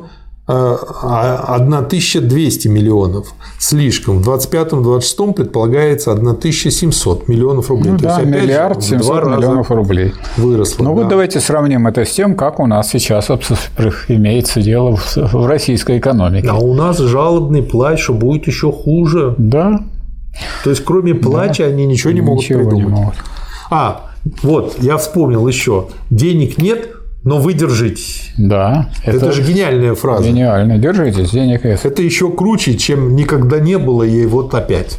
тысяча двести миллионов слишком. В двадцать пятом — двадцать шестом предполагается тысяча семьсот миллионов рублей. Ну, то да, есть, миллиард семьсот миллионов рублей. Выросло. Ну, да. вот давайте сравним это с тем, как у нас сейчас имеется дело в российской экономике. А у нас жалобный плач, что будет еще хуже. Да. То есть, кроме плача, да. они ничего не могут ничего придумать. Не могут. А, вот, я вспомнил еще. Денег нет, но вы держитесь. Да. Это, это же гениальная фраза. Гениально. Держитесь, денег нет. Это еще круче, чем никогда не было, и вот опять.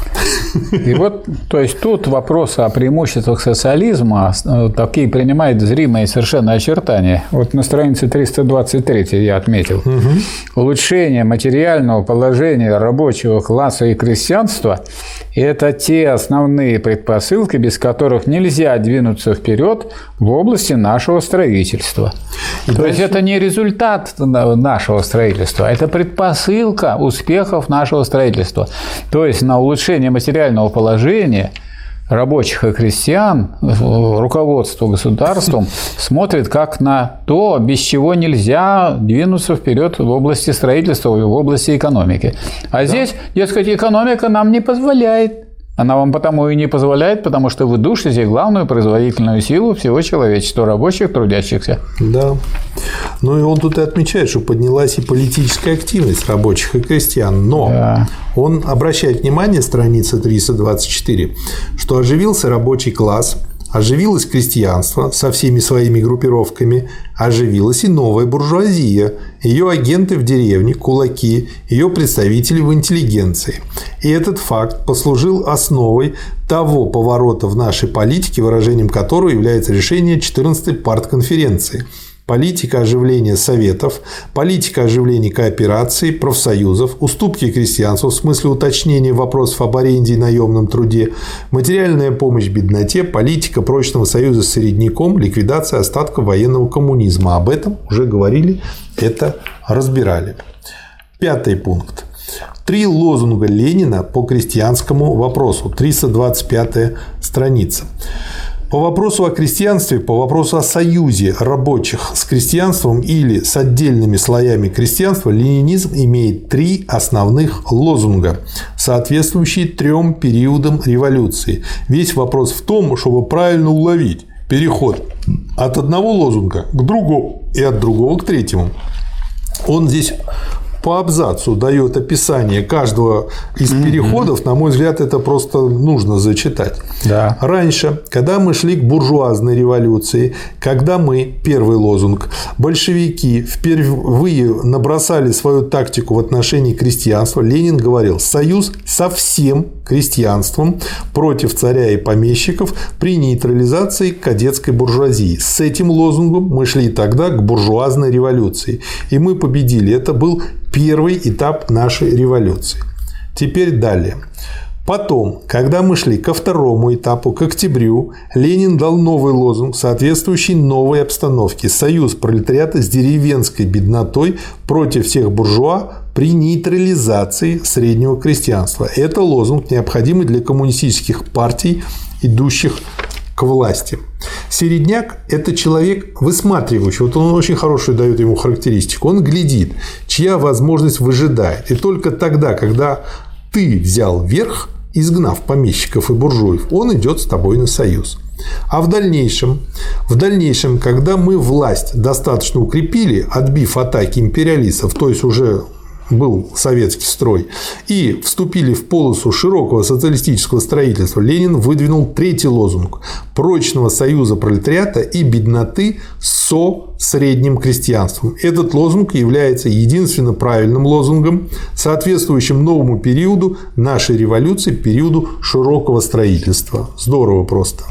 И вот, то есть, тут вопрос о преимуществах социализма такие принимает зримые совершенно очертания. Вот на странице триста двадцать три я отметил. Угу. Улучшение материального положения рабочего класса и крестьянства – это те основные предпосылки, без которых нельзя двинуться вперед в области нашего строительства. И то дальше... есть, это не результат нашего строительства, это предпосылка успехов нашего строительства. То есть, на улучшение материального положения рабочих и крестьян руководство государством смотрит как на то, без чего нельзя двинуться вперед в области строительства и в области экономики. А да. здесь, дескать, экономика нам не позволяет. Она вам потому и не позволяет, потому что вы душите главную производительную силу всего человечества, рабочих, трудящихся. Да. Ну и он тут и отмечает, что поднялась и политическая активность рабочих и крестьян. Но да. он обращает внимание, страница триста двадцать четыре, что оживился рабочий класс, оживилось крестьянство со всеми своими группировками, оживилась и новая буржуазия, ее агенты в деревне, кулаки, ее представители в интеллигенции. И этот факт послужил основой того поворота в нашей политике, выражением которого является решение четырнадцатой партконференции. Политика оживления советов, политика оживления кооперации, профсоюзов, уступки крестьянству в смысле уточнения вопросов об аренде и наемном труде, материальная помощь бедноте, политика прочного союза с середняком, ликвидация остатков военного коммунизма. Об этом уже говорили, это разбирали. Пятый пункт. Три лозунга Ленина по крестьянскому вопросу. триста двадцать пятая страница. По вопросу о крестьянстве, по вопросу о союзе рабочих с крестьянством или с отдельными слоями крестьянства, ленинизм имеет три основных лозунга, соответствующие трем периодам революции. Весь вопрос в том, чтобы правильно уловить переход от одного лозунга к другому и от другого к третьему. Он здесь по абзацу дает описание каждого из переходов. На мой взгляд, это просто нужно зачитать. Да. Раньше, когда мы шли к буржуазной революции, когда мы, первый лозунг, большевики впервые набросали свою тактику в отношении крестьянства, Ленин говорил: союз со всем крестьянством против царя и помещиков при нейтрализации кадетской буржуазии. С этим лозунгом мы шли тогда к буржуазной революции. И мы победили. Это был первый этап нашей революции. Теперь далее. Потом, когда мы шли ко второму этапу, к октябрю, Ленин дал новый лозунг, соответствующий новой обстановке. Союз пролетариата с деревенской беднотой против всех буржуа при нейтрализации среднего крестьянства. Это лозунг, необходимый для коммунистических партий, идущих к власти. Середняк – это человек высматривающий. Вот он очень хорошую дает ему характеристику. Он глядит, чья возможность выжидает. И только тогда, когда ты взял верх, изгнав помещиков и буржуев, он идет с тобой на союз. А в дальнейшем, в дальнейшем, когда мы власть достаточно укрепили, отбив атаки империалистов, то есть уже был советский строй, и вступили в полосу широкого социалистического строительства, Ленин выдвинул третий лозунг – прочного союза пролетариата и бедноты со средним крестьянством. Этот лозунг является единственно правильным лозунгом, соответствующим новому периоду нашей революции, периоду широкого строительства. Здорово просто.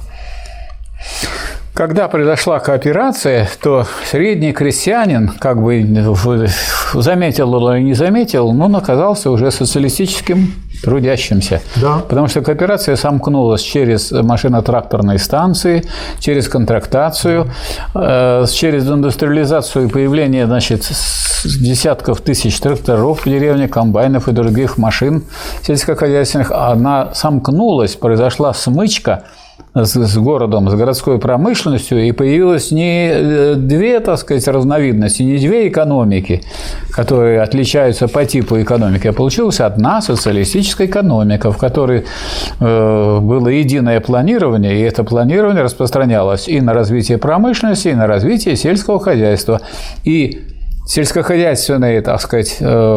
Когда произошла кооперация, то средний крестьянин, как бы заметил или не заметил, но он оказался уже социалистическим трудящимся. Да. Потому что кооперация сомкнулась через машино-тракторные станции, через контрактацию, через индустриализацию и появление, значит, десятков тысяч тракторов в деревне, комбайнов и других машин сельскохозяйственных. Она сомкнулась, произошла смычка с городом, с городской промышленностью, и появилось не две, так сказать, разновидности, не две экономики, которые отличаются по типу экономики, а получилась одна социалистическая экономика, в которой было единое планирование, и это планирование распространялось и на развитие промышленности, и на развитие сельского хозяйства. И сельскохозяйственные, так сказать,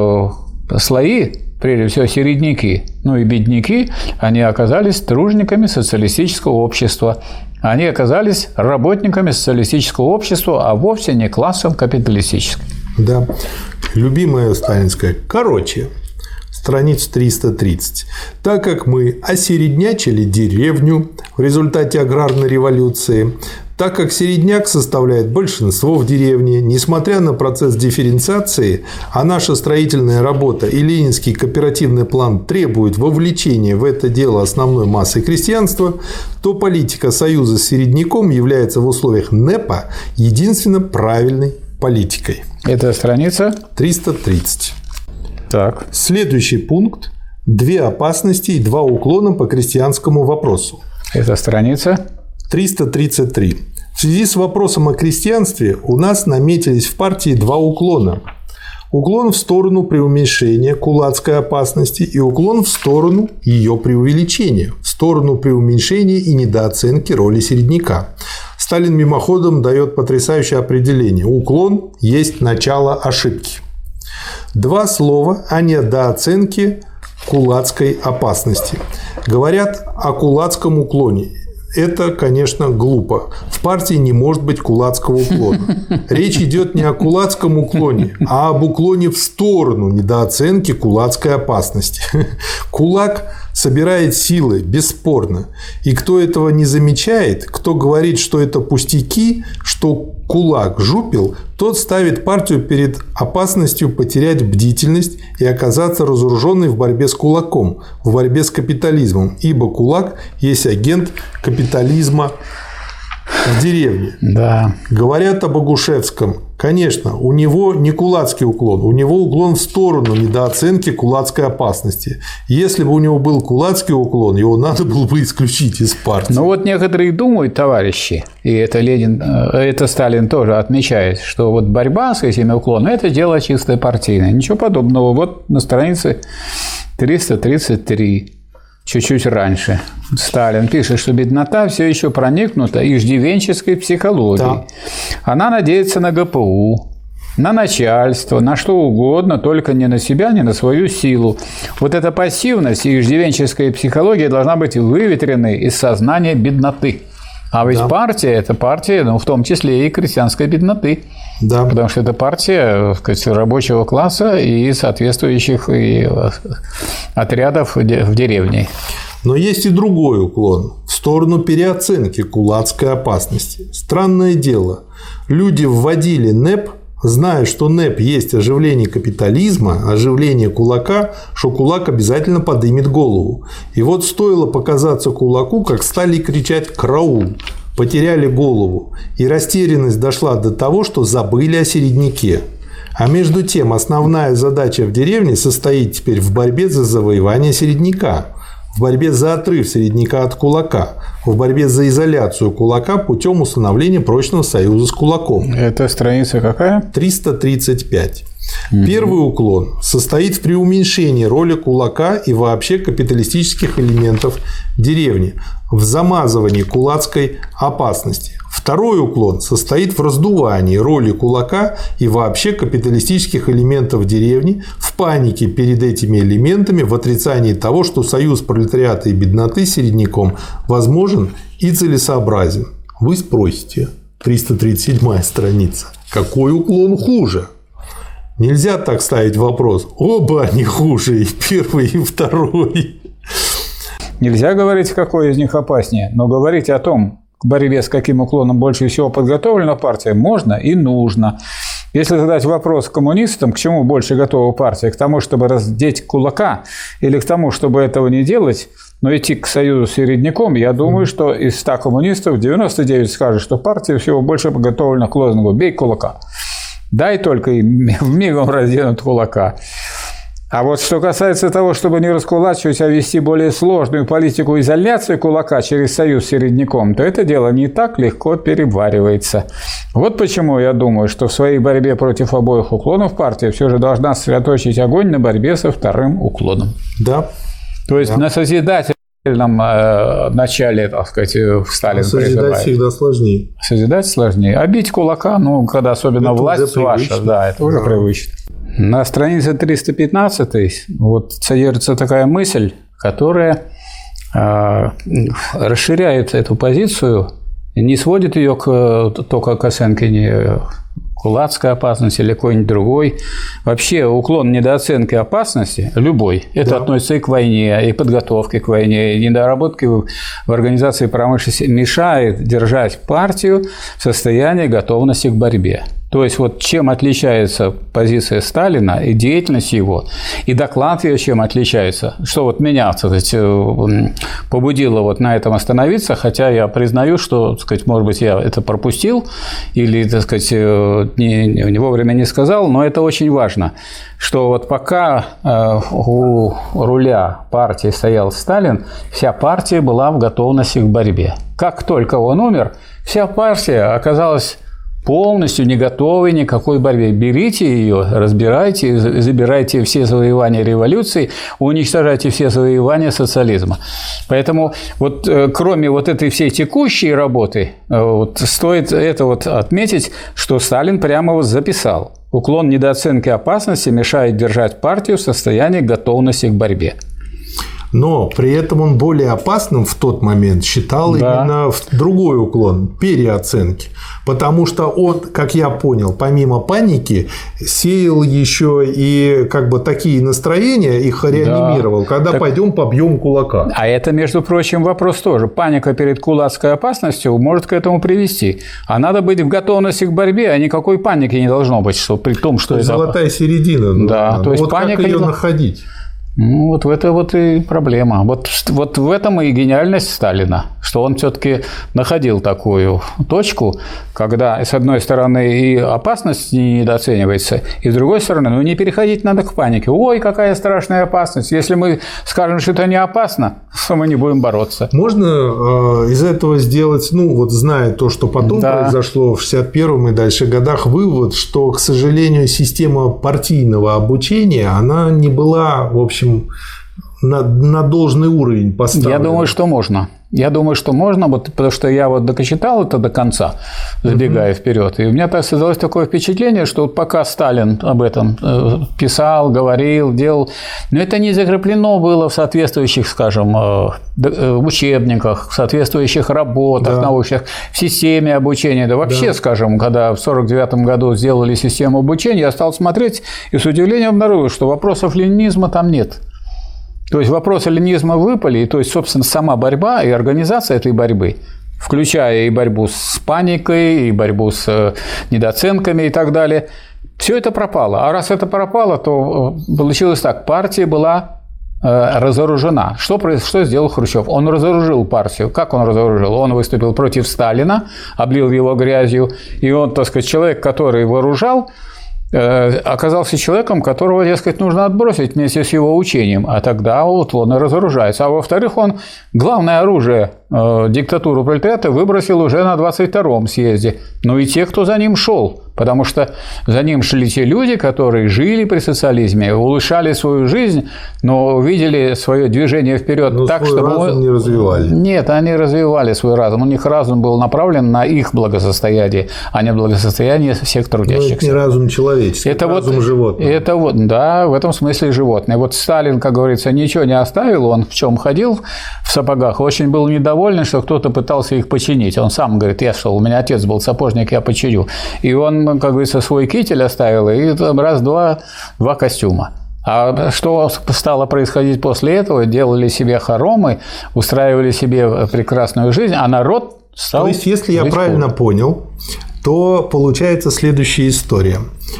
слои, прежде всего середняки, ну и бедняки, они оказались тружениками социалистического общества. Они оказались работниками социалистического общества, а вовсе не классом капиталистическим. Да. Любимая сталинская. Короче, страница триста тридцать. Так как мы осереднячили деревню в результате аграрной революции, так как середняк составляет большинство в деревне, несмотря на процесс дифференциации, а наша строительная работа и ленинский кооперативный план требуют вовлечения в это дело основной массы крестьянства, то политика союза с середняком является в условиях НЭПа единственно правильной политикой. Это страница триста тридцать. Так. Следующий пункт – две опасности и два уклона по крестьянскому вопросу. Это страница триста тридцать три. В связи с вопросом о крестьянстве у нас наметились в партии два уклона. Уклон в сторону преуменьшения кулацкой опасности и уклон в сторону ее преувеличения, в сторону преуменьшения и недооценки роли середняка. Сталин мимоходом дает потрясающее определение. Уклон есть начало ошибки. Два слова о недооценке кулацкой опасности. Говорят о кулацком уклоне. Это, конечно, глупо. В партии не может быть кулацкого уклона. Речь идет не о кулацком уклоне, а об уклоне в сторону недооценки кулацкой опасности. Кулак собирает силы, бесспорно. И кто этого не замечает, кто говорит, что это пустяки, что кулак жупил, тот ставит партию перед опасностью потерять бдительность и оказаться разоруженной в борьбе с кулаком, в борьбе с капитализмом, ибо кулак есть агент капитализма в деревне. Да. Говорят о Богушевском. Конечно, у него не кулацкий уклон, у него уклон в сторону недооценки кулацкой опасности. Если бы у него был кулацкий уклон, его надо было бы исключить из партии. Ну вот некоторые думают, товарищи, и это Ленин, это Сталин тоже отмечает, что вот борьба с этими уклонами – это дело чисто партийное. Ничего подобного. Вот на странице триста тридцать три. Чуть-чуть раньше Сталин пишет, что беднота все еще проникнута иждивенческой психологией. Да. Она надеется на ГПУ, на начальство, на что угодно, только не на себя, не на свою силу. Вот эта пассивность и иждивенческая психология должна быть выветренной из сознания бедноты. А ведь да. партия – это партия, ну, в том числе и крестьянской бедноты. Да. Потому что это партия, так сказать, рабочего класса и соответствующих и отрядов в деревне. Но есть и другой уклон в сторону переоценки кулацкой опасности. Странное дело, люди вводили НЭП зная, что НЭП есть оживление капитализма, оживление кулака, что кулак обязательно подымет голову. И вот стоило показаться кулаку, как стали кричать «караул», потеряли голову, и растерянность дошла до того, что забыли о середняке. А между тем основная задача в деревне состоит теперь в борьбе за завоевание середняка, в борьбе за отрыв середняка от кулака, в борьбе за изоляцию кулака путем установления прочного союза с кулаком. Это страница какая? триста тридцать пять. Угу. Первый уклон состоит в преуменьшении роли кулака и вообще капиталистических элементов деревни, в замазывании кулацкой опасности. Второй уклон состоит в раздувании роли кулака и вообще капиталистических элементов деревни, в панике перед этими элементами, в отрицании того, что союз пролетариата и бедноты с середняком возможен и целесообразен. Вы спросите, триста тридцать седьмая страница, какой уклон хуже? Нельзя так ставить вопрос. Оба они хуже, и первый, и второй. Нельзя говорить, какой из них опаснее, но говорить о том, к борьбе с каким уклоном больше всего подготовлена партия, можно и нужно. Если задать вопрос коммунистам, к чему больше готова партия, к тому, чтобы раздеть кулака, или к тому, чтобы этого не делать, но идти к союзу с середняком, я думаю, что из ста коммунистов девяносто девять скажут, что партия всего больше подготовлена к лозунгу «бей кулака». Дай только им мигом разденут кулака. А вот что касается того, чтобы не раскулачивать, а вести более сложную политику изоляции кулака через союз с середняком, то это дело не так легко переваривается. Вот почему я думаю, что в своей борьбе против обоих уклонов партия все же должна сосредоточить огонь на борьбе со вторым уклоном. Да. То есть да. на созидательном э, начале, так сказать, Сталин созидать призывает. Всегда сложнее. Созидать сложнее. А бить кулака, ну, когда особенно это власть ваша, да, это уже да. привычно. На странице триста пятнадцать вот содержится такая мысль, которая э, расширяет эту позицию, не сводит ее к, только к оценке не кулацкой опасности или какой-нибудь другой. Вообще уклон недооценки опасности, любой, это да. относится и к войне, и подготовке к войне, и недоработки в организации промышленности мешает держать партию в состоянии готовности к борьбе. То есть, вот чем отличается позиция Сталина и деятельность его, и доклад ее чем отличается, что вот меня, так сказать, побудило вот на этом остановиться, хотя я признаю, что, так сказать, может быть, я это пропустил или, так сказать, не, не вовремя не сказал, но это очень важно, что вот пока у руля партии стоял Сталин, вся партия была в готовности к борьбе. Как только он умер, вся партия оказалась полностью не готовы ни к какой борьбе. Берите ее, разбирайте, забирайте все завоевания революции, уничтожайте все завоевания социализма. Поэтому вот кроме вот этой всей текущей работы, вот, стоит это вот отметить, что Сталин прямо вот записал: уклон недооценки опасности мешает держать партию в состоянии готовности к борьбе. Но при этом он более опасным в тот момент считал да. именно другой уклон – переоценки. Потому что он, как я понял, помимо паники, сеял еще и как бы такие настроения, их реанимировал, да. когда так... пойдем побьем кулака. А это, между прочим, вопрос тоже. Паника перед кулацкой опасностью может к этому привести. А надо быть в готовности к борьбе, а никакой паники не должно быть, что при том, что это… Золотая середина. Да, ну, то есть вот паника… как ее находить? Ну, вот в это вот и проблема. Вот, вот в этом и гениальность Сталина, что он все-таки находил такую точку, когда, с одной стороны, и опасность не недооценивается, и с другой стороны, ну, не переходить надо к панике. Ой, какая страшная опасность. Если мы скажем, что это не опасно, то мы не будем бороться. Можно э, из этого сделать, ну, вот зная то, что потом да. произошло в шестьдесят первом и дальше годах, вывод, что, к сожалению, система партийного обучения, она не была, в общем, На, на должный уровень поставлен. Я думаю, что можно. Я думаю, что можно, вот, потому что я вот дочитал это до конца, забегая uh-huh. вперед, и у меня так создалось такое впечатление, что вот пока Сталин об этом писал, говорил, делал, но это не закреплено было в соответствующих, скажем, учебниках, в соответствующих работах да. научных, в системе обучения. Да вообще, да. скажем, когда в сорок девятом году сделали систему обучения, я стал смотреть и с удивлением обнаружил, что вопросов ленинизма там нет. То есть вопросы ленинизма выпали, и то есть, собственно, сама борьба и организация этой борьбы, включая и борьбу с паникой, и борьбу с недооценками и так далее, Все это пропало. А раз это пропало, то получилось так. Партия была разоружена. Что, что сделал Хрущев? Он разоружил партию. Как он разоружил? Он выступил против Сталина, облил его грязью, и он, так сказать, человек, который вооружал, оказался человеком, которого, дескать, нужно отбросить вместе с его учением, а тогда вот он и разоружается. А во-вторых, он главное оружие э, диктатуру пролетариата выбросил уже на двадцать втором съезде. Ну и те, кто за ним шел, потому что за ним шли те люди, которые жили при социализме, улучшали свою жизнь, но видели свое движение вперед но так, свой чтобы разум не развивали. Нет, они развивали свой разум. У них разум был направлен на их благосостояние, а не благосостояние всех трудящихся. Но это не разум человеческий, это разум вот, животного. Это вот, да, в этом смысле животное. Вот Сталин, как говорится, ничего не оставил, он в чем ходил в сапогах, очень был недоволен, что кто-то пытался их починить. Он сам говорит, я что, у меня отец был сапожник, я починю. И он, как говорится, свой китель оставил, и там раз-два, два костюма. А что стало происходить после этого? Делали себе хоромы, устраивали себе прекрасную жизнь, а народ стал... То есть, если я правильно понял, то получается следующая история.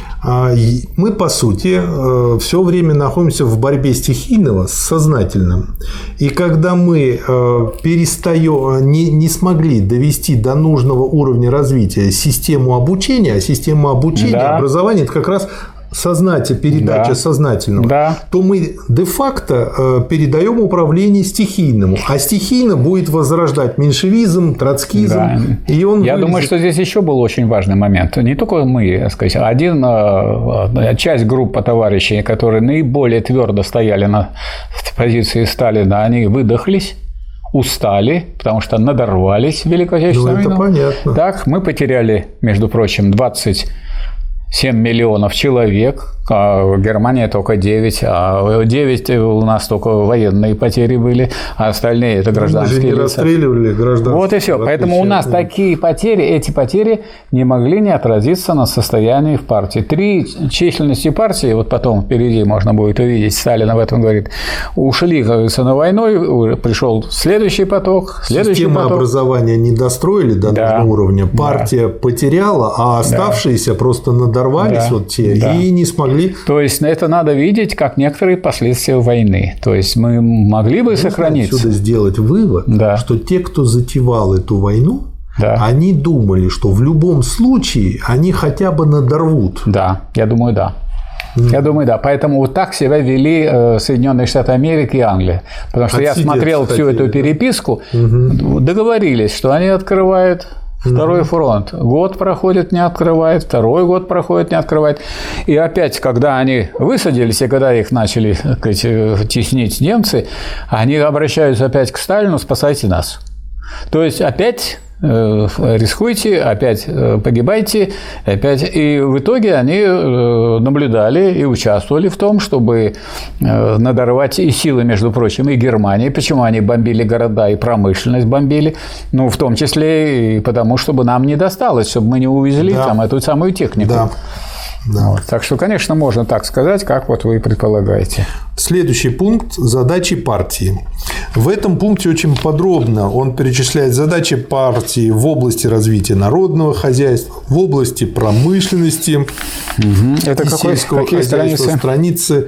Мы, по сути, все время находимся в борьбе стихийного с сознательным. И когда мы перестаем, не, не смогли довести до нужного уровня развития систему обучения, а система обучения, да. образования – это как раз сознание, передача да. сознательного, да. то мы де-факто передаем управление стихийному, а стихийно будет возрождать меньшевизм, троцкизм. Да. И он Я вылезет... думаю, что здесь еще был очень важный момент. Не только мы, так сказать, один, часть группы товарищей, которые наиболее твердо стояли на позиции Сталина, они выдохлись, устали, потому что надорвались в Великой Отечественной войне. Ну, это понятно. Так, мы потеряли, между прочим, двадцать семь миллионов человек, а Германия только девять, а девять у нас только военные потери были, а остальные это гражданские лица. Мы же не расстреливали гражданских. Вот и все. Поэтому у нас такие потери, эти потери не могли не отразиться на состоянии в партии. Три численности партии, вот потом впереди можно будет увидеть, Сталин об этом говорит, ушли, как говорится, на войну, пришел следующий поток, следующий Система поток. образования не достроили до да. нужного уровня, партия да. потеряла, а оставшиеся да. просто надорвались да. вот те да. и не смогли. То есть это надо видеть как некоторые последствия войны. То есть мы могли бы Можно сохраниться. Отсюда сделать вывод, да. что те, кто затевал эту войну, да. они думали, что в любом случае они хотя бы надорвут. Да, я думаю, да. Mm. Я думаю, да. Поэтому вот так себя вели Соединенные Штаты Америки и Англия. Потому что Отсидеться я смотрел всю хотели, эту переписку, угу. договорились, что они открывают второй mm-hmm. фронт. Год проходит, не открывает, второй год проходит, не открывает. И опять, когда они высадились, и когда их начали, так сказать, теснить немцы, они обращаются опять к Сталину: спасайте нас. То есть опять рискуйте, опять погибайте, опять. И в итоге они наблюдали и участвовали в том, чтобы надорвать и силы, между прочим, и Германии. Почему они бомбили города и промышленность бомбили? Ну, в том числе и потому, чтобы нам не досталось, чтобы мы не увезли да. там эту самую технику. Да. Да. Вот. Так что, конечно, можно так сказать, как вот вы предполагаете. Следующий пункт – задачи партии. В этом пункте очень подробно он перечисляет задачи партии в области развития народного хозяйства, в области промышленности, угу. Это и какой, сельского какие хозяйства. Страницы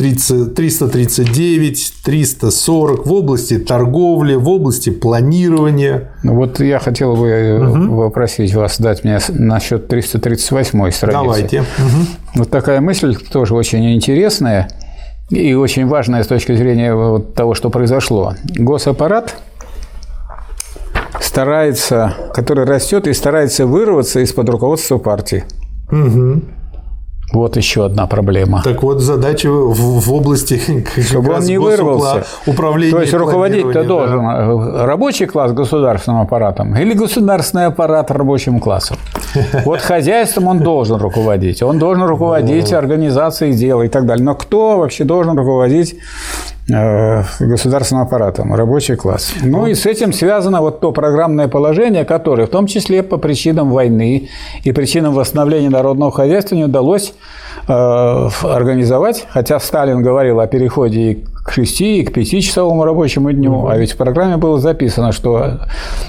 триста тридцать девять, триста сорок, в области торговли, в области планирования. Ну, вот я хотел бы угу. попросить вас дать мне насчет триста тридцать восьмой страницы. Давайте. Угу. Вот такая мысль тоже очень интересная и очень важная с точки зрения вот того, что произошло. Госаппарат старается, который растет и старается вырваться из-под руководства партии. Угу. Вот еще одна проблема. Так вот, задача в, в области чтобы он не вырвался. Управления. То есть руководить-то должен да. рабочий класс государственным аппаратом или государственный аппарат рабочим классом. Вот хозяйством он должен руководить. Он должен руководить организацией дела и так далее. Но кто вообще должен руководить государственным аппаратом? Рабочий класс. Ну и с этим связано вот то программное положение, которое в том числе по причинам войны и причинам восстановления народного хозяйства не удалось организовать, хотя Сталин говорил о переходе к к шести и к пятичасовому рабочему дню. Угу. А ведь в программе было записано, что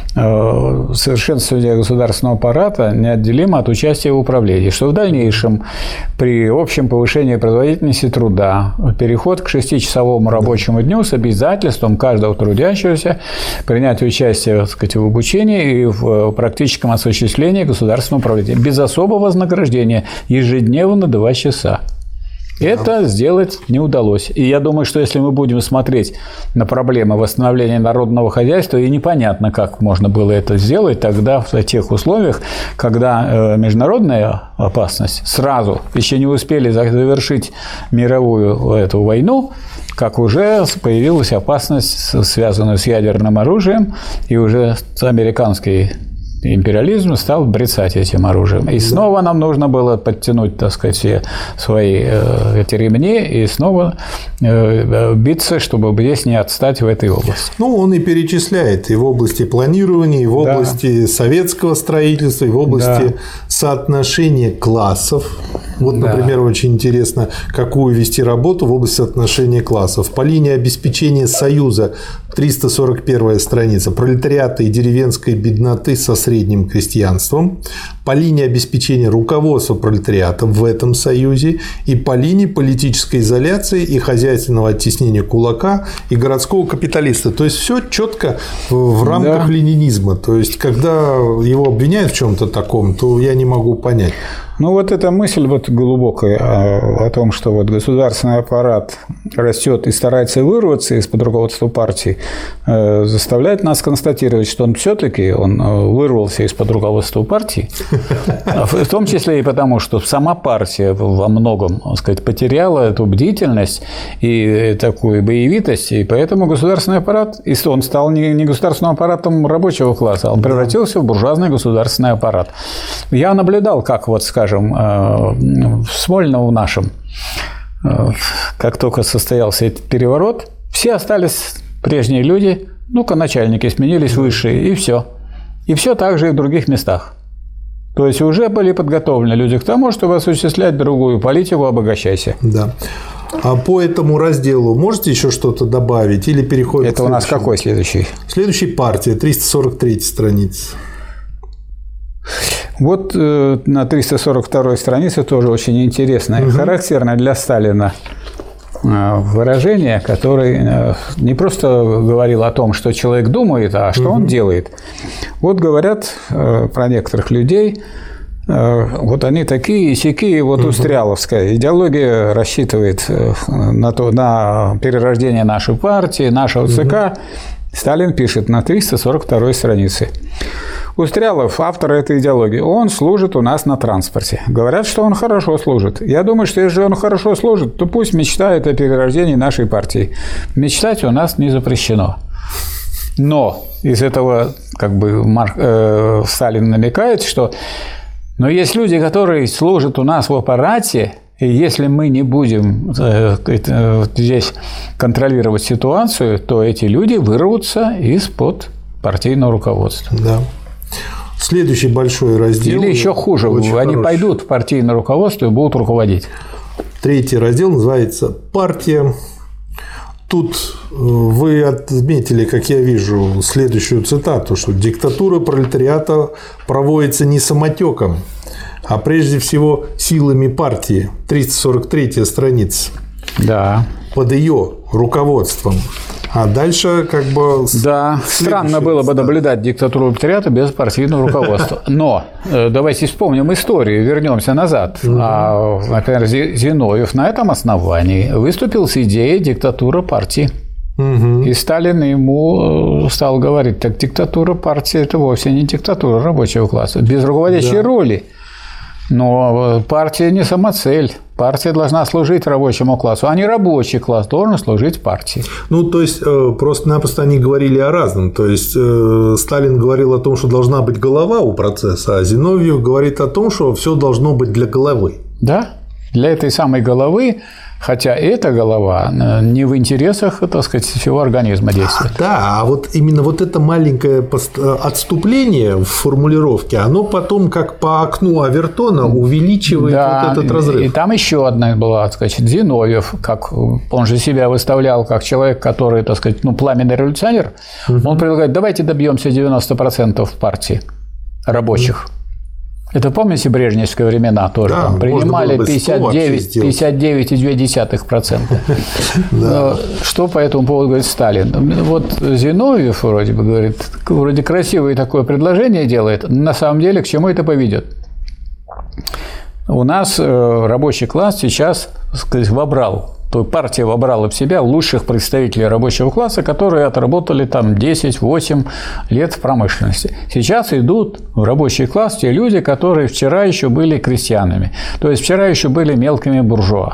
э, совершенствование государственного аппарата неотделимо от участия в управлении, что в дальнейшем при общем повышении производительности труда переход к шестичасовому рабочему дню с обязательством каждого трудящегося принять участие, так сказать, в обучении и в практическом осуществлении государственного управления без особого вознаграждения ежедневно два часа. Это сделать не удалось. И я думаю, что если мы будем смотреть на проблемы восстановления народного хозяйства, и непонятно, как можно было это сделать тогда в тех условиях, когда международная опасность сразу, еще не успели завершить мировую эту войну, как уже появилась опасность, связанная с ядерным оружием, и уже американский империализм стал брецать этим оружием. И снова нам нужно было подтянуть, так сказать, все свои э, эти ремни и снова э, биться, чтобы здесь не отстать в этой области. Ну, он и перечисляет и в области планирования, и в области да. советского строительства, и в области да. соотношения классов. Вот, например, да. очень интересно, какую вести работу в области соотношения классов. По линии обеспечения Союза, триста сорок первая страница, пролетариата и деревенской бедноты со средним крестьянством, по линии обеспечения руководства пролетариата в этом союзе и по линии политической изоляции и хозяйственного оттеснения кулака и городского капиталиста. То есть все четко в рамках да. ленинизма. То есть когда его обвиняют в чем-то таком, то я не могу понять. Ну, вот эта мысль вот глубокая о том, что вот государственный аппарат растет и старается вырваться из-под руководства партии, заставляет нас констатировать, что он все-таки он вырвался из-под руководства партии, в том числе и потому, что сама партия во многом, так сказать, потеряла эту бдительность и такую боевитость, и поэтому государственный аппарат, он стал не государственным аппаратом рабочего класса, а он превратился в буржуазный государственный аппарат. Я наблюдал, как вот, скажем, в Смольном нашем, как только состоялся этот переворот, все остались прежние люди, ну-ка начальники сменились высшие, и все. И все так же и в других местах. То есть уже были подготовлены люди к тому, чтобы осуществлять другую политику «обогащайся». Да. А по этому разделу можете еще что-то добавить или переходим Это к у нас какой следующий? Следующий партия, триста сорок третья страница. Вот э, на триста сорок второй странице тоже очень интересное, угу. характерное для Сталина э, выражение, которое э, не просто говорил о том, что человек думает, а что угу. он делает. Вот говорят э, про некоторых людей, э, вот они такие и сякие, вот угу. устряловская идеология рассчитывает э, на, то, на перерождение нашей партии, нашего ЦК. Угу. Сталин пишет на триста сорок второй странице. Устрялов, автор этой идеологии, он служит у нас на транспорте. Говорят, что он хорошо служит. Я думаю, что если он хорошо служит, то пусть мечтает о перерождении нашей партии. Мечтать у нас не запрещено. Но из этого как бы Марк, э, Сталин намекает, что но есть люди, которые служат у нас в аппарате, и если мы не будем э, здесь контролировать ситуацию, то эти люди вырвутся из-под партийного руководства. Да. Следующий большой раздел. Или еще хуже, они хороший. Пойдут в партийное руководство и будут руководить. Третий раздел называется «Партия». Тут вы отметили, как я вижу, следующую цитату, что диктатура пролетариата проводится не самотеком, а прежде всего силами партии. триста сорок третья страница. Да. Под ее руководством. А дальше как бы... Да, странно было бы наблюдать диктатуру пролетариата без партийного руководства. Но давайте вспомним историю, вернемся назад. Угу. А, например, Зиновьев на этом основании выступил с идеей диктатуры партии. Угу. И Сталин ему стал говорить, так диктатура партии – это вовсе не диктатура рабочего класса, без руководящей да. роли. Но партия не самоцель. Партия должна служить рабочему классу, а не рабочий класс должен служить партии. Ну, то есть, просто-напросто они говорили о разном. То есть, Сталин говорил о том, что должна быть голова у процесса, а Зиновьев говорит о том, что все должно быть для головы. Да. Для этой самой головы Хотя эта голова не в интересах, так сказать, всего организма действует. Да, а вот именно вот это маленькое отступление в формулировке, оно потом как по окну Авертона увеличивает да, вот этот разрыв. И там еще одна была, так сказать, Зиновьев, как он же себя выставлял как человек, который, так сказать, ну, пламенный революционер. Угу. Он предлагает, давайте добьемся девяносто процентов партии рабочих. Угу. Это, помните, брежневские времена тоже да, там принимали пятьдесят девять целых две десятых процента. Что по этому поводу говорит Сталин? Вот Зиновьев вроде бы говорит, вроде красивое такое предложение делает, на самом деле к чему это поведет? У нас рабочий класс сейчас, так сказать, вобрал. То партия вобрала в себя лучших представителей рабочего класса, которые отработали там десять-восемь лет в промышленности. Сейчас идут в рабочий класс те люди, которые вчера еще были крестьянами, то есть вчера еще были мелкими буржуа.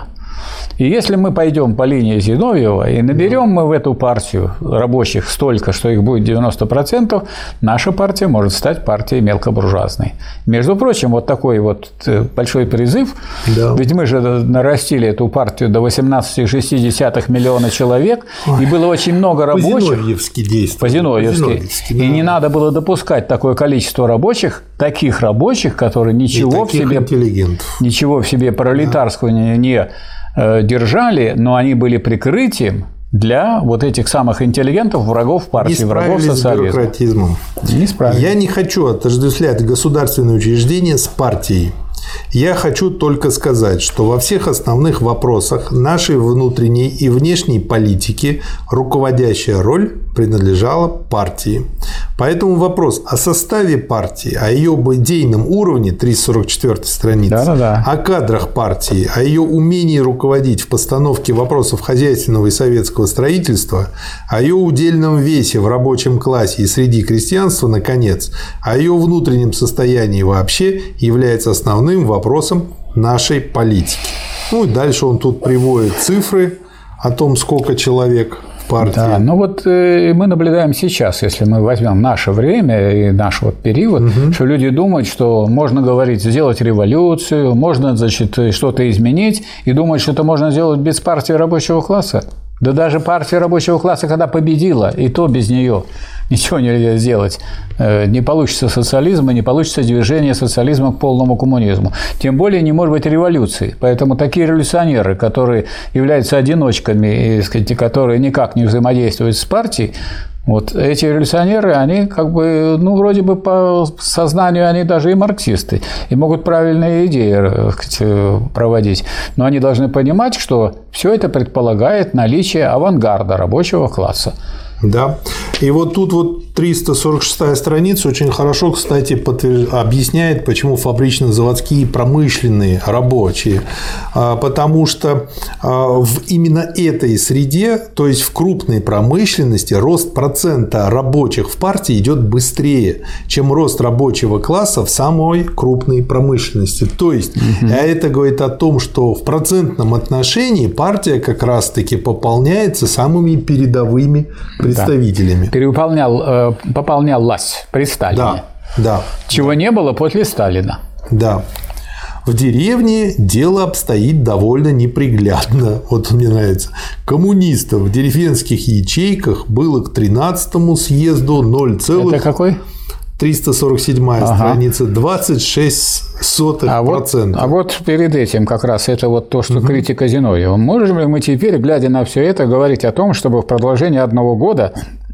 И если мы пойдем по линии Зиновьева и наберем мы в эту партию рабочих столько, что их будет девяносто процентов, наша партия может стать партией мелкобуржуазной. Между прочим, вот такой вот большой призыв, да. Ведь мы же нарастили эту партию до восемнадцать целых шесть десятых миллиона человек, Ой. И было очень много рабочих. По-зиновьевски действовали. По-зиновьевски. По-зиновьевски, да. И не надо было допускать такое количество рабочих, таких рабочих, которые ничего в себе, ничего в себе пролетарского да. не, не держали, но они были прикрытием для вот этих самых интеллигентов, врагов партии, врагов социализма. С бюрократизмом. Не справились. Я не хочу отождествлять государственные учреждения с партией. Я хочу только сказать, что во всех основных вопросах нашей внутренней и внешней политики руководящая роль принадлежала партии. Поэтому вопрос о составе партии, о ее идейном уровне, триста сорок четвёртая страница, Да-да-да. о кадрах партии, о ее умении руководить в постановке вопросов хозяйственного и советского строительства, о ее удельном весе в рабочем классе и среди крестьянства, наконец, о ее внутреннем состоянии вообще является основным вопросом нашей политики. Ну и дальше он тут приводит цифры о том, сколько человек в партии. Да, ну вот э, мы наблюдаем сейчас, если мы возьмем наше время и наш вот период, угу. что люди думают, что можно говорить, сделать революцию, можно, значит, что-то изменить, и думают, что это можно сделать без партии рабочего класса. Да даже партия рабочего класса, когда победила, и то без нее ничего нельзя сделать. Не получится социализма, не получится движение социализма к полному коммунизму. Тем более не может быть революции. Поэтому такие революционеры, которые являются одиночками, и, которые никак не взаимодействуют с партией, вот эти революционеры, они как бы, ну, вроде бы по сознанию они даже и марксисты, и могут правильные идеи, сказать, проводить. Но они должны понимать, что все это предполагает наличие авангарда рабочего класса. Да. И вот тут вот триста сорок шестая страница очень хорошо, кстати, подтвержд... объясняет, почему фабрично-заводские промышленные рабочие. Потому что в именно этой среде, то есть в крупной промышленности, рост процента рабочих в партии идет быстрее, чем рост рабочего класса в самой крупной промышленности. То есть угу. это говорит о том, что в процентном отношении партия как раз-таки пополняется самыми передовыми представителями. Да. Перевыполнял, пополнялась при Сталине. Да, да. Чего да. не было после Сталина. Да. В деревне дело обстоит довольно неприглядно. Вот мне нравится. Коммунистов в деревенских ячейках было к тринадцатому съезду ноль целых... Это какой? триста сорок седьмая ага. страница, двадцать шесть сотых процента. А, вот, а вот перед этим как раз это вот то, что угу. критика Зиновьева. Можем ли мы теперь, глядя на все это, говорить о том, чтобы в продолжении одного года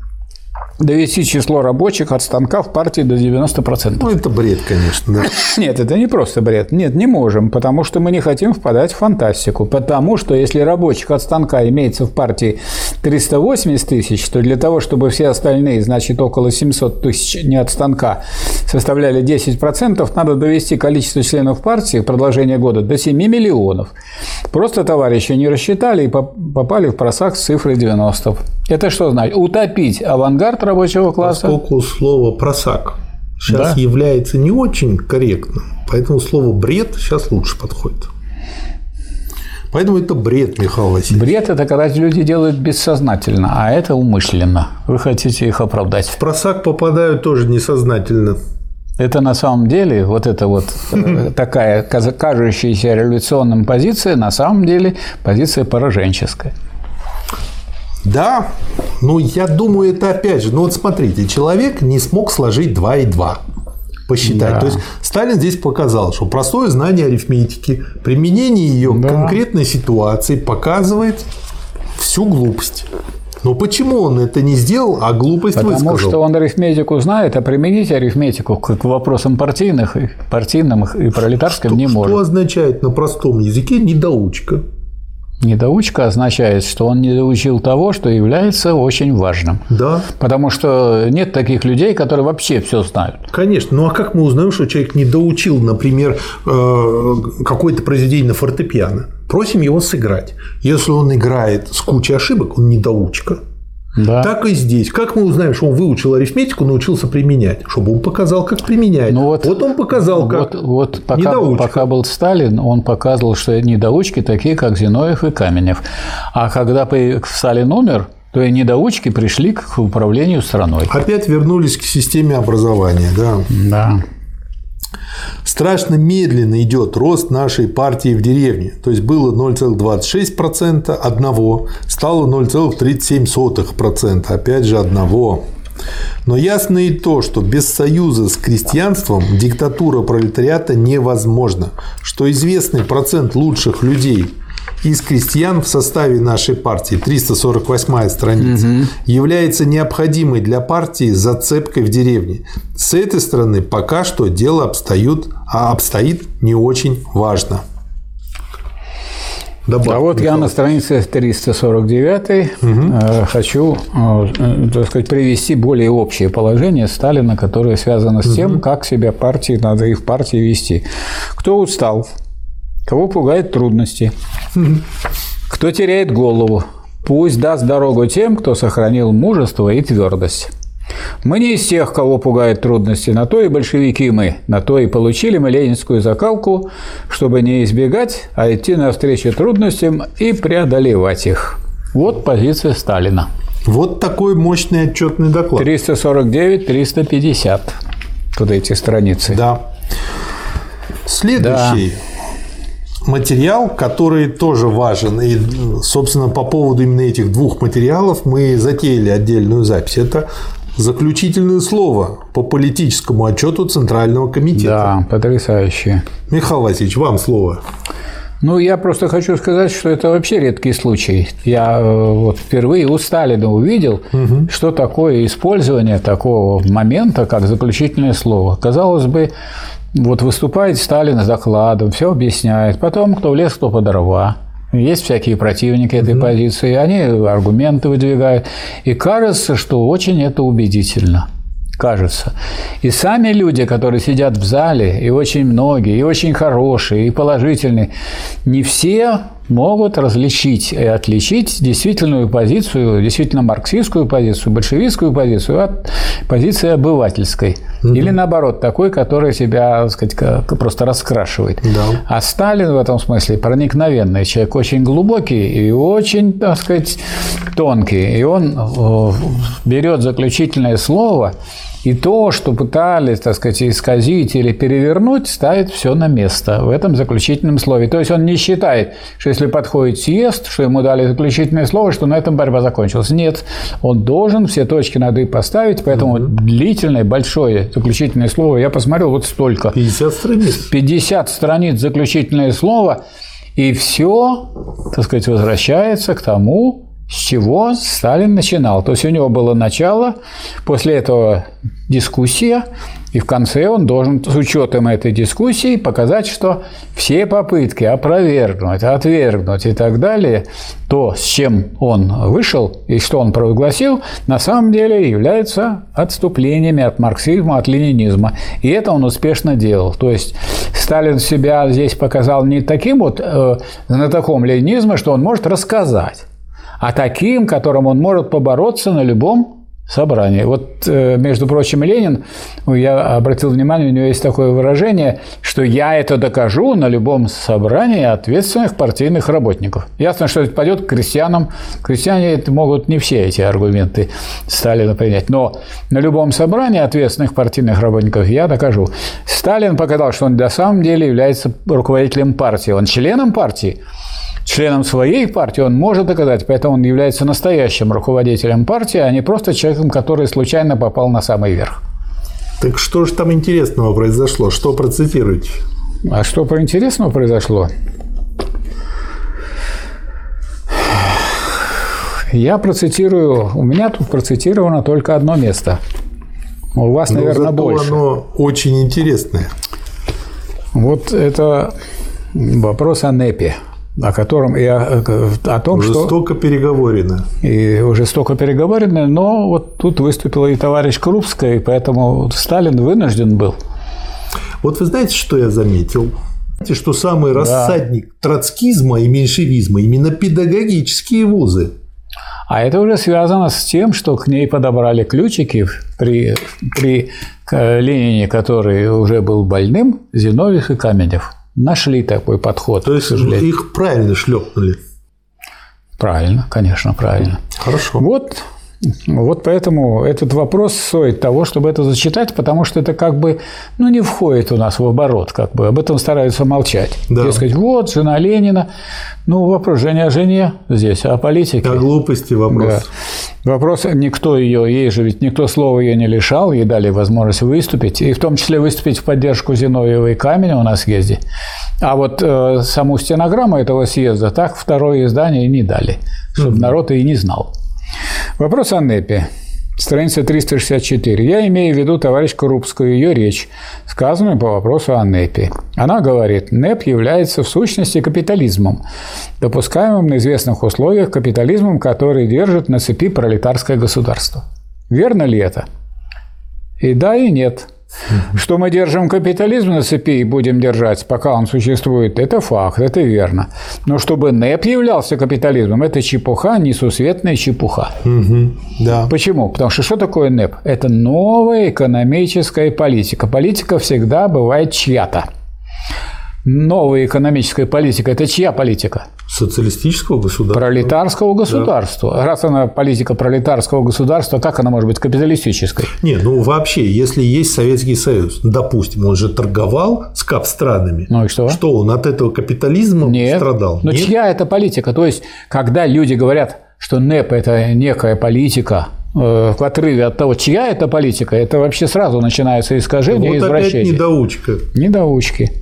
довести число рабочих от станка в партии до девяноста процентов? Ну, это бред, конечно. Да. Нет, это не просто бред. Нет, не можем, потому что мы не хотим впадать в фантастику. Потому что если рабочих от станка имеется в партии триста восемьдесят тысяч, то для того, чтобы все остальные, значит, около семьсот тысяч не от станка, составляли десять процентов, надо довести количество членов партии в продолжение года до семи миллионов. Просто товарищи не рассчитали и попали в просак с цифрой девяносто. Это что значит? Утопить авангард рабочего класса. Поскольку слово «просак» сейчас да. является не очень корректным, поэтому слово «бред» сейчас лучше подходит. Поэтому это бред, Михаил Васильевич. Бред – это когда люди делают бессознательно, а это умышленно. Вы хотите их оправдать. В просак попадают тоже несознательно. Это на самом деле, вот эта вот такая кажущаяся революционная позиция, на самом деле позиция пораженческая. Да, ну я думаю, это опять же, ну вот смотрите, человек не смог сложить два и два. Посчитать. Да. То есть Сталин здесь показал, что простое знание арифметики, применение ее да. к конкретной ситуации показывает всю глупость. Но почему он это не сделал, а глупость Потому высказал? Потому что он арифметику знает, а применить арифметику к вопросам партийных, партийным и пролетарским что, не может. Что означает на простом языке недоучка? Недоучка означает, что он не доучил того, что является очень важным. Да. Потому что нет таких людей, которые вообще все знают. Конечно. Ну а как мы узнаем, что человек не доучил, например, какое-то произведение на фортепиано? Просим его сыграть. Если он играет с кучей ошибок, он недоучка. Да. Так и здесь. Как мы узнаем, что он выучил арифметику, научился применять? Чтобы он показал, как применять. Ну вот, вот он показал, как вот, вот пока, пока был Сталин, он показывал, что недоучки такие, как Зиновьев и Каменев. А когда Сталин умер, то и недоучки пришли к управлению страной. Опять вернулись к системе образования. Да. Да. Страшно медленно идет рост нашей партии в деревне. То есть было ноль целых двадцать шесть сотых процента одного, стало ноль целых тридцать семь сотых процента, опять же одного. Но ясно и то, что без союза с крестьянством диктатура пролетариата невозможна, что известный процент лучших людей из крестьян в составе нашей партии, триста сорок восьмая страница, угу. является необходимой для партии зацепкой в деревне. С этой стороны пока что дело обстоит, а обстоит не очень важно. Добавь, а вот Михаил. Я на странице триста сорок девятой угу. хочу, так сказать, привести более общее положение Сталина, которое связано с тем, угу. как себя партии надо и в партии вести. Кто устал? Кого пугают трудности? Кто теряет голову? Пусть даст дорогу тем, кто сохранил мужество и твердость. Мы не из тех, кого пугают трудности, на то и большевики мы, на то и получили мы ленинскую закалку, чтобы не избегать, а идти навстречу трудностям и преодолевать их. Вот позиция Сталина. Вот такой мощный отчетный доклад. триста сорок девять - триста пятьдесят. Вот эти страницы. Да. Следующий. Да. Материал, который тоже важен, и, собственно, по поводу именно этих двух материалов мы затеяли отдельную запись. Это заключительное слово по политическому отчету Центрального комитета. Да, потрясающе. Михаил Васильевич, вам слово. Ну, я просто хочу сказать, что это вообще редкий случай. Я вот впервые у Сталина увидел, угу. что такое использование такого момента, как заключительное слово. Казалось бы, вот выступает Сталин с докладом, все объясняет. Потом кто в лес, кто по дрова. Есть всякие противники этой mm-hmm. позиции, они аргументы выдвигают. И кажется, что очень это убедительно. Кажется. И сами люди, которые сидят в зале, и очень многие, и очень хорошие, и положительные, не все могут различить и отличить действительную позицию, действительно марксистскую позицию, большевистскую позицию от позиции обывательской. Mm-hmm. Или наоборот, такой, который себя, так сказать, просто раскрашивает. Да. А Сталин в этом смысле проникновенный человек, очень глубокий и очень, так сказать, тонкий. И он берет заключительное слово, и то, что пытались, так сказать, исказить или перевернуть, ставит все на место в этом заключительном слове. То есть он не считает, что если подходит съезд, что ему дали заключительное слово, что на этом борьба закончилась. Нет, он должен все точки над «и» поставить, поэтому угу. длительное, большое заключительное слово, я посмотрел, вот столько. пятьдесят страниц. пятьдесят страниц заключительное слово, и все, так сказать, возвращается к тому, с чего Сталин начинал. То есть у него было начало, после этого дискуссия, и в конце он должен с учетом этой дискуссии показать, что все попытки опровергнуть, отвергнуть и так далее, то, с чем он вышел и что он провозгласил, на самом деле являются отступлениями от марксизма, от ленинизма. И это он успешно делал. То есть Сталин себя здесь показал не таким вот э, знатоком ленинизма, что он может рассказать, а таким, которым он может побороться на любом собрании. Вот, между прочим, Ленин, я обратил внимание, у него есть такое выражение, что я это докажу на любом собрании ответственных партийных работников. Ясно, что это пойдет к крестьянам. Крестьяне могут не все эти аргументы Сталина принять, но на любом собрании ответственных партийных работников я докажу. Сталин показал, что он на самом деле является руководителем партии, он членом партии. Членом своей партии он может доказать, поэтому он является настоящим руководителем партии, а не просто человеком, который случайно попал на самый верх. Так что же там интересного произошло? Что процитируете? А что про интересного произошло? Я процитирую, у меня тут процитировано только одно место. У вас, но наверное, зато больше. Оно очень интересное. Вот это вопрос о НЭПе. О котором и о, о том, уже что… Жестоко переговорено. И уже жестоко переговорено, но вот тут выступила и товарищ Крупская, и поэтому Сталин вынужден был. Вот вы знаете, что я заметил? Знаете, что самый да. рассадник троцкизма и меньшевизма именно педагогические вузы. А это уже связано с тем, что к ней подобрали ключики при, при Ленине, который уже был больным, Зиновьев и Каменев. Нашли такой подход. То есть их правильно шлепнули? Правильно, конечно, правильно. Хорошо. Вот, вот поэтому этот вопрос стоит того, чтобы это зачитать, потому что это как бы ну, не входит у нас в оборот, как бы об этом стараются молчать. Да. Дескать, вот, жена Ленина. Ну, вопрос же не о жене здесь, а о политике. О глупости вопрос. Да. Вопрос, никто ее, ей же ведь никто слова ее не лишал, ей дали возможность выступить, и в том числе выступить в поддержку Зиновьева и Каменева на съезде. А вот э, саму стенограмму этого съезда так второе издание не дали, чтобы mm-hmm. народ и не знал. Вопрос о НЭПе. Страница триста шестьдесят четыре. Я имею в виду товарищ Крупскую, ее речь, сказанную по вопросу о НЭПе. Она говорит, НЭП является в сущности капитализмом, допускаемым на известных условиях капитализмом, который держит на цепи пролетарское государство. Верно ли это? И да, и нет. Что мы держим капитализм на цепи и будем держать, пока он существует, это факт, это верно. Но чтобы НЭП являлся капитализмом, это чепуха, несусветная чепуха. Угу, да. Почему? Потому что что такое НЭП? Это новая экономическая политика. Политика всегда бывает чья-то. Новая экономическая политика – это чья политика? Социалистического государства. Пролетарского государства. Да. Раз она политика пролетарского государства, как она может быть капиталистической? Не, ну вообще, если есть Советский Союз, допустим, он же торговал с капстранами. Ну и что? Что, он от этого капитализма Нет. страдал? Но Нет? чья это политика? То есть, когда люди говорят, что НЭП – это некая политика, в отрыве от того, чья это политика, это вообще сразу начинается искажение вот и извращение. Опять недоучка. Недоучки.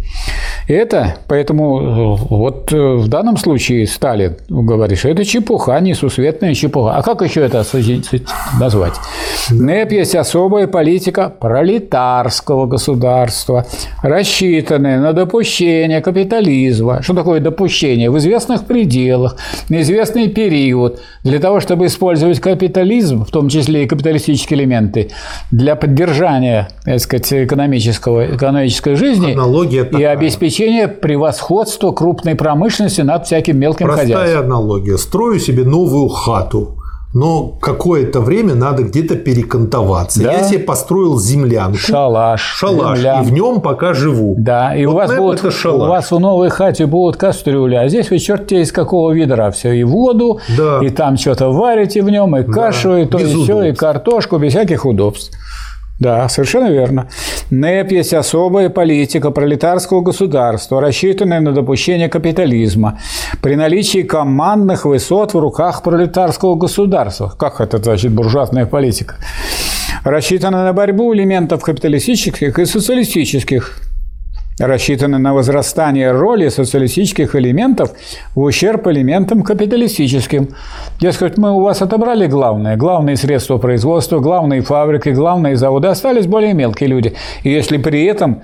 Это, поэтому вот в данном случае Сталин говорит, что это чепуха, несусветная чепуха. А как еще это назвать? НЭП есть особая политика пролетарского государства, рассчитанная на допущение капитализма. Что такое допущение? В известных пределах, на известный период, для того, чтобы использовать капитализм, в том числе и капиталистические элементы, для поддержания, так сказать, экономического, экономической жизни и обеспечения превосходства крупной промышленности над всяким мелким Простая хозяйством. Простая аналогия. Строю себе новую хату, но какое-то время надо где-то перекантоваться. Да. Я себе построил землянку. Шалаш. Шалаш. Землян. И в нем пока живу. Да, и вот у, вас будут, у вас в новой хате будут кастрюли, а здесь вы черт из какого ведра все. И воду, да. и там что-то варите в нем, и кашу, да. и то, без и все, и картошку, без всяких удобств. Да, совершенно верно. НЭП есть особая политика пролетарского государства, рассчитанная на допущение капитализма при наличии командных высот в руках пролетарского государства. Как это значит буржуазная политика? Рассчитана на борьбу элементов капиталистических и социалистических. Рассчитаны на возрастание роли социалистических элементов в ущерб элементам капиталистическим. Дескать, мы у вас отобрали главное, главные средства производства, главные фабрики, главные заводы, остались более мелкие люди. И если при этом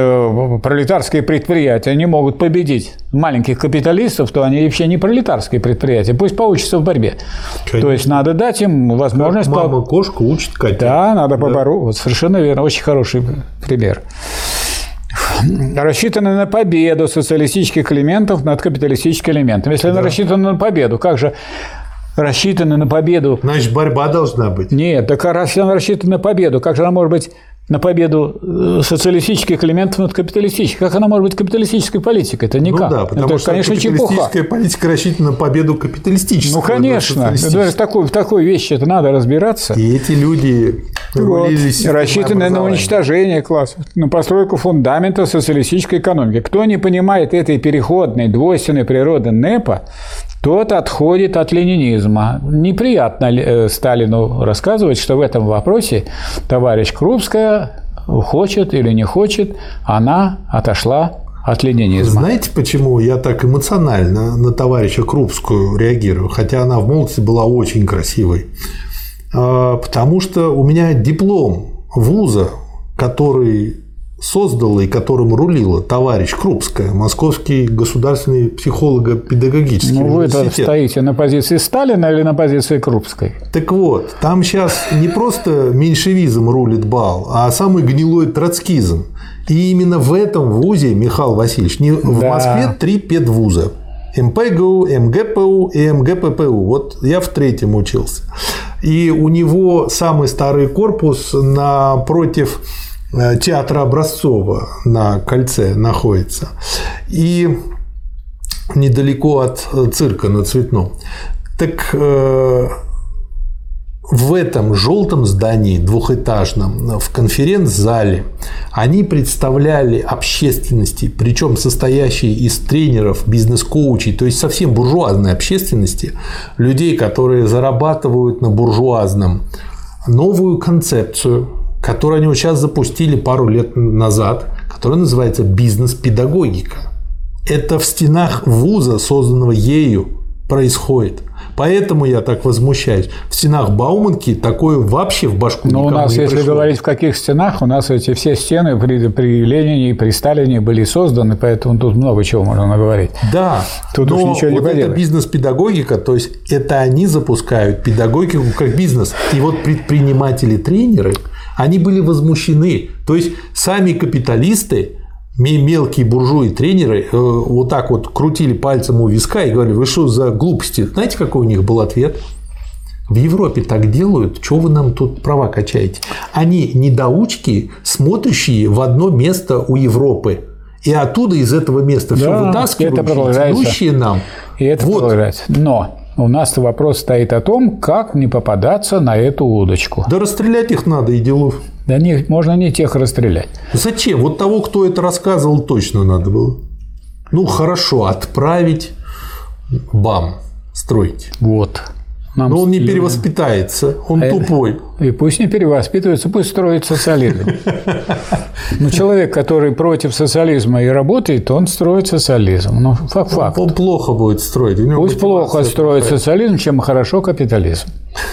э, пролетарские предприятия не могут победить маленьких капиталистов, то они вообще не пролетарские предприятия, пусть поучатся в борьбе. Конечно. То есть надо дать им возможность… Как мама кошку учит котят. Да, надо да. побороться. Вот совершенно верно, очень хороший пример. Рассчитана на победу социалистических элементов над капиталистическими элементами. Если да. она рассчитана на победу, как же рассчитана на победу. Значит, борьба должна быть. Нет, так раз она рассчитана на победу, как же она может быть на победу социалистических элементов над капиталистическими? Как она может быть капиталистической политикой? Это никак. Ну да, потому это, что конечно, капиталистическая чепуха. политика рассчитана на победу капиталистической. Ну, конечно. Даже в такой, в такой вещи это надо разбираться. И эти люди вот. Рассчитаны на уничтожение классов, на постройку фундамента социалистической экономики. Кто не понимает этой переходной двойственной природы НЭПа, тот отходит от ленинизма. Неприятно Сталину рассказывать, что в этом вопросе товарищ Крупская, хочет или не хочет, она отошла от ленинизма. Знаете, почему я так эмоционально на товарища Крупскую реагирую? Хотя она в молодости была очень красивой. Потому что у меня диплом вуза, который создала и которым рулила товарищ Крупская, Московский государственный психолого-педагогический ну, университет. Вы-то стоите на позиции Сталина или на позиции Крупской? Так вот, там сейчас не просто меньшевизм рулит бал, а самый гнилой троцкизм. И именно в этом вузе, Михаил Васильевич, не, в да. Москве три педвуза. эм пэ гэ у, эм гэ пэ у и эм гэ пэ пэ у. Вот я в третьем учился. И у него самый старый корпус напротив театра Образцова на Кольце находится. И недалеко от цирка на Цветном. Так в этом желтом здании двухэтажном, в конференц-зале, они представляли общественности, причем состоящей из тренеров, бизнес-коучей, то есть совсем буржуазной общественности, людей, которые зарабатывают на буржуазном, новую концепцию, которую они вот сейчас запустили пару лет назад, которая называется «бизнес-педагогика». Это в стенах вуза, созданного ею, происходит. Поэтому я так возмущаюсь. В стенах Бауманки такое вообще в башку никому не пришло. Но у нас, если пришло. говорить в каких стенах, у нас эти все стены при, при Ленине и при Сталине были созданы, поэтому тут много чего можно наговорить. Да, тут но уж ничего вот не эта бизнес-педагогика, то есть это они запускают педагогику как бизнес. И вот предприниматели-тренеры, они были возмущены. То есть сами капиталисты, мелкие буржуи-тренеры вот так вот крутили пальцем у виска и говорили: вы что за глупости? Знаете, какой у них был ответ? В Европе так делают, чего вы нам тут права качаете? Они недоучки, смотрящие в одно место у Европы. И оттуда из этого места все да, вытаскивающие, тянущие нам. И это вот. продолжается. Но у нас вопрос стоит о том, как не попадаться на эту удочку. Да расстрелять их надо, и делов. Да не, можно не тех расстрелять. Зачем? Вот того, кто это рассказывал, точно надо было. Ну, хорошо, отправить бам, строить. Вот. Нам Но он не перевоспитается, он а тупой. И пусть не перевоспитывается, пусть строит социализм. Но человек, который против социализма и работает, он строит социализм. Ну, факт факт. Он плохо будет строить. Пусть плохо строит социализм, чем хорошо капитализм.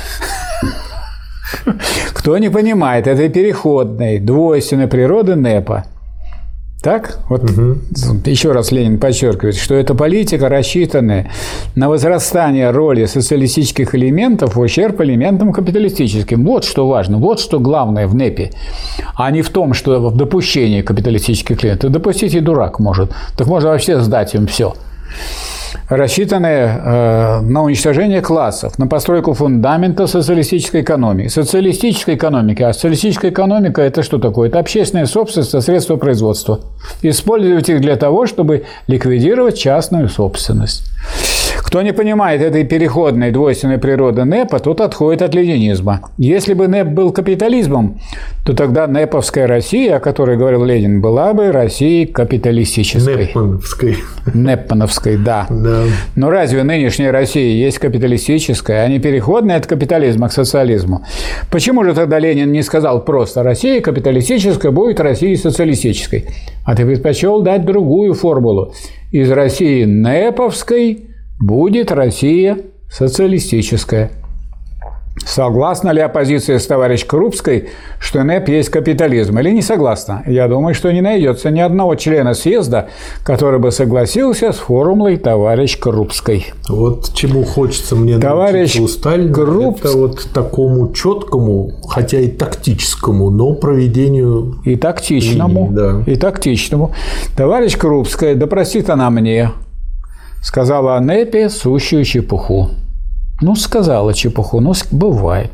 Кто не понимает этой переходной, двойственной природы НЭПа, так? Вот угу. Еще раз Ленин подчеркивает, что эта политика, рассчитанная на возрастание роли социалистических элементов в ущерб элементам капиталистическим. Вот что важно, вот что главное в НЭПе, а не в том, что в допущении капиталистических элементов. Допустить и дурак может, так можно вообще сдать им все. Рассчитанные э, на уничтожение классов, на постройку фундамента социалистической экономики. Социалистической экономики. А социалистическая экономика – это что такое? Это общественная собственность, это средства производства. Использовать их для того, чтобы ликвидировать частную собственность. Кто не понимает этой переходной двойственной природы НЭПа, тот отходит от ленинизма. Если бы НЭП был капитализмом, то тогда НЭПовская Россия, о которой говорил Ленин, была бы Россией капиталистической. Непмановской. Непмановской, да. Да. Но разве нынешняя Россия есть капиталистическая, а не переходная от капитализма к социализму? Почему же тогда Ленин не сказал просто: Россия капиталистическая будет Россией социалистической? А ты предпочел дать другую формулу. Из России Нэповской будет Россия социалистическая. Согласна ли оппозиция с товарищем Крупской, что НЭП есть капитализм, или не согласна? Я думаю, что не найдется ни одного члена съезда, который бы согласился с формулой товарищ Крупской. Вот чему хочется мне товарищ у Сталина, Крупс... это вот такому четкому, хотя и тактическому, но проведению и тактичному, линии, да. и тактичному. Товарищ Крупская, да простит она мне, сказала о НЭПе сущую чепуху. Ну, сказала чепуху, ну, бывает.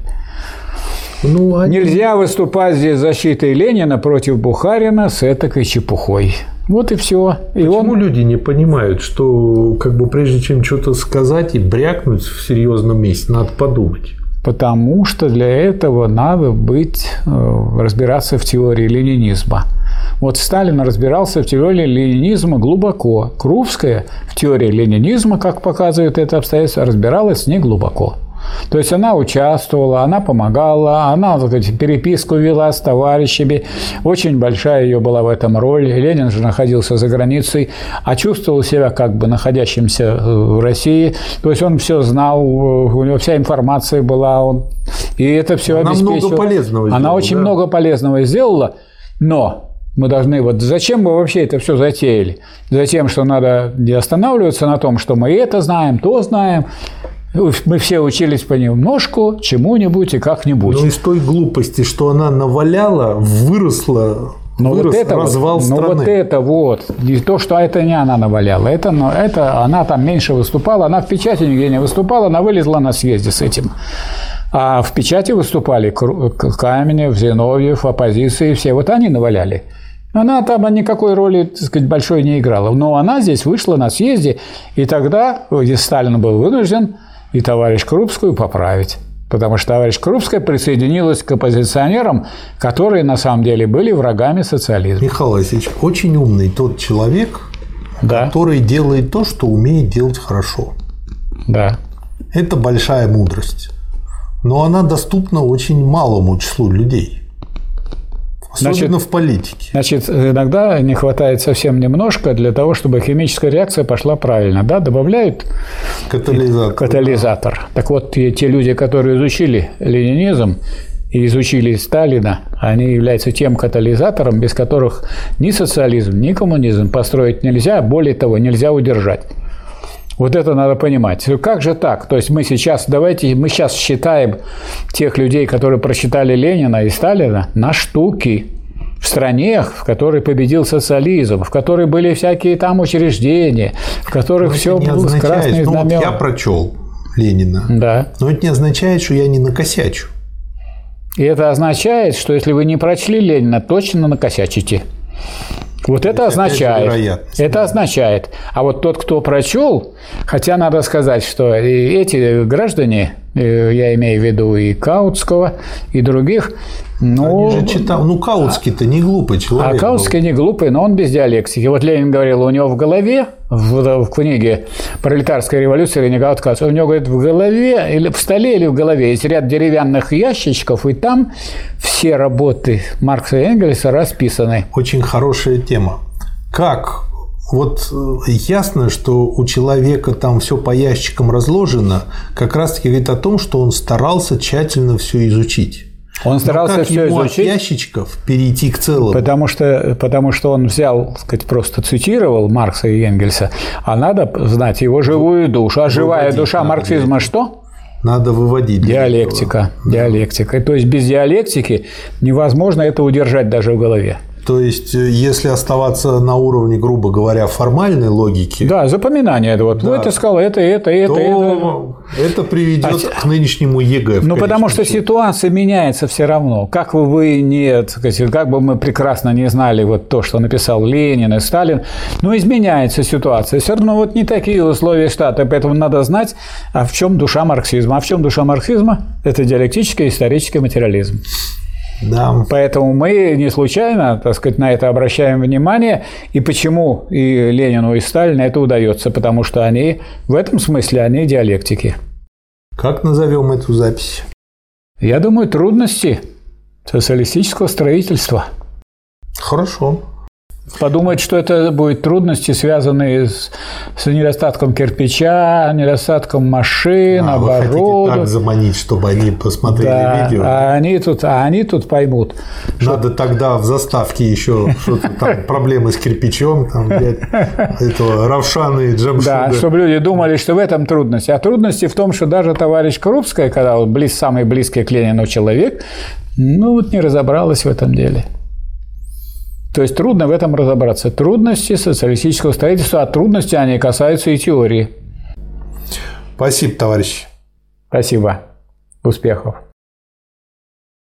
Ну, они... Нельзя выступать здесь защитой Ленина против Бухарина с этакой чепухой. Вот и все. И Почему он... люди не понимают, что как бы прежде чем что-то сказать и брякнуть в серьезном месте, надо подумать? Потому что для этого надо быть, разбираться в теории ленинизма. Вот Сталин разбирался в теории ленинизма глубоко. Крупская в теории ленинизма, как показывает это обстоятельство, разбиралась не глубоко. То есть она участвовала, она помогала, она, так сказать, переписку вела с товарищами. Очень большая ее была в этом роль. Ленин же находился за границей, а чувствовал себя как бы находящимся в России. То есть он все знал, у него вся информация была. Он... И это все она обеспечивал. Много полезного она сделала, очень да? много полезного сделала, но... Мы должны, вот зачем мы вообще это все затеяли? Затем, что надо не останавливаться на том, что мы это знаем, то знаем. Мы все учились понемножку, чему-нибудь и как-нибудь. Ну, из той глупости, что она наваляла, выросла, но вырос вот это развал вот, страны. Ну, вот это вот. Не то, что это не она наваляла. Это, но это она там меньше выступала. Она в печати нигде не выступала, она вылезла на съезде с этим. А в печати выступали Каменев, Зиновьев, оппозиции, все. Вот они наваляли. Она там никакой роли, так сказать, большой не играла. Но она здесь вышла на съезде, и тогда Сталин был вынужден и товарищ Крупскую поправить. Потому что товарищ Крупская присоединилась к оппозиционерам, которые на самом деле были врагами социализма. Михаил Васильевич, очень умный тот человек, да. который делает то, что умеет делать хорошо. Да. Это большая мудрость. Но она доступна очень малому числу людей. Особенно значит, в политике. Значит, иногда не хватает совсем немножко для того, чтобы химическая реакция пошла правильно. Да? Добавляют катализатор. катализатор. Да. Так вот, те, те люди, которые изучили ленинизм и изучили Сталина, они являются тем катализатором, без которых ни социализм, ни коммунизм построить нельзя, более того, нельзя удержать. Вот это надо понимать. Как же так? То есть мы сейчас, давайте, мы сейчас считаем тех людей, которые прочитали Ленина и Сталина, на штуки. В стране, в которой победил социализм, в которой были всякие там учреждения, в которых но все было с красными знаменами. Ну, вот я прочел Ленина, да. Но это не означает, что я не накосячу. И это означает, что если вы не прочли Ленина, точно накосячите. Вот это, это означает, это да. означает. А вот тот, кто прочел, хотя надо сказать, что и эти граждане, я имею в виду и Каутского, и других, ну, они же читал, ну Каутский-то не глупый человек. А Каутский был. не глупый, но он без диалектики. Вот Ленин говорил, у него в голове, в, в книге «Пролетарская революция» Ленинград Каутский, у него, говорит, в голове, или в столе, или в голове есть ряд деревянных ящичков, и там все работы Маркса и Энгельса расписаны. Очень хорошая тема. Как? Вот ясно, что у человека там все по ящикам разложено, как раз-таки говорит о том, что он старался тщательно все изучить. Он старался как все ему изучить, от ящичков перейти к целому. Потому что, потому что он взял, так сказать, просто цитировал Маркса и Энгельса, а надо знать его живую душу. А живая душа марксизма что? Надо выводить. Диалектика. Диалектика. То есть без диалектики невозможно это удержать даже в голове. То есть, если оставаться на уровне, грубо говоря, формальной логики… Да, запоминание. Вот, да. Вот ты сказал это, это, это, то это. это приведет а, к нынешнему ЕГЭ. Ну, потому что счете. Ситуация меняется все равно. Как бы вы не… Как бы мы прекрасно не знали вот то, что написал Ленин и Сталин, но изменяется ситуация. Все равно вот не такие условия штата. Поэтому надо знать, а в чем душа марксизма. А в чем душа марксизма? Это диалектический исторический материализм. Да. Поэтому мы не случайно, так сказать, на это обращаем внимание. И почему и Ленину, и Сталину это удается? Потому что они, в этом смысле, они диалектики. Как назовем эту запись? Я думаю, трудности социалистического строительства. Хорошо. Подумать, что это будут трудности, связанные с, с недостатком кирпича, недостатком машин, а, оборудования. Вы хотите так заманить, чтобы они посмотрели да, видео? А они тут, а они тут поймут. Надо что... тогда в заставке еще что-то там проблемы с кирпичом, там, этого Равшана и Джамшида. Да, чтобы люди думали, что в этом трудности. А трудности в том, что даже товарищ Крупская, когда он близ, самый близкий к Ленину человек, ну вот не разобралась в этом деле. То есть трудно в этом разобраться. Трудности социалистического строительства, а трудности они касаются и теории. Спасибо, товарищи. Спасибо. Успехов.